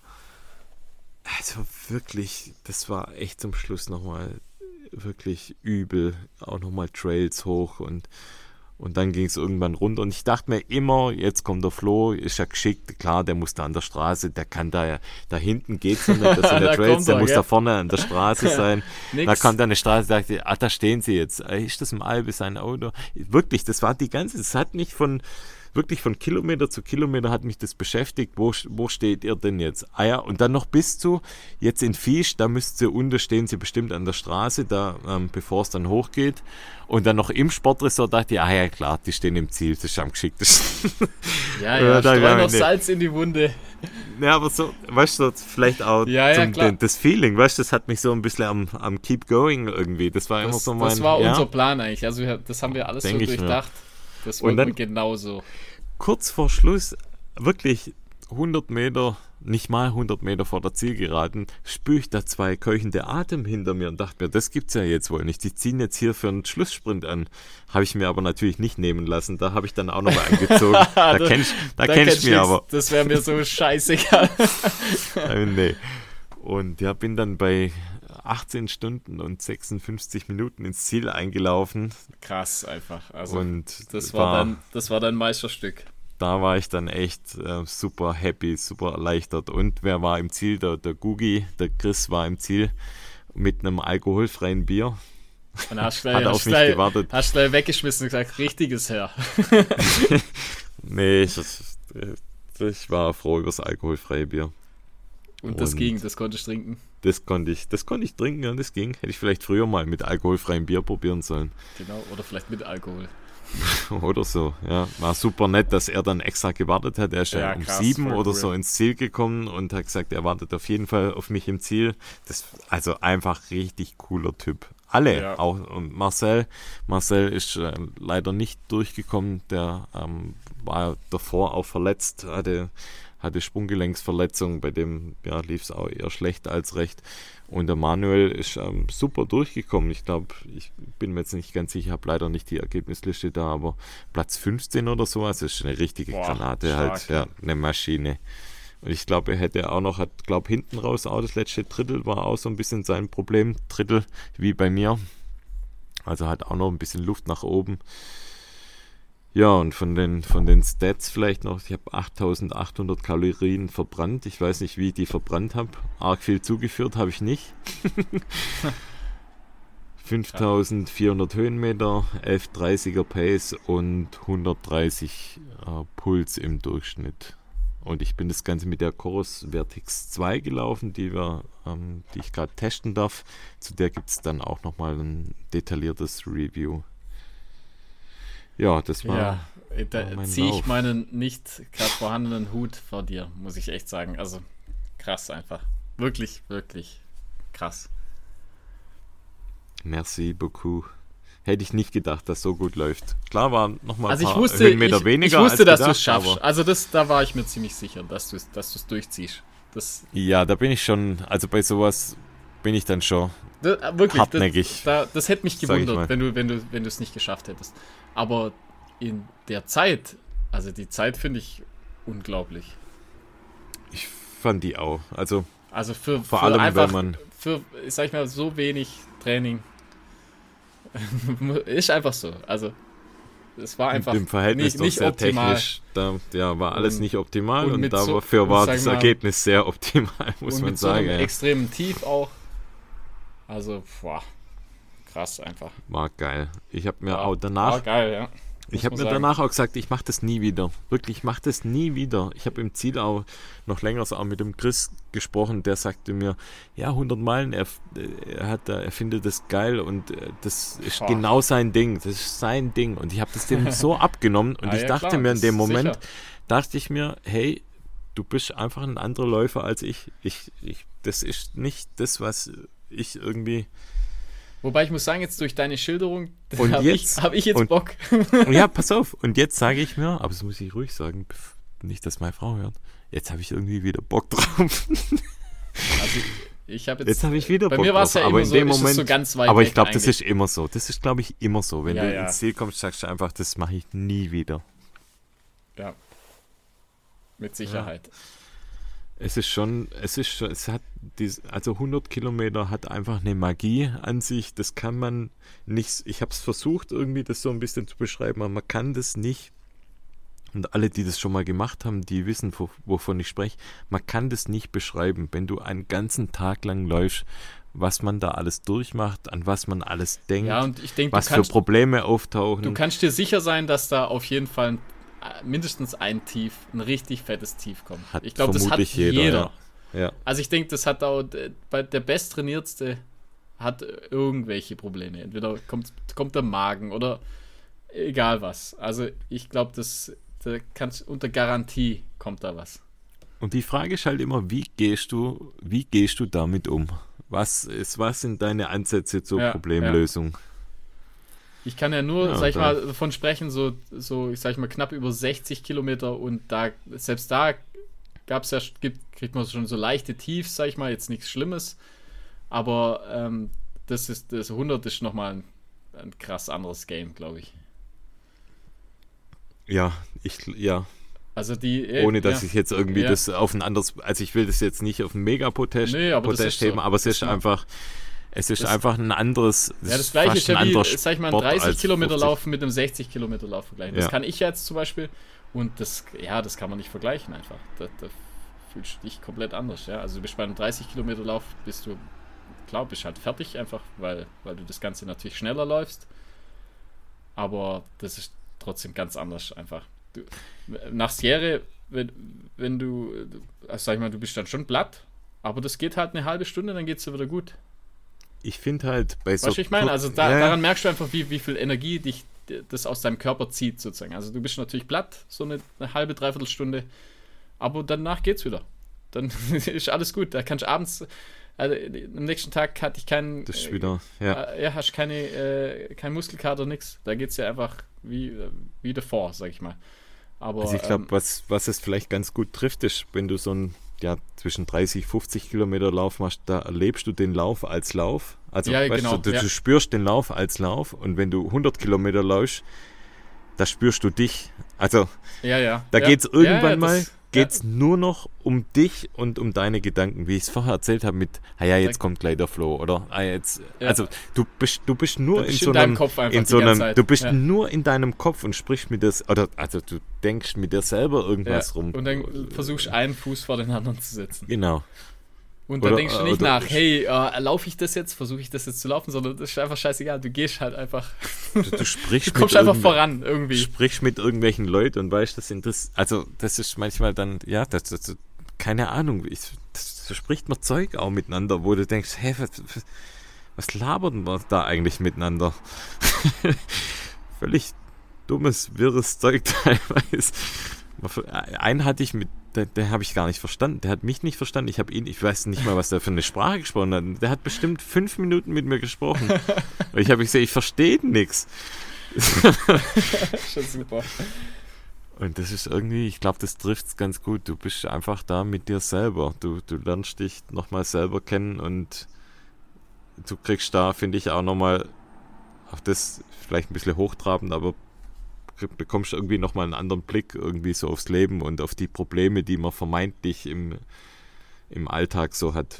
Also wirklich, das war echt zum Schluss nochmal wirklich übel. Auch nochmal Trails hoch und, Und dann ging es irgendwann runter und ich dachte mir immer, jetzt kommt der Flo, ist ja geschickt, klar, der muss da an der Straße, der kann da ja, da hinten geht's ja nicht, das sind ja Trails, der er, muss ja. da vorne an der Straße sein. Da kam dann eine Straße, dachte, ah, da stehen sie jetzt, ist das im Albe sein Auto? Wirklich, das war die ganze, das hat mich von, wirklich von Kilometer zu Kilometer hat mich das beschäftigt, wo, wo steht ihr denn jetzt? Ah ja, und dann noch bis zu, jetzt in Viesch, da müsst ihr unten stehen sie bestimmt an der Straße, da, ähm, bevor es dann hochgeht. Und dann noch im Sportresort dachte ich, ah ja klar, die stehen im Ziel, das ist am geschicktesten. Ja, ja, da streu noch Salz in die Wunde. Ja, aber so, weißt du, vielleicht auch ja, ja, zum, den, das Feeling, weißt du, das hat mich so ein bisschen am, am Keep Going irgendwie, das war das, immer so mein... Das war ja? unser Plan eigentlich, also das haben wir alles Denk so durchdacht. Das war genauso. Kurz vor Schluss, wirklich hundert Meter, nicht mal hundert Meter vor der Zielgeraden, spüre ich da zwei keuchende Atem hinter mir und dachte mir, das gibt's ja jetzt wohl nicht. Die ziehen jetzt hier für einen Schlusssprint an. Habe ich mir aber natürlich nicht nehmen lassen. Da habe ich dann auch nochmal angezogen. Da da kennst da da kennst du mich aber. Das wäre mir so scheißegal. Nee. Und ja, bin dann bei achtzehn Stunden und sechsundfünfzig Minuten ins Ziel eingelaufen. Krass einfach. Also und das war, war dann das war dein Meisterstück. Da war ich dann echt äh, super happy, super erleichtert. Und wer war im Ziel? Der, der Gugi, der Chris war im Ziel mit einem alkoholfreien Bier. Und hast du Hat auf mich gewartet. Hast du weggeschmissen und gesagt, richtiges Herr. Nee, ich, ich war froh über das alkoholfreie Bier. Und das und ging, das konntest du trinken? Das konnte ich, das konnte ich trinken, ja, das ging. Hätte ich vielleicht früher mal mit alkoholfreiem Bier probieren sollen. Genau, oder vielleicht mit Alkohol. Oder so, ja. War super nett, dass er dann extra gewartet hat. Er ist ja, ja um krass, sieben oder cool. so ins Ziel gekommen und hat gesagt, er wartet auf jeden Fall auf mich im Ziel. Das, also einfach richtig cooler Typ. Alle, ja. Auch und Marcel. Marcel ist äh, leider nicht durchgekommen. Der ähm, war davor auch verletzt, hatte, hatte Sprunggelenksverletzung. Bei dem ja, lief es auch eher schlecht als recht. Und der Manuel ist ähm, super durchgekommen. Ich glaube, ich bin mir jetzt nicht ganz sicher, habe leider nicht die Ergebnisliste da, aber Platz fünfzehn oder sowas ist eine richtige Boah, Granate, stark, halt, ja, eine Maschine. Und ich glaube, er hätte auch noch, hat, glaube hinten raus auch das letzte Drittel war auch so ein bisschen sein Problem, Drittel wie bei mir. Also hat auch noch ein bisschen Luft nach oben. Ja, und von den, von den Stats vielleicht noch, ich habe achttausendachthundert Kalorien verbrannt. Ich weiß nicht, wie ich die verbrannt habe. Arg viel zugeführt habe ich nicht. fünftausendvierhundert Höhenmeter, elf dreißiger Pace und hundertdreißig äh, Puls im Durchschnitt. Und ich bin das Ganze mit der Coros Vertix zwei gelaufen, die, wir, ähm, die ich gerade testen darf. Zu der gibt es dann auch nochmal ein detailliertes Review. Ja, das war. Ja, da ziehe ich meinen nicht gerade vorhandenen Hut vor dir, muss ich echt sagen. Also krass einfach. Wirklich, wirklich krass. Merci beaucoup. Hätte ich nicht gedacht, dass so gut läuft. Klar waren nochmal also ein paar wusste, Höhenmeter ich, weniger. Ich wusste, als dass du es gedacht, schaffst. Also das, da war ich mir ziemlich sicher, dass du es dass durchziehst. Das ja, da bin ich schon, also bei sowas bin ich dann schon das, wirklich, hartnäckig. Das, da, das hätte mich gewundert, wenn du wenn du, wenn du es nicht geschafft hättest. Aber in der Zeit, also die Zeit finde ich unglaublich. Ich fand die auch. Also, also für, vor für allem, einfach, wenn man für, sag ich mal, so wenig Training ist einfach so. Also es war einfach im Verhältnis nicht, nicht sehr optimal. technisch. Da ja, war alles und, nicht optimal und, und so, dafür war das mal, Ergebnis sehr optimal, muss und man mit sagen. So einem ja. extremen Tief auch. Also, boah, krass einfach. War geil. Ich habe mir war, auch danach war geil, ja. Ich habe mir sagen. danach auch gesagt, ich mache das nie wieder. Wirklich, ich mache das nie wieder. Ich habe im Ziel auch noch länger so auch mit dem Chris gesprochen, der sagte mir, ja, hundert Meilen, er, er, hat, er findet das geil und das ist Boah. genau sein Ding. Das ist sein Ding. Und ich habe das dem so abgenommen und ah, ich ja, dachte klar, mir in dem Moment, sicher. dachte ich mir, hey, du bist einfach ein anderer Läufer als ich. ich, ich das ist nicht das, was ich irgendwie... Wobei ich muss sagen, jetzt durch deine Schilderung habe ich, hab ich jetzt und, Bock. Ja, pass auf. Und jetzt sage ich mir, aber das muss ich ruhig sagen, nicht, dass meine Frau hört, jetzt habe ich irgendwie wieder Bock drauf. Also ich habe jetzt, jetzt habe ich wieder bei Bock mir war es ja aber immer in so, dem Moment, so ganz weit aber ich glaube, weg das ist immer so. Das ist, glaube ich, immer so. Wenn ja, du ja. ins Ziel kommst, sagst du einfach, das mache ich nie wieder. Ja. Mit Sicherheit. Es ist schon, es ist schon, es hat, dies, also hundert Kilometer hat einfach eine Magie an sich, das kann man nicht, ich habe es versucht irgendwie das so ein bisschen zu beschreiben, aber man kann das nicht, und alle, die das schon mal gemacht haben, die wissen, wovon ich spreche, man kann das nicht beschreiben, wenn du einen ganzen Tag lang läufst, was man da alles durchmacht, an was man alles denkt, ja, und ich denk, was du kannst, für Probleme auftauchen. Du kannst dir sicher sein, dass da auf jeden Fall ein mindestens ein Tief, ein richtig fettes Tief kommt. Hat ich glaube, das hat jeder. jeder. Ja. Ja. Also ich denke, das hat auch der, der Besttrainiertste hat irgendwelche Probleme. Entweder kommt, kommt der Magen oder egal was. Also ich glaube, das da kannst, unter Garantie kommt da was. Und die Frage ist halt immer, wie gehst du, wie gehst du damit um? Was ist, was sind deine Ansätze zur ja, Problemlösung? Ja. Ich kann ja nur, ja, sag ich mal, davon sprechen, so, so, ich sag mal, knapp über sechzig Kilometer und da, selbst da gab's ja, gibt, kriegt man schon so leichte Tiefs, sag ich mal, jetzt nichts Schlimmes, aber ähm, das ist, das hundert ist nochmal ein, ein krass anderes Game, glaube ich. Ja, ich, ja. Also die, äh, Ohne, dass ja, ich jetzt irgendwie ja. das auf ein anderes, also ich will das jetzt nicht auf ein Mega-Protest nee, aber heben, so. aber es ist das einfach... Es ist das, einfach ein anderes. Ja, das gleiche ist ja ein wie, sag ich mal, ein dreißig Kilometer fünfzig. Lauf mit einem sechzig Kilometer Lauf vergleichen. Das ja. kann ich jetzt zum Beispiel und das, ja, das kann man nicht vergleichen einfach. Da, da fühlst du dich komplett anders, ja. Also du bist bei einem dreißig Kilometer Lauf, bist du, klar, bist halt fertig einfach, weil, weil du das Ganze natürlich schneller läufst. Aber das ist trotzdem ganz anders einfach. Du, nach Sierre, wenn, wenn du, also sag ich mal, du bist dann schon platt, aber das geht halt eine halbe Stunde, dann geht's dir wieder gut. Ich finde halt bei so... Weißt du, ich meine, also da, ja. daran merkst du einfach, wie, wie viel Energie dich das aus deinem Körper zieht, sozusagen. Also du bist natürlich platt, so eine, eine halbe, dreiviertel Stunde, aber danach geht's wieder. Dann ist alles gut. Da kannst du abends, also am nächsten Tag hatte ich keinen... Das ist wieder, ja. Äh, ja, hast keine, äh, kein Muskelkater, nix. Da geht's ja einfach wie, wie davor, sag ich mal. Aber, also ich glaube, ähm, was, was es vielleicht ganz gut trifft, ist, wenn du so ein ja, zwischen dreißig, fünfzig Kilometer Lauf machst, da erlebst du den Lauf als Lauf. Also ja, weißt genau, du, du, ja. du spürst den Lauf als Lauf und wenn du hundert Kilometer läufst, da spürst du dich. Also ja, ja. da ja. geht es irgendwann ja, ja, mal, das, geht's ja. nur noch um dich und um deine Gedanken, wie ich es vorher erzählt habe mit, ah ja, jetzt kommt gleich der Flow, oder? Ah, jetzt, ja. Also du bist, du bist nur du bist in so in deinem einem, Kopf einfach in so die ganze einem Zeit. du bist ja. nur in deinem Kopf und sprichst mit dir, oder also du denkst mit dir selber irgendwas ja. rum. Und dann versuchst einen Fuß vor den anderen zu setzen. Genau. Und da oder, denkst du nicht oder, nach, hey, äh, laufe ich das jetzt, versuche ich das jetzt zu laufen, sondern das ist einfach scheißegal, du gehst halt einfach, du, du, sprichst du kommst mit einfach voran irgendwie. Du sprichst mit irgendwelchen Leuten und weißt, das sind das, also das ist manchmal dann, ja, das, das keine Ahnung, ich, das, das spricht man Zeug auch miteinander, wo du denkst, hey, was, was labern wir da eigentlich miteinander? Völlig dummes, wirres Zeug teilweise. Einen hatte ich mit, der, der habe ich gar nicht verstanden. Der hat mich nicht verstanden. Ich habe ihn, ich weiß nicht mal, was der für eine Sprache gesprochen hat. Der hat bestimmt fünf Minuten mit mir gesprochen. Und ich habe gesagt, ich verstehe nichts. Schon super. Und das ist irgendwie, ich glaube, das trifft es ganz gut. Du bist einfach da mit dir selber. Du, du lernst dich nochmal selber kennen und du kriegst da, finde ich, auch nochmal, auch das vielleicht ein bisschen hochtrabend, aber bekommst irgendwie nochmal einen anderen Blick irgendwie so aufs Leben und auf die Probleme, die man vermeintlich im, im Alltag so hat.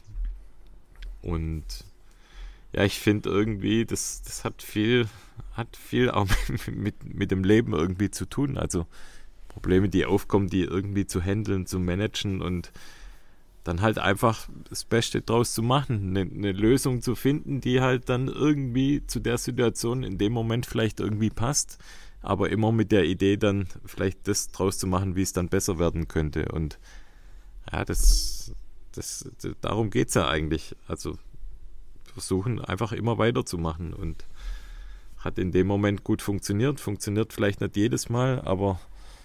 Und ja, ich finde irgendwie, das, das hat viel, hat viel auch mit, mit dem Leben irgendwie zu tun. Also Probleme, die aufkommen, die irgendwie zu handeln, zu managen und dann halt einfach das Beste draus zu machen, eine, eine Lösung zu finden, die halt dann irgendwie zu der Situation in dem Moment vielleicht irgendwie passt, aber immer mit der Idee dann vielleicht das draus zu machen, wie es dann besser werden könnte. Und ja, das, das, das darum geht es ja eigentlich. Also versuchen einfach immer weiterzumachen und hat in dem Moment gut funktioniert, funktioniert vielleicht nicht jedes Mal, aber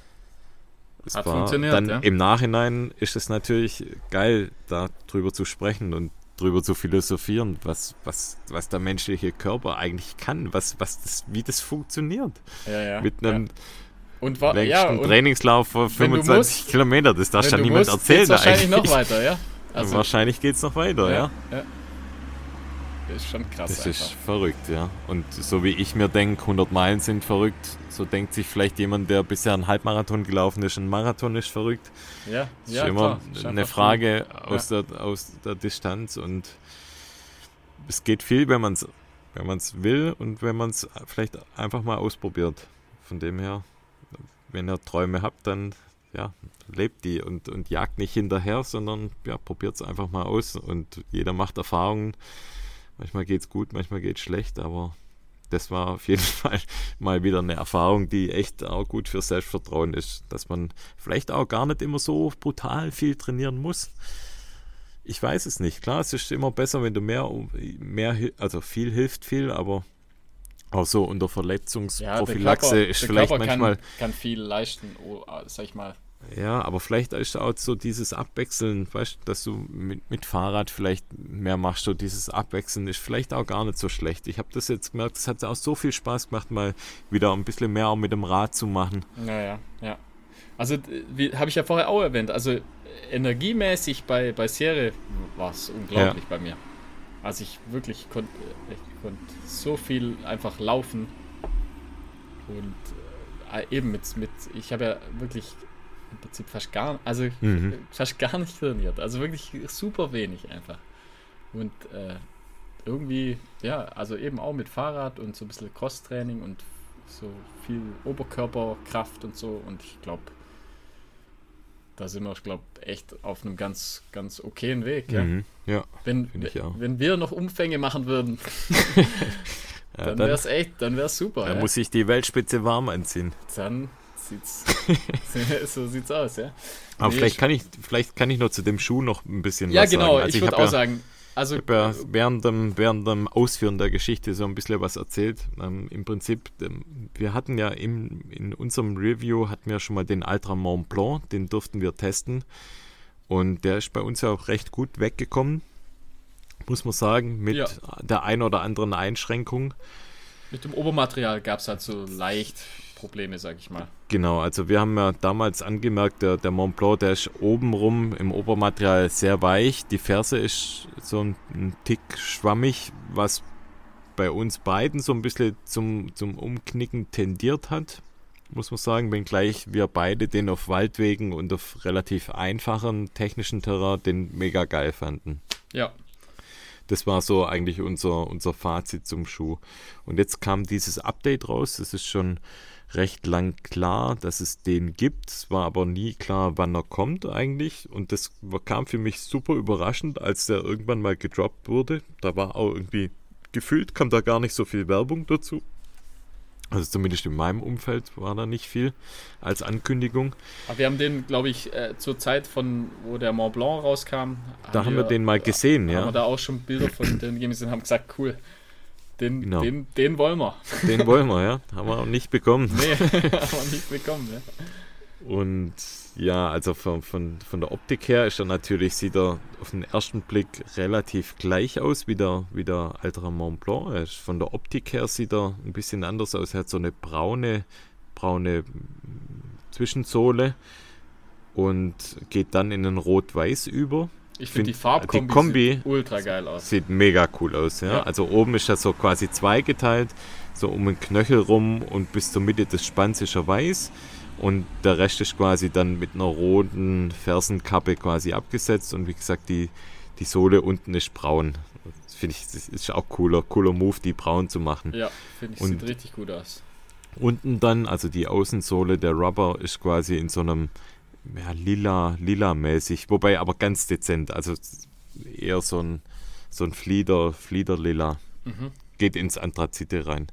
es hat war funktioniert, dann ja. Im Nachhinein ist es natürlich geil, da drüber zu sprechen und drüber zu philosophieren, was, was, was der menschliche Körper eigentlich kann, was, was das, wie das funktioniert. Ja, ja, mit einem ja. Und war, längsten ja, und Trainingslauf von fünfundzwanzig musst, Kilometer, das darf schon niemand musst, geht's erzählen wahrscheinlich eigentlich. noch weiter, ja? Also, wahrscheinlich geht es noch weiter, ja. ja. ist schon krass. Das einfach. ist verrückt, ja. Und so wie ich mir denke, hundert Meilen sind verrückt, so denkt sich vielleicht jemand, der bisher einen Halbmarathon gelaufen ist, ein Marathon ist verrückt. Ja, Das ja, ist immer klar. Ist eine einfach Frage cool. aus, der, aus der Distanz und es geht viel, wenn man es wenn man's will und wenn man es vielleicht einfach mal ausprobiert. Von dem her, wenn ihr Träume habt, dann ja, lebt die und, und jagt nicht hinterher, sondern ja, probiert es einfach mal aus und jeder macht Erfahrungen. Manchmal geht es gut, manchmal geht es schlecht, aber das war auf jeden Fall mal wieder eine Erfahrung, die echt auch gut für Selbstvertrauen ist, dass man vielleicht auch gar nicht immer so brutal viel trainieren muss. Ich weiß es nicht. Klar, es ist immer besser, wenn du mehr, mehr also viel hilft viel, aber auch so unter Verletzungsprophylaxe ja, der Körper, ist der vielleicht Körper manchmal... Kann, kann viel leisten, oh, sag ich mal. Ja, aber vielleicht ist auch so dieses Abwechseln, weißt du, dass du mit, mit Fahrrad vielleicht mehr machst, so dieses Abwechseln ist vielleicht auch gar nicht so schlecht. Ich habe das jetzt gemerkt, es hat auch so viel Spaß gemacht, mal wieder ein bisschen mehr auch mit dem Rad zu machen. Naja, ja. Also, wie habe ich ja vorher auch erwähnt, also energiemäßig bei, bei Serie war es unglaublich ja. bei mir. Also ich wirklich konnte ich konnte so viel einfach laufen und äh, eben mit, mit ich habe ja wirklich im Prinzip fast gar, also mhm. fast gar nicht trainiert, also wirklich super wenig einfach und äh, irgendwie, ja, also eben auch mit Fahrrad und so ein bisschen Cross-Training und so viel Oberkörperkraft und so und ich glaube, da sind wir, ich glaube, echt auf einem ganz, ganz okayen Weg. Ja, mhm. ja wenn, ich auch. Wenn wir noch Umfänge machen würden, ja, dann wäre es echt, dann wäre es super. Dann ja. muss ich die Weltspitze warm anziehen. Dann sieht's, so sieht's aus, ja. Aber nee, vielleicht kann ich, vielleicht kann ich noch zu dem Schuh noch ein bisschen ja, was genau, sagen. Also ich ich würde auch ja, sagen, also ich habe ja während dem, während dem Ausführen der Geschichte so ein bisschen was erzählt. Ähm, Im Prinzip, ähm, wir hatten ja im, in unserem Review hatten wir schon mal den Ultra Mont Blanc, den durften wir testen. Und der ist bei uns ja auch recht gut weggekommen, muss man sagen, mit ja. der ein oder anderen Einschränkung. Mit dem Obermaterial gab es halt so leicht Probleme, sag ich mal. Genau, also wir haben ja damals angemerkt, der, der Mont Blanc, der ist obenrum im Obermaterial sehr weich. Die Ferse ist so ein, ein Tick schwammig, was bei uns beiden so ein bisschen zum, zum Umknicken tendiert hat, muss man sagen, wenngleich wir beide den auf Waldwegen und auf relativ einfachen technischen Terrain den mega geil fanden. Ja. Das war so eigentlich unser, unser Fazit zum Schuh. Und jetzt kam dieses Update raus, das ist schon recht lang klar, dass es den gibt. Es war aber nie klar, wann er kommt eigentlich. Und das kam für mich super überraschend, als der irgendwann mal gedroppt wurde. Da war auch irgendwie, gefühlt kam da gar nicht so viel Werbung dazu. Also zumindest in meinem Umfeld war da nicht viel als Ankündigung. Aber wir haben den, glaube ich, äh, zur Zeit, von wo der Mont Blanc rauskam. Da haben wir, wir den mal gesehen, da, ja. Haben wir da auch schon Bilder von denen gegeben und haben gesagt, cool, den, genau. den, den wollen wir. Den wollen wir, ja. Haben wir auch nicht bekommen. Nee, haben wir nicht bekommen, ja. Und ja, also von, von, von der Optik her ist er natürlich, sieht er auf den ersten Blick relativ gleich aus wie der, wie der Ultra Mont Blanc. Er ist, von der Optik her sieht er ein bisschen anders aus. Er hat so eine braune, braune Zwischensohle und geht dann in ein Rot-Weiß über. Ich finde find, die Farbkombi die Kombi sieht ultra geil aus. Sieht mega cool aus, ja. ja. Also oben ist das so quasi zweigeteilt, so um den Knöchel rum und bis zur Mitte des Spanns ist er weiß. Und der Rest ist quasi dann mit einer roten Fersenkappe quasi abgesetzt. Und wie gesagt, die, die Sohle unten ist braun. Das finde ich, das ist auch cooler, cooler Move, die braun zu machen. Ja, finde ich, und sieht richtig gut aus. Unten dann, also die Außensohle, der Rubber ist quasi in so einem ja, lila, lila-mäßig, wobei aber ganz dezent. Also eher so ein, so ein Flieder, Fliederlila. Mhm. Geht ins Anthrazite rein.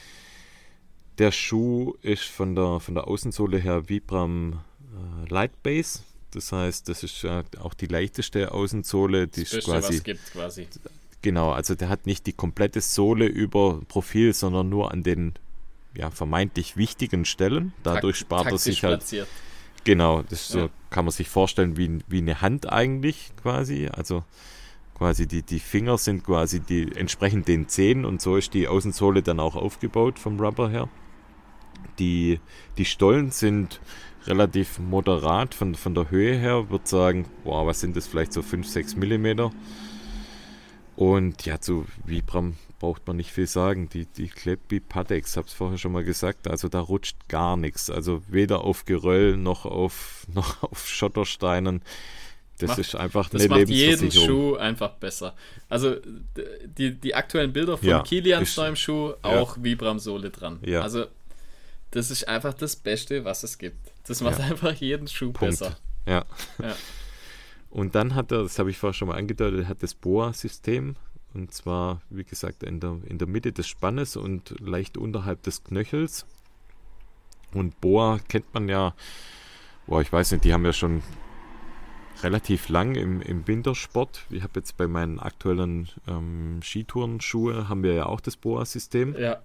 Der Schuh ist von der, von der Außensohle her Vibram äh, Light Base. Das heißt, das ist äh, auch die leichteste Außensohle. Die das ist Beste, quasi, was gibt quasi. Genau, also der hat nicht die komplette Sohle über Profil, sondern nur an den ja, vermeintlich wichtigen Stellen. Dadurch Takt, spart er sich halt. Platziert. Genau, das so, ja. kann man sich vorstellen wie, wie eine Hand eigentlich quasi. Also quasi die, die Finger sind quasi die entsprechend den Zehen und so ist die Außensohle dann auch aufgebaut vom Rubber her. Die, die Stollen sind relativ moderat von, von der Höhe her. Ich würde sagen, wow, was sind das, vielleicht so fünf, sechs Millimeter. Und ja, zu Vibram braucht man nicht viel sagen. Die, die klebt wie Pateks, habe es vorher schon mal gesagt. Also da rutscht gar nichts. Also weder auf Geröll noch auf, noch auf Schottersteinen. Das macht, ist einfach das eine macht jeden Lebensversicherung. Schuh einfach besser. Also die, die aktuellen Bilder von Ja, Kilians ist- neuem Schuh, ja. auch Vibram-Sohle dran. Ja. Also das ist einfach das Beste, was es gibt. Das macht Ja. einfach jeden Schuh Punkt. besser. Ja. Ja. Und dann hat er, das habe ich vorher schon mal angedeutet, er hat das Boa-System. Und zwar, wie gesagt, in der, in der Mitte des Spannes und leicht unterhalb des Knöchels. Und Boa kennt man ja, boah, ich weiß nicht, die haben ja schon relativ lang im, im Wintersport. Ich habe jetzt bei meinen aktuellen ähm, Skitourenschuhe haben wir ja auch das Boa-System. Ja.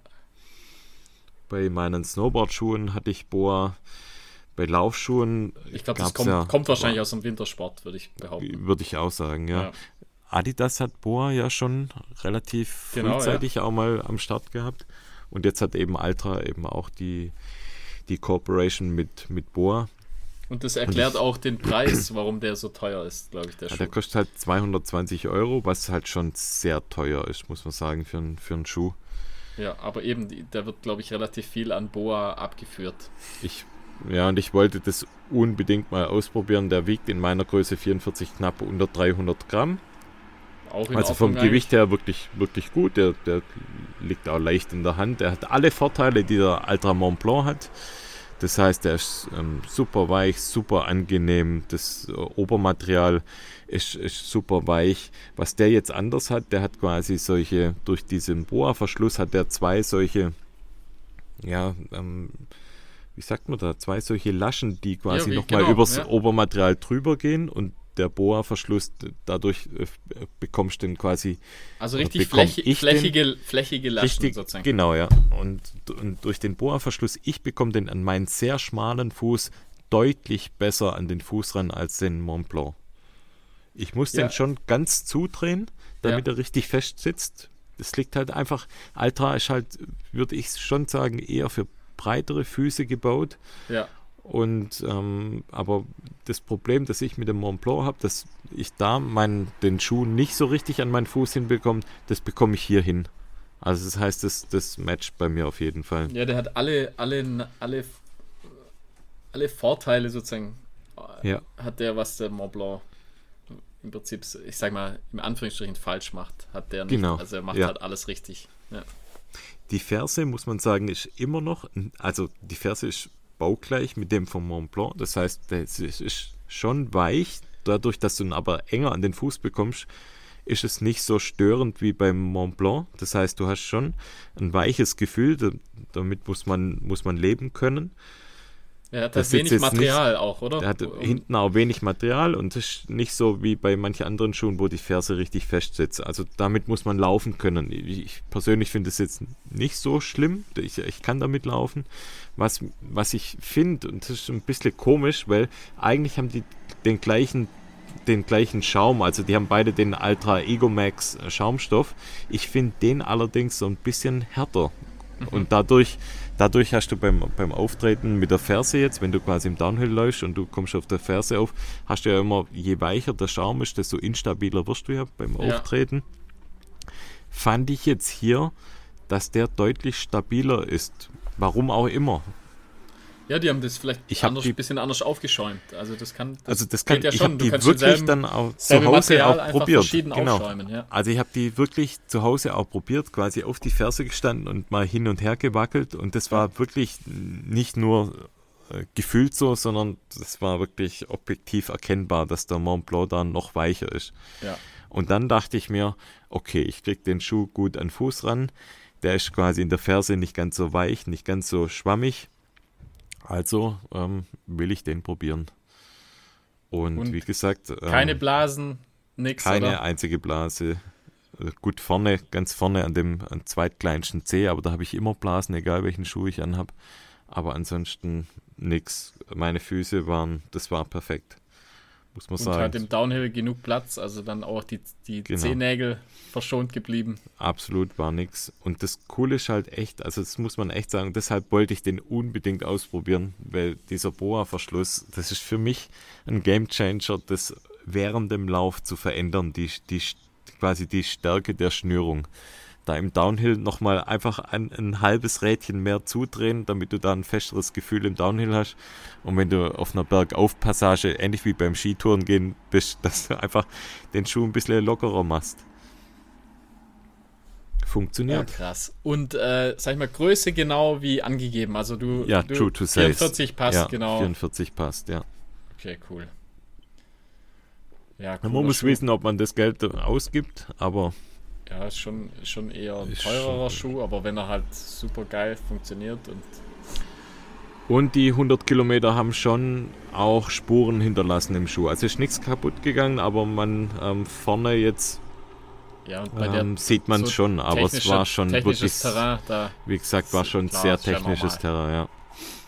Bei meinen Snowboard-Schuhen hatte ich Boa. Bei Laufschuhen Ich glaube, das gab's kommt, ja, kommt wahrscheinlich aus dem Wintersport, würde ich behaupten. würde ich auch sagen, ja. Ja. Adidas hat Boa ja schon relativ Genau, frühzeitig auch mal am Start gehabt. Und jetzt hat eben Altra eben auch die, die Cooperation mit, mit Boa. Und das erklärt ich- auch den Preis, warum der so teuer ist, glaube ich, der Ja, Schuh. der kostet halt zweihundertzwanzig Euro, was halt schon sehr teuer ist, muss man sagen, für, einen- für einen Schuh. Ja, aber eben, die- da wird, glaube ich, relativ viel an Boa abgeführt. Ich, ja, und ich wollte das unbedingt mal ausprobieren. Der wiegt in meiner Größe vierundvierzig knapp unter dreihundert Gramm. Auch in Also vom Ordnung Gewicht her wirklich, wirklich gut. Der, der liegt auch leicht in der Hand. Der hat alle Vorteile, die der Ultra Mont Blanc hat. Das heißt, der ist ähm, super weich, super angenehm. Das äh, Obermaterial ist, ist super weich. Was der jetzt anders hat, der hat quasi solche, durch diesen Boa-Verschluss hat der zwei solche, ja, ähm, wie sagt man da, zwei solche Laschen, die quasi wie- nochmal genau, übers ja. Obermaterial drüber gehen und der Boa-Verschluss, dadurch äh, bekommst du den quasi Also oder richtig bekomm flächi- ich flächige, flächige Laschen richtig, sozusagen. genau, ja. Und, und durch den Boa-Verschluss, ich bekomme den an meinen sehr schmalen Fuß deutlich besser an den Fuß ran als den Mont Blanc. Ich muss Ja. den schon ganz zudrehen, damit Ja. er richtig fest sitzt. Das liegt halt einfach, Altra ist halt, würde ich schon sagen, eher für breitere Füße gebaut. Ja. Und ähm, aber das Problem, das ich mit dem Mont Blanc habe, dass ich da meinen, den Schuh nicht so richtig an meinen Fuß hinbekomme, das bekomme ich hier hin. Also das heißt, das, das matcht bei mir auf jeden Fall. Ja, der hat alle, alle, alle, alle Vorteile sozusagen. Ja. Hat der, was der Mont Blanc im Prinzip, ich sag mal, im Anführungsstrichen falsch macht, hat der nicht. Genau, Also er macht ja. halt alles richtig. Ja. Die Ferse, muss man sagen, ist immer noch, also die Ferse ist baugleich mit dem vom Mont Blanc. Das heißt, das ist schon weich. Dadurch, dass du ihn aber enger an den Fuß bekommst, ist es nicht so störend wie beim Mont Blanc. Das heißt, du hast schon ein weiches Gefühl. Da- Damit muss man, muss man leben können. Er hat Das halt wenig sitzt jetzt Material auch, oder? Der hat Um- hinten auch wenig Material und es ist nicht so wie bei manchen anderen Schuhen, wo die Ferse richtig fest sitzt. Also damit muss man laufen können. Ich ich persönlich finde es jetzt nicht so schlimm. Ich, ich kann damit laufen. Was, was ich finde, und das ist ein bisschen komisch, weil eigentlich haben die den gleichen, den gleichen Schaum. Also die haben beide den Ultra Ego Max Schaumstoff. Ich finde den allerdings so ein bisschen härter. Und dadurch, dadurch hast du beim, beim Auftreten mit der Ferse jetzt, wenn du quasi im Downhill läufst und du kommst auf der Ferse auf, hast du ja immer, je weicher der Schaum ist, desto instabiler wirst du ja beim Ja. Auftreten. Fand ich jetzt hier, dass der deutlich stabiler ist. Warum auch immer. Ja, die haben das vielleicht Ich hab anders, die- bisschen anders aufgeschäumt. Also das kann, das Also das kann, geht ja ich schon. habe Du die kannst wirklich denselben- dann auch zu selbe Hause Material auch einfach probiert. verschieden Genau. aufschäumen, ja. Also ich habe die wirklich zu Hause auch probiert, quasi auf die Ferse gestanden und mal hin und her gewackelt und das war wirklich nicht nur äh, gefühlt so, sondern das war wirklich objektiv erkennbar, dass der Mont Blanc da noch weicher ist. Ja. Und dann dachte ich mir, okay, ich kriege den Schuh gut an den Fuß ran, der ist quasi in der Ferse nicht ganz so weich, nicht ganz so schwammig, also ähm, will ich den probieren. Und, Und wie gesagt, ähm, Keine Blasen, nix, keine oder? einzige Blase. Äh, Gut vorne, ganz vorne an dem an zweitkleinsten Zeh, aber da habe ich immer Blasen, egal welchen Schuh ich anhab. Aber ansonsten nix. Meine Füße waren, das war perfekt. Muss man Und sagen. hat im Downhill genug Platz, also dann auch die, die Genau. Zehennägel verschont geblieben. Absolut war nix. Und das Coole ist halt echt, also das muss man echt sagen, deshalb wollte ich den unbedingt ausprobieren, weil dieser Boa-Verschluss, das ist für mich ein Gamechanger, das während dem Lauf zu verändern. Die, die quasi die Stärke der Schnürung. Da im Downhill nochmal einfach ein, ein halbes Rädchen mehr zudrehen, damit du da ein festeres Gefühl im Downhill hast. Und wenn du auf einer Bergaufpassage, ähnlich wie beim Skitouren gehen bist, dass du einfach den Schuh ein bisschen lockerer machst. Funktioniert. Ja, krass. Und, äh, sag ich mal, Größe genau wie angegeben. Also du, ja, du true to vierundvierzig passt, ja, genau. vierundvierzig passt, ja. Okay, cool. Ja, man muss Schuh. wissen, ob man das Geld ausgibt, aber... Ja, ist schon, schon eher ein ist teurerer schon, Schuh, aber wenn er halt super geil funktioniert und... Und die hundert Kilometer haben schon auch Spuren hinterlassen im Schuh. Also ist nichts kaputt gegangen, aber man ähm, vorne jetzt ja, und bei ähm, der sieht man es so schon, aber es war schon wirklich, Terrain, da wie gesagt, war schon klar, sehr ist ja technisches normal. Terrain, ja.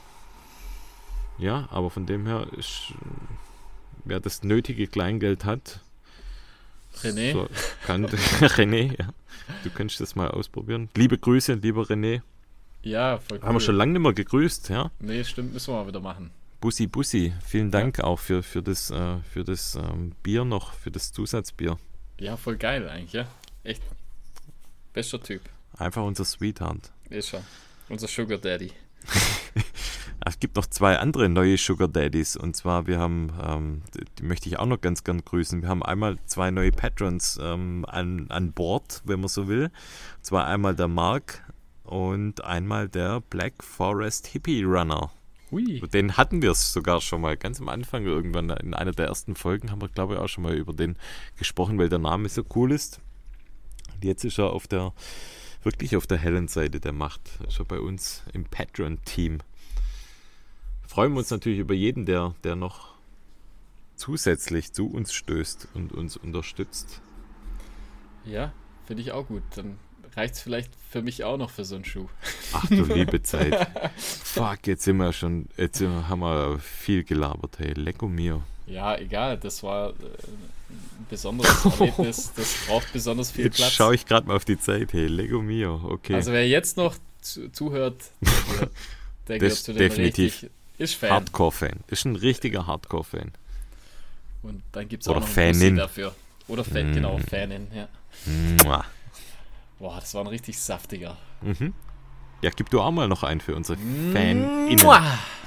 Ja, aber von dem her ist, wer das nötige Kleingeld hat, René, so, kann René, ja, du kannst das mal ausprobieren. Liebe Grüße, lieber René. ja, voll cool. Haben wir schon lange nicht mehr gegrüßt, ja? Nee, stimmt, müssen wir mal wieder machen. Bussi, Bussi, vielen Dank ja. auch für, für das, äh, für das ähm, Bier noch, für das Zusatzbier. Ja, voll geil eigentlich, ja. Echt. Bester Typ. Einfach unser Sweetheart. Ist schon. Unser Sugar Daddy. Es gibt noch zwei andere neue Sugar Daddies und zwar wir haben, ähm, die, die möchte ich auch noch ganz gern grüßen, wir haben einmal zwei neue Patrons ähm, an, an Bord, wenn man so will. Und zwar einmal der Mark und einmal der Black Forest Hippie Runner. Hui. Den hatten wir es sogar schon mal ganz am Anfang irgendwann, in einer der ersten Folgen haben wir glaube ich auch schon mal über den gesprochen, weil der Name so cool ist. Und jetzt ist er auf der, wirklich auf der hellen Seite der Macht, ist er bei uns im Patreon-Team. Freuen wir uns natürlich über jeden, der, der noch zusätzlich zu uns stößt und uns unterstützt. Ja, finde ich auch gut. Dann reicht es vielleicht für mich auch noch für so einen Schuh. Ach du liebe Zeit. Fuck, jetzt sind wir schon, jetzt sind wir, haben wir viel gelabert, hey, lecko mio. Ja, egal, das war äh, ein besonderes Erlebnis, das braucht besonders viel jetzt Platz. Jetzt schaue ich gerade mal auf die Zeit, hey, lecko mio, okay. Also wer jetzt noch zu, zuhört, der, der gehört zu den definitiv richtig, ist Fan. Hardcore-Fan, ist ein richtiger Hardcore-Fan. Und dann gibt es auch Oder noch einen Fanin. Bussi dafür. Oder Fan, Mm. genau, Fanin, ja. Mua. Boah, das war ein richtig saftiger. Mhm. Ja, gib du auch mal noch einen für unsere Mua. FanInnen.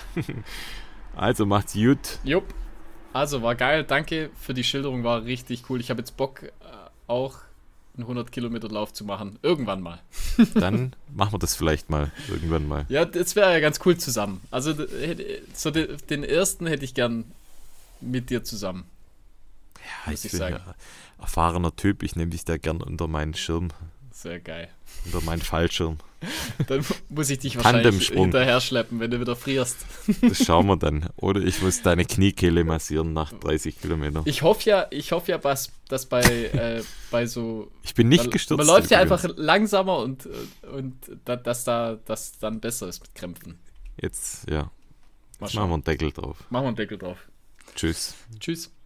Also macht's gut. Jupp. Also war geil, danke für die Schilderung, war richtig cool. Ich habe jetzt Bock, äh, auch einen hundert Kilometer Lauf zu machen. Irgendwann mal. Dann machen wir das vielleicht mal irgendwann mal. Ja, das wäre ja ganz cool zusammen. Also d- so de- den ersten hätte ich gern mit dir zusammen. Ja, muss ich bin sagen. ja erfahrener Typ. Ich nehme dich da gern unter meinen Schirm, Sehr geil. unter meinen Fallschirm. Dann muss ich dich wahrscheinlich Tandemsprung. hinterher schleppen, wenn du wieder frierst. Das schauen wir dann. Oder ich muss deine Kniekehle massieren nach dreißig Kilometern. Ich hoffe ja, ich hoffe ja, dass, dass bei, äh, bei so... Ich bin nicht man, gestürzt. Man läuft ja übrigens. einfach langsamer und, und da, dass da das dann besser ist mit Krämpfen. Jetzt, ja. Mal Jetzt schauen. machen wir einen Deckel drauf. Machen wir einen Deckel drauf. Tschüss. Tschüss.